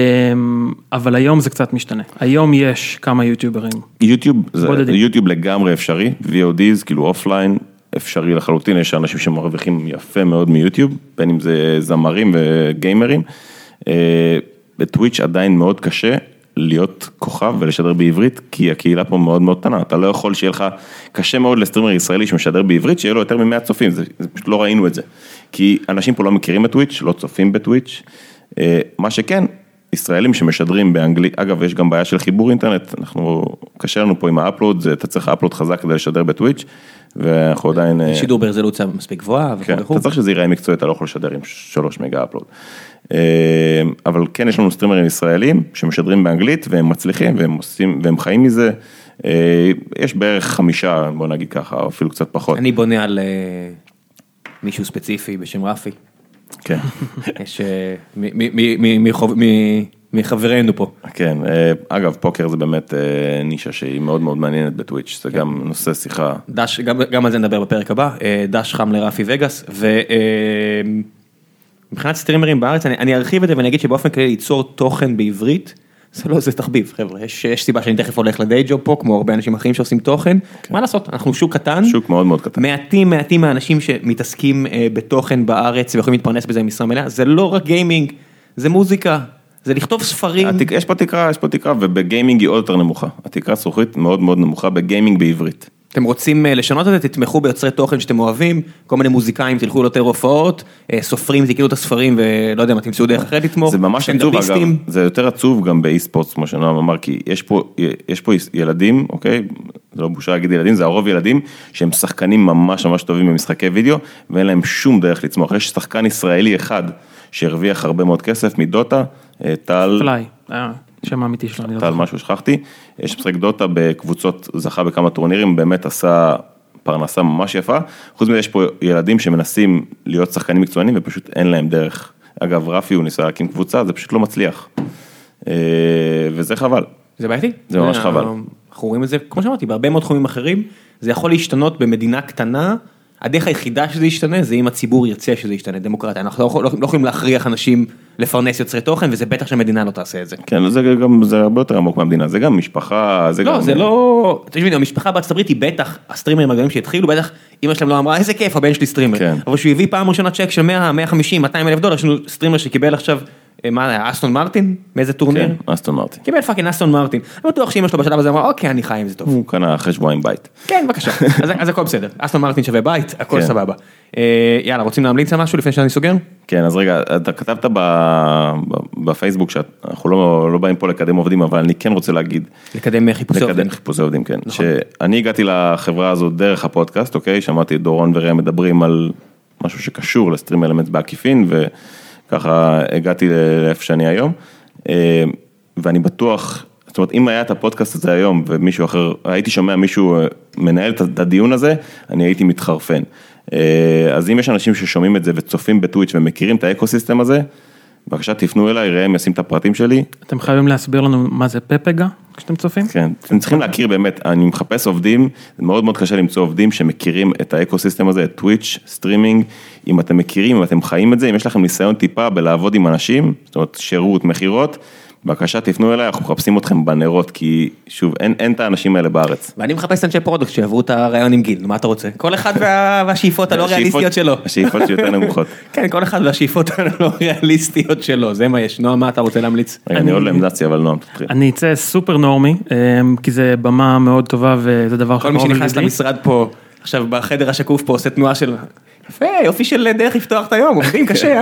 אבל היום זה קצת משתנה. היום יש כמה יוטיוברים. יוטיוב, זה, יוטיוב לגמרי אפשרי, וי או די'ס, כאילו אופליין, אפשרי לחלוטין, יש אנשים שמרוויחים יפה מאוד מיוטיוב, בין אם זה זמרים וגיימרים, בטוויץ' עדיין מאוד קשה, להיות כוכב ולשדר בעברית, כי הקהילה פה מאוד מאוד קטנה, אתה לא יכול שיהיה לך, קשה מאוד לסטרימר ישראלי שמשדר בעברית, שיהיה לו יותר ממאה צופים, זה, זה פשוט לא ראינו את זה, כי אנשים פה לא מכירים את טוויץ', לא צופים בטוויץ', מה שכן, ישראלים שמשדרים באנגלית, אגב, יש גם בעיה של חיבור אינטרנט, אנחנו, קשה לנו פה עם האפלוד, אתה צריך אפלוד חזק כדי לשדר בטוויץ', ואנחנו עדיין... שידור ברזולוציה מספיק גבוהה, כן, אתה צריך שזה ייראה מקצועי, אתה לא יכול לשדר עם שלוש מגה אפלוד. אבל כן, יש לנו סטרימרים ישראלים שמשדרים באנגלית, והם מצליחים, והם עושים, והם חיים מזה. יש בערך חמישה, בוא נגיד ככה, או אפילו קצת פחות. אני בונה על מישהו ספציפי בשם רפי. כן. יש מחברנו פה. כן, אגב, פוקר זה באמת נישה שהיא מאוד מאוד מעניינת בטוויץ', זה גם נושא שיחה. דש, גם על זה נדבר בפרק הבא, דש חם לרפי וגאס, ומבחינת סטרימרים בארץ, אני ארחיב את זה ואני אגיד שבאופן כללי ליצור תוכן בעברית, זה לא, זה תחביב, חבר'ה, יש, יש סיבה שאני תכף הולך לדיי ג'וב פה, כמו הרבה אנשים אחרים שעושים תוכן, כן. מה לעשות, אנחנו שוק קטן, שוק מאוד מאוד קטן, מעטים, מעטים מהאנשים שמתעסקים אה, בתוכן בארץ, ויכולים להתפרנס בזה במשרה מלאה, זה לא רק גיימינג, זה מוזיקה, זה לכתוב ספרים. התק, יש פה תקרה, יש פה תקרה, ובגיימינג היא עוד יותר נמוכה, התקרה זכוכית מאוד מאוד נמוכה בגיימינג בעברית. אתם רוצים לשנות את זה, תתמכו ביוצרי תוכן שאתם אוהבים, כל מיני מוזיקאים, תלכו ליותר הופעות, סופרים, תקראו את הספרים, ולא יודע מה, תמצאו דרך אחרת לתמוך. זה ממש עצוב, אגב, זה יותר עצוב גם באי-ספורט, כמו שנועם אמר, כי יש פה, יש פה ילדים, אוקיי, זה לא בושה להגיד ילדים, זה הרוב ילדים, שהם שחקנים ממש ממש טובים במשחקי וידאו, ואין להם שום דרך לצמוח. יש שחקן ישראלי אחד, שהרוויח הרבה מאוד כסף מדוטה, טל... פליי, שם האמיתי שלו, אני לא זוכר. טל משהו שכחתי, יש משחק דוטה בקבוצות, זכה בכמה טורנירים, באמת עשה פרנסה ממש יפה, חוץ מזה יש פה ילדים שמנסים להיות שחקנים מקצוענים, ופשוט אין להם דרך. אגב, רפי הוא ניסה להקים קבוצה, זה פשוט לא מצליח. וזה חבל. זה בעייתי? זה ממש חבל. אנחנו רואים את זה, כמו שאמרתי, בהרבה מאוד תחומים אחרים, זה יכול להשתנות במדינה קטנה, הדרך היחידה שזה ישתנה, זה אם הציבור ירצה שזה ישתנה, דמוקרטיה. אנחנו לא יכולים להכריח אנשים לפרנס יוצרי תוכן, וזה בטח שהמדינה לא תעשה את זה. כן, זה גם, זה הרבה יותר עמוק מהמדינה, זה גם משפחה, זה גם... לא, זה לא... תשמעי, המשפחה בארצות הברית היא בטח, הסטרימרים הגדולים שהתחילו, בטח, אמא שלהם לא אמרה, איזה כיף, הבן שלי סטרימר. אבל שהוא הביא פעם ראשונה צ'ק של מאה, מאה וחמישים, מאתיים אלף דולר, יש לנו סטרימר שקיבל עכשיו, מה היה, אסטון מרטין? מאיזה טורניר? כן, אסטון מרטין. קיבל פאקינג אסטון מרטין. אני בטוח שאמא שלו בשלב הזה אמרה, אוקיי, אני חי עם זה טוב. הוא קנה אחרי שבועיים בית. כן, בבקשה. אז הכל בסדר. אסטון מרטין שווה בית, הכל סבבה. יאללה, רוצים להמליץ על משהו לפני שאני סוגר? כן, אז רגע, אתה כתבת בפייסבוק שאנחנו לא באים פה לקדם עובדים, אבל אני כן רוצה להגיד. לקדם חיפושי עובדים. לקדם חיפושי עובדים, כן. שאני הגעתי לחברה הזו דרך הפודקאסט, אוקיי? שמעתי את דורון וראם מדברים על משהו שקשור לסטרים אלמנטס בעקיפין, וככה הגעתי לאיפה שאני היום. ואני בטוח, זאת אומרת, אם היה את הפודקאסט הזה היום, ומישהו אחר, הייתי שומע מישהו מנהל את הדיון הזה, אני הייתי מתחרפן. אז אם יש אנשים ששומעים את זה וצופים בטוויץ' ומכירים את האקוסיסטם הזה, בבקשה תפנו אליי, ראם ישים את הפרטים שלי. אתם חייבים להסביר לנו מה זה פפגה כשאתם צופים? כן, אתם צריכים להכיר באמת, אני מחפש עובדים, זה מאוד מאוד קשה למצוא עובדים שמכירים את האקוסיסטם הזה, את טוויץ', סטרימינג, אם אתם מכירים, אם אתם חיים את זה, אם יש לכם ניסיון טיפה בלעבוד עם אנשים, זאת אומרת שירות, מחירות, בבקשה תפנו אליי, אנחנו מחפשים אתכם בנרות, כי שוב, אין, אין את האנשים האלה בארץ. ואני מחפש אנשי פרודקט שיעברו את הרעיון עם גיל, מה אתה רוצה? כל אחד וה... והשאיפות הלא ריאליסטיות שלו. השאיפות שיותר נמוכות. כן, כל אחד והשאיפות הלא ריאליסטיות שלו, זה מה יש. נועם, מה אתה רוצה להמליץ? רגע, אני עוד לעמדצי, אבל נועם, תתחיל. אני אצא סופר נורמי, כי זה במה מאוד טובה, וזה דבר כל מי שנכנס למשרד פה, עכשיו בחדר השקוף פה, עושה תנועה של... יפה, יופי של דרך לפתוח את היום, עובדים קשה,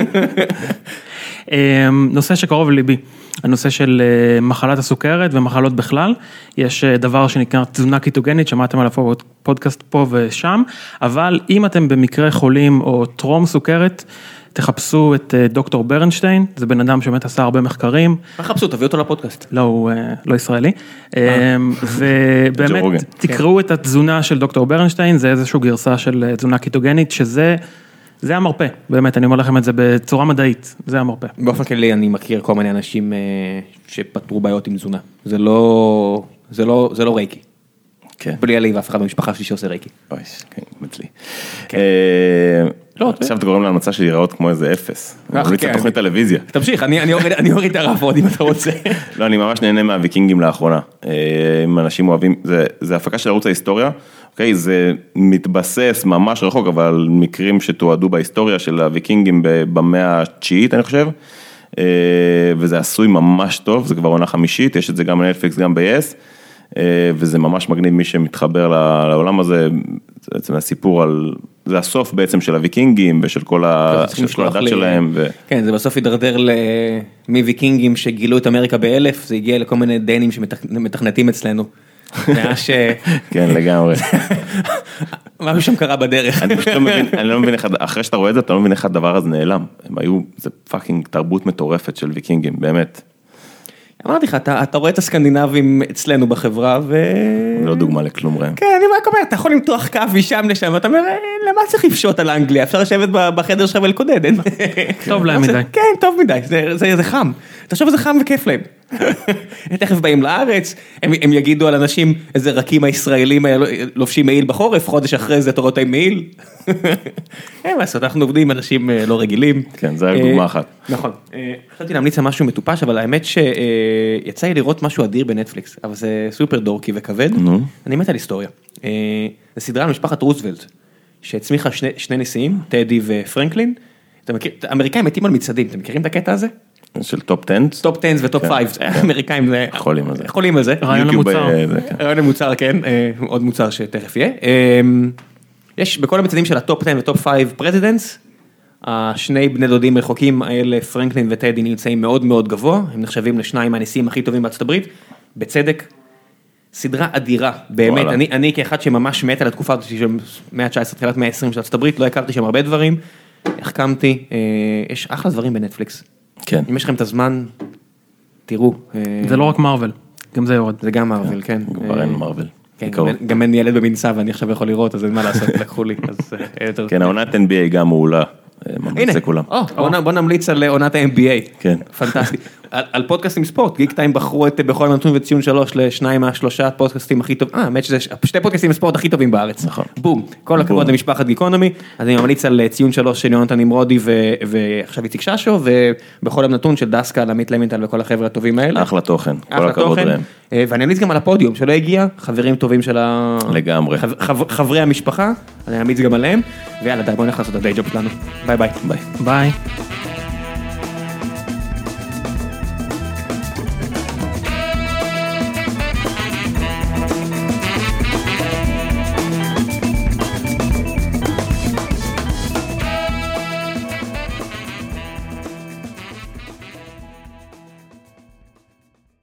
אה? נושא שקרוב לליבי, הנושא של מחלת הסוכרת ומחלות בכלל, יש דבר שנקרא תזונה קיטוגנית, שמעתם עליו פודקאסט פה ושם, אבל אם אתם במקרה חולים או טרום סוכרת, תחפשו את דוקטור ברנשטיין, זה בן אדם שבאמת עשה הרבה מחקרים. מה חפשו? תביאו אותו לפודקאסט. לא, הוא לא ישראלי. ובאמת תקראו את התזונה של דוקטור ברנשטיין, זה איזושהי גרסה של תזונה קיטוגנית, שזה זה המרפא, באמת, אני אומר לכם את זה בצורה מדעית, זה המרפא. באופן כללי אני מכיר כל מיני אנשים שפתרו בעיות עם תזונה. זה לא, זה לא, זה לא רייקי. כן. בלי עלי ואף אחד במשפחה שלי שעושה רייקי. אוי, כן, מצלי. עכשיו אתה גורם להמצא של להיראות כמו איזה אפס. אני צריך תוכנית טלוויזיה. תמשיך, אני אוריד את הרף עוד אם אתה רוצה. לא, אני ממש נהנה מהוויקינגים לאחרונה. אם אנשים אוהבים, זה הפקה של ערוץ ההיסטוריה, אוקיי, זה מתבסס ממש רחוק, אבל מקרים שתועדו בהיסטוריה של הוויקינגים במאה התשיעית, אני חושב, וזה עשוי ממש טוב, זה כבר עונה חמישית, יש את זה גם בנטפליקס, גם ב-יס, וזה ממש מגניב מי שמתחבר לעולם הזה, זה בעצם הסיפור על, זה הסוף בעצם של הוויקינגים ושל כל הדת שלהם. כן, זה בסוף ידרדר מוויקינגים שגילו את אמריקה באלף, זה הגיע לכל מיני דנים שמתכנתים אצלנו. כן, לגמרי. משהו שם קרה בדרך. אני פשוט לא מבין, אני לא מבין איך, אחרי שאתה רואה את זה, אתה לא מבין איך הדבר הזה נעלם. הם היו, זה פאקינג תרבות מטורפת של ויקינגים, באמת. אמרתי לך, אתה רואה את הסקנדינבים אצלנו בחברה, ו... לא דוגמה לכלום רם. כן, אני רק אומר, אתה יכול למתוח קו משם לשם, ואתה אומר, למה צריך לפשוט על אנגליה? אפשר לשבת בחדר שלך ולקודד, אין? טוב להם מדי. כן, טוב מדי, זה חם. תחשוב, זה חם וכיף להם. תכף באים לארץ, הם יגידו על אנשים, איזה רקים הישראלים לובשים מעיל בחורף, חודש אחרי זה אתה רואה אותם מעיל. אין מה לעשות, אנחנו עובדים עם אנשים לא רגילים. כן, זה היה דוגמה אחת. נכון. חשבתי להמליץ על משהו מטופש, אבל האמת שיצא לי לראות משהו אדיר בנטפליקס, אבל זה סופר דורקי וכבד. אני מת על היסטוריה. זה סדרה על משפחת רוזוולט, שהצמיחה שני נשיאים, טדי ופרנקלין. האמריקאים מתים על מצעדים, אתם מכירים את הקטע הזה? של טופ טנס? טופ טנס וטופ פייב, האמריקאים חולים על זה. חולים על זה. רעיון למוצר. רעיון למוצר, כן, עוד מוצר שתכף יהיה. יש בכל המצעדים של הטופ עשר וטופ חמש פרזידנטס, השני בני דודים רחוקים האלה, פרנקלין וטדי, נמצאים מאוד מאוד גבוה, הם נחשבים לשניים מהנשיאים הכי טובים בארצות הברית, בצדק, סדרה אדירה, באמת, אני, אני כאחד שממש מת על התקופה של מאה ה-תשע עשרה, תחילת מאה ה-עשרים של ארצות הברית, לא הכרתי שם הרבה דברים, החכמתי, יש אחלה דברים בנטפליקס. כן. אם יש לכם את הזמן, תראו. זה לא רק מרוויל, גם זה יורד. זה גם מרוויל, כן. כבר אין מרוויל. גם אין ילד במנסה ואני עכשיו יכול לראות, אז אין מה לעשות, לקחו לי. כן, העונת אן בי איי גם מעולה. ממליץ לכולם. בוא נמליץ על עונת ה-אם בי איי. כן. פנטסטי. על פודקאסטים ספורט, גיק טיים בחרו את בכל הנתון וציון שלוש לשניים מהשלושה פודקאסטים הכי טוב, אה, האמת שזה שתי פודקאסטים ספורט הכי טובים בארץ. נכון. בום, כל הכבוד למשפחת גיקונומי, אז אני ממליץ על ציון שלוש של יונתן נמרודי ועכשיו איציק ששו, ובכל הנתון של דסקה, עמית למנטל וכל החבר'ה הטובים האלה. אחלה תוכן, כל הכבוד להם. ואני אמליץ גם על הפודיום שלא הגיע, חברים טובים של ה... לגמרי. חברי המשפחה, אני אמליץ גם עליהם, ויאללה, בואו נלך לעשות את הדיי ג'וב שלנו. ביי ביי. ביי. ביי.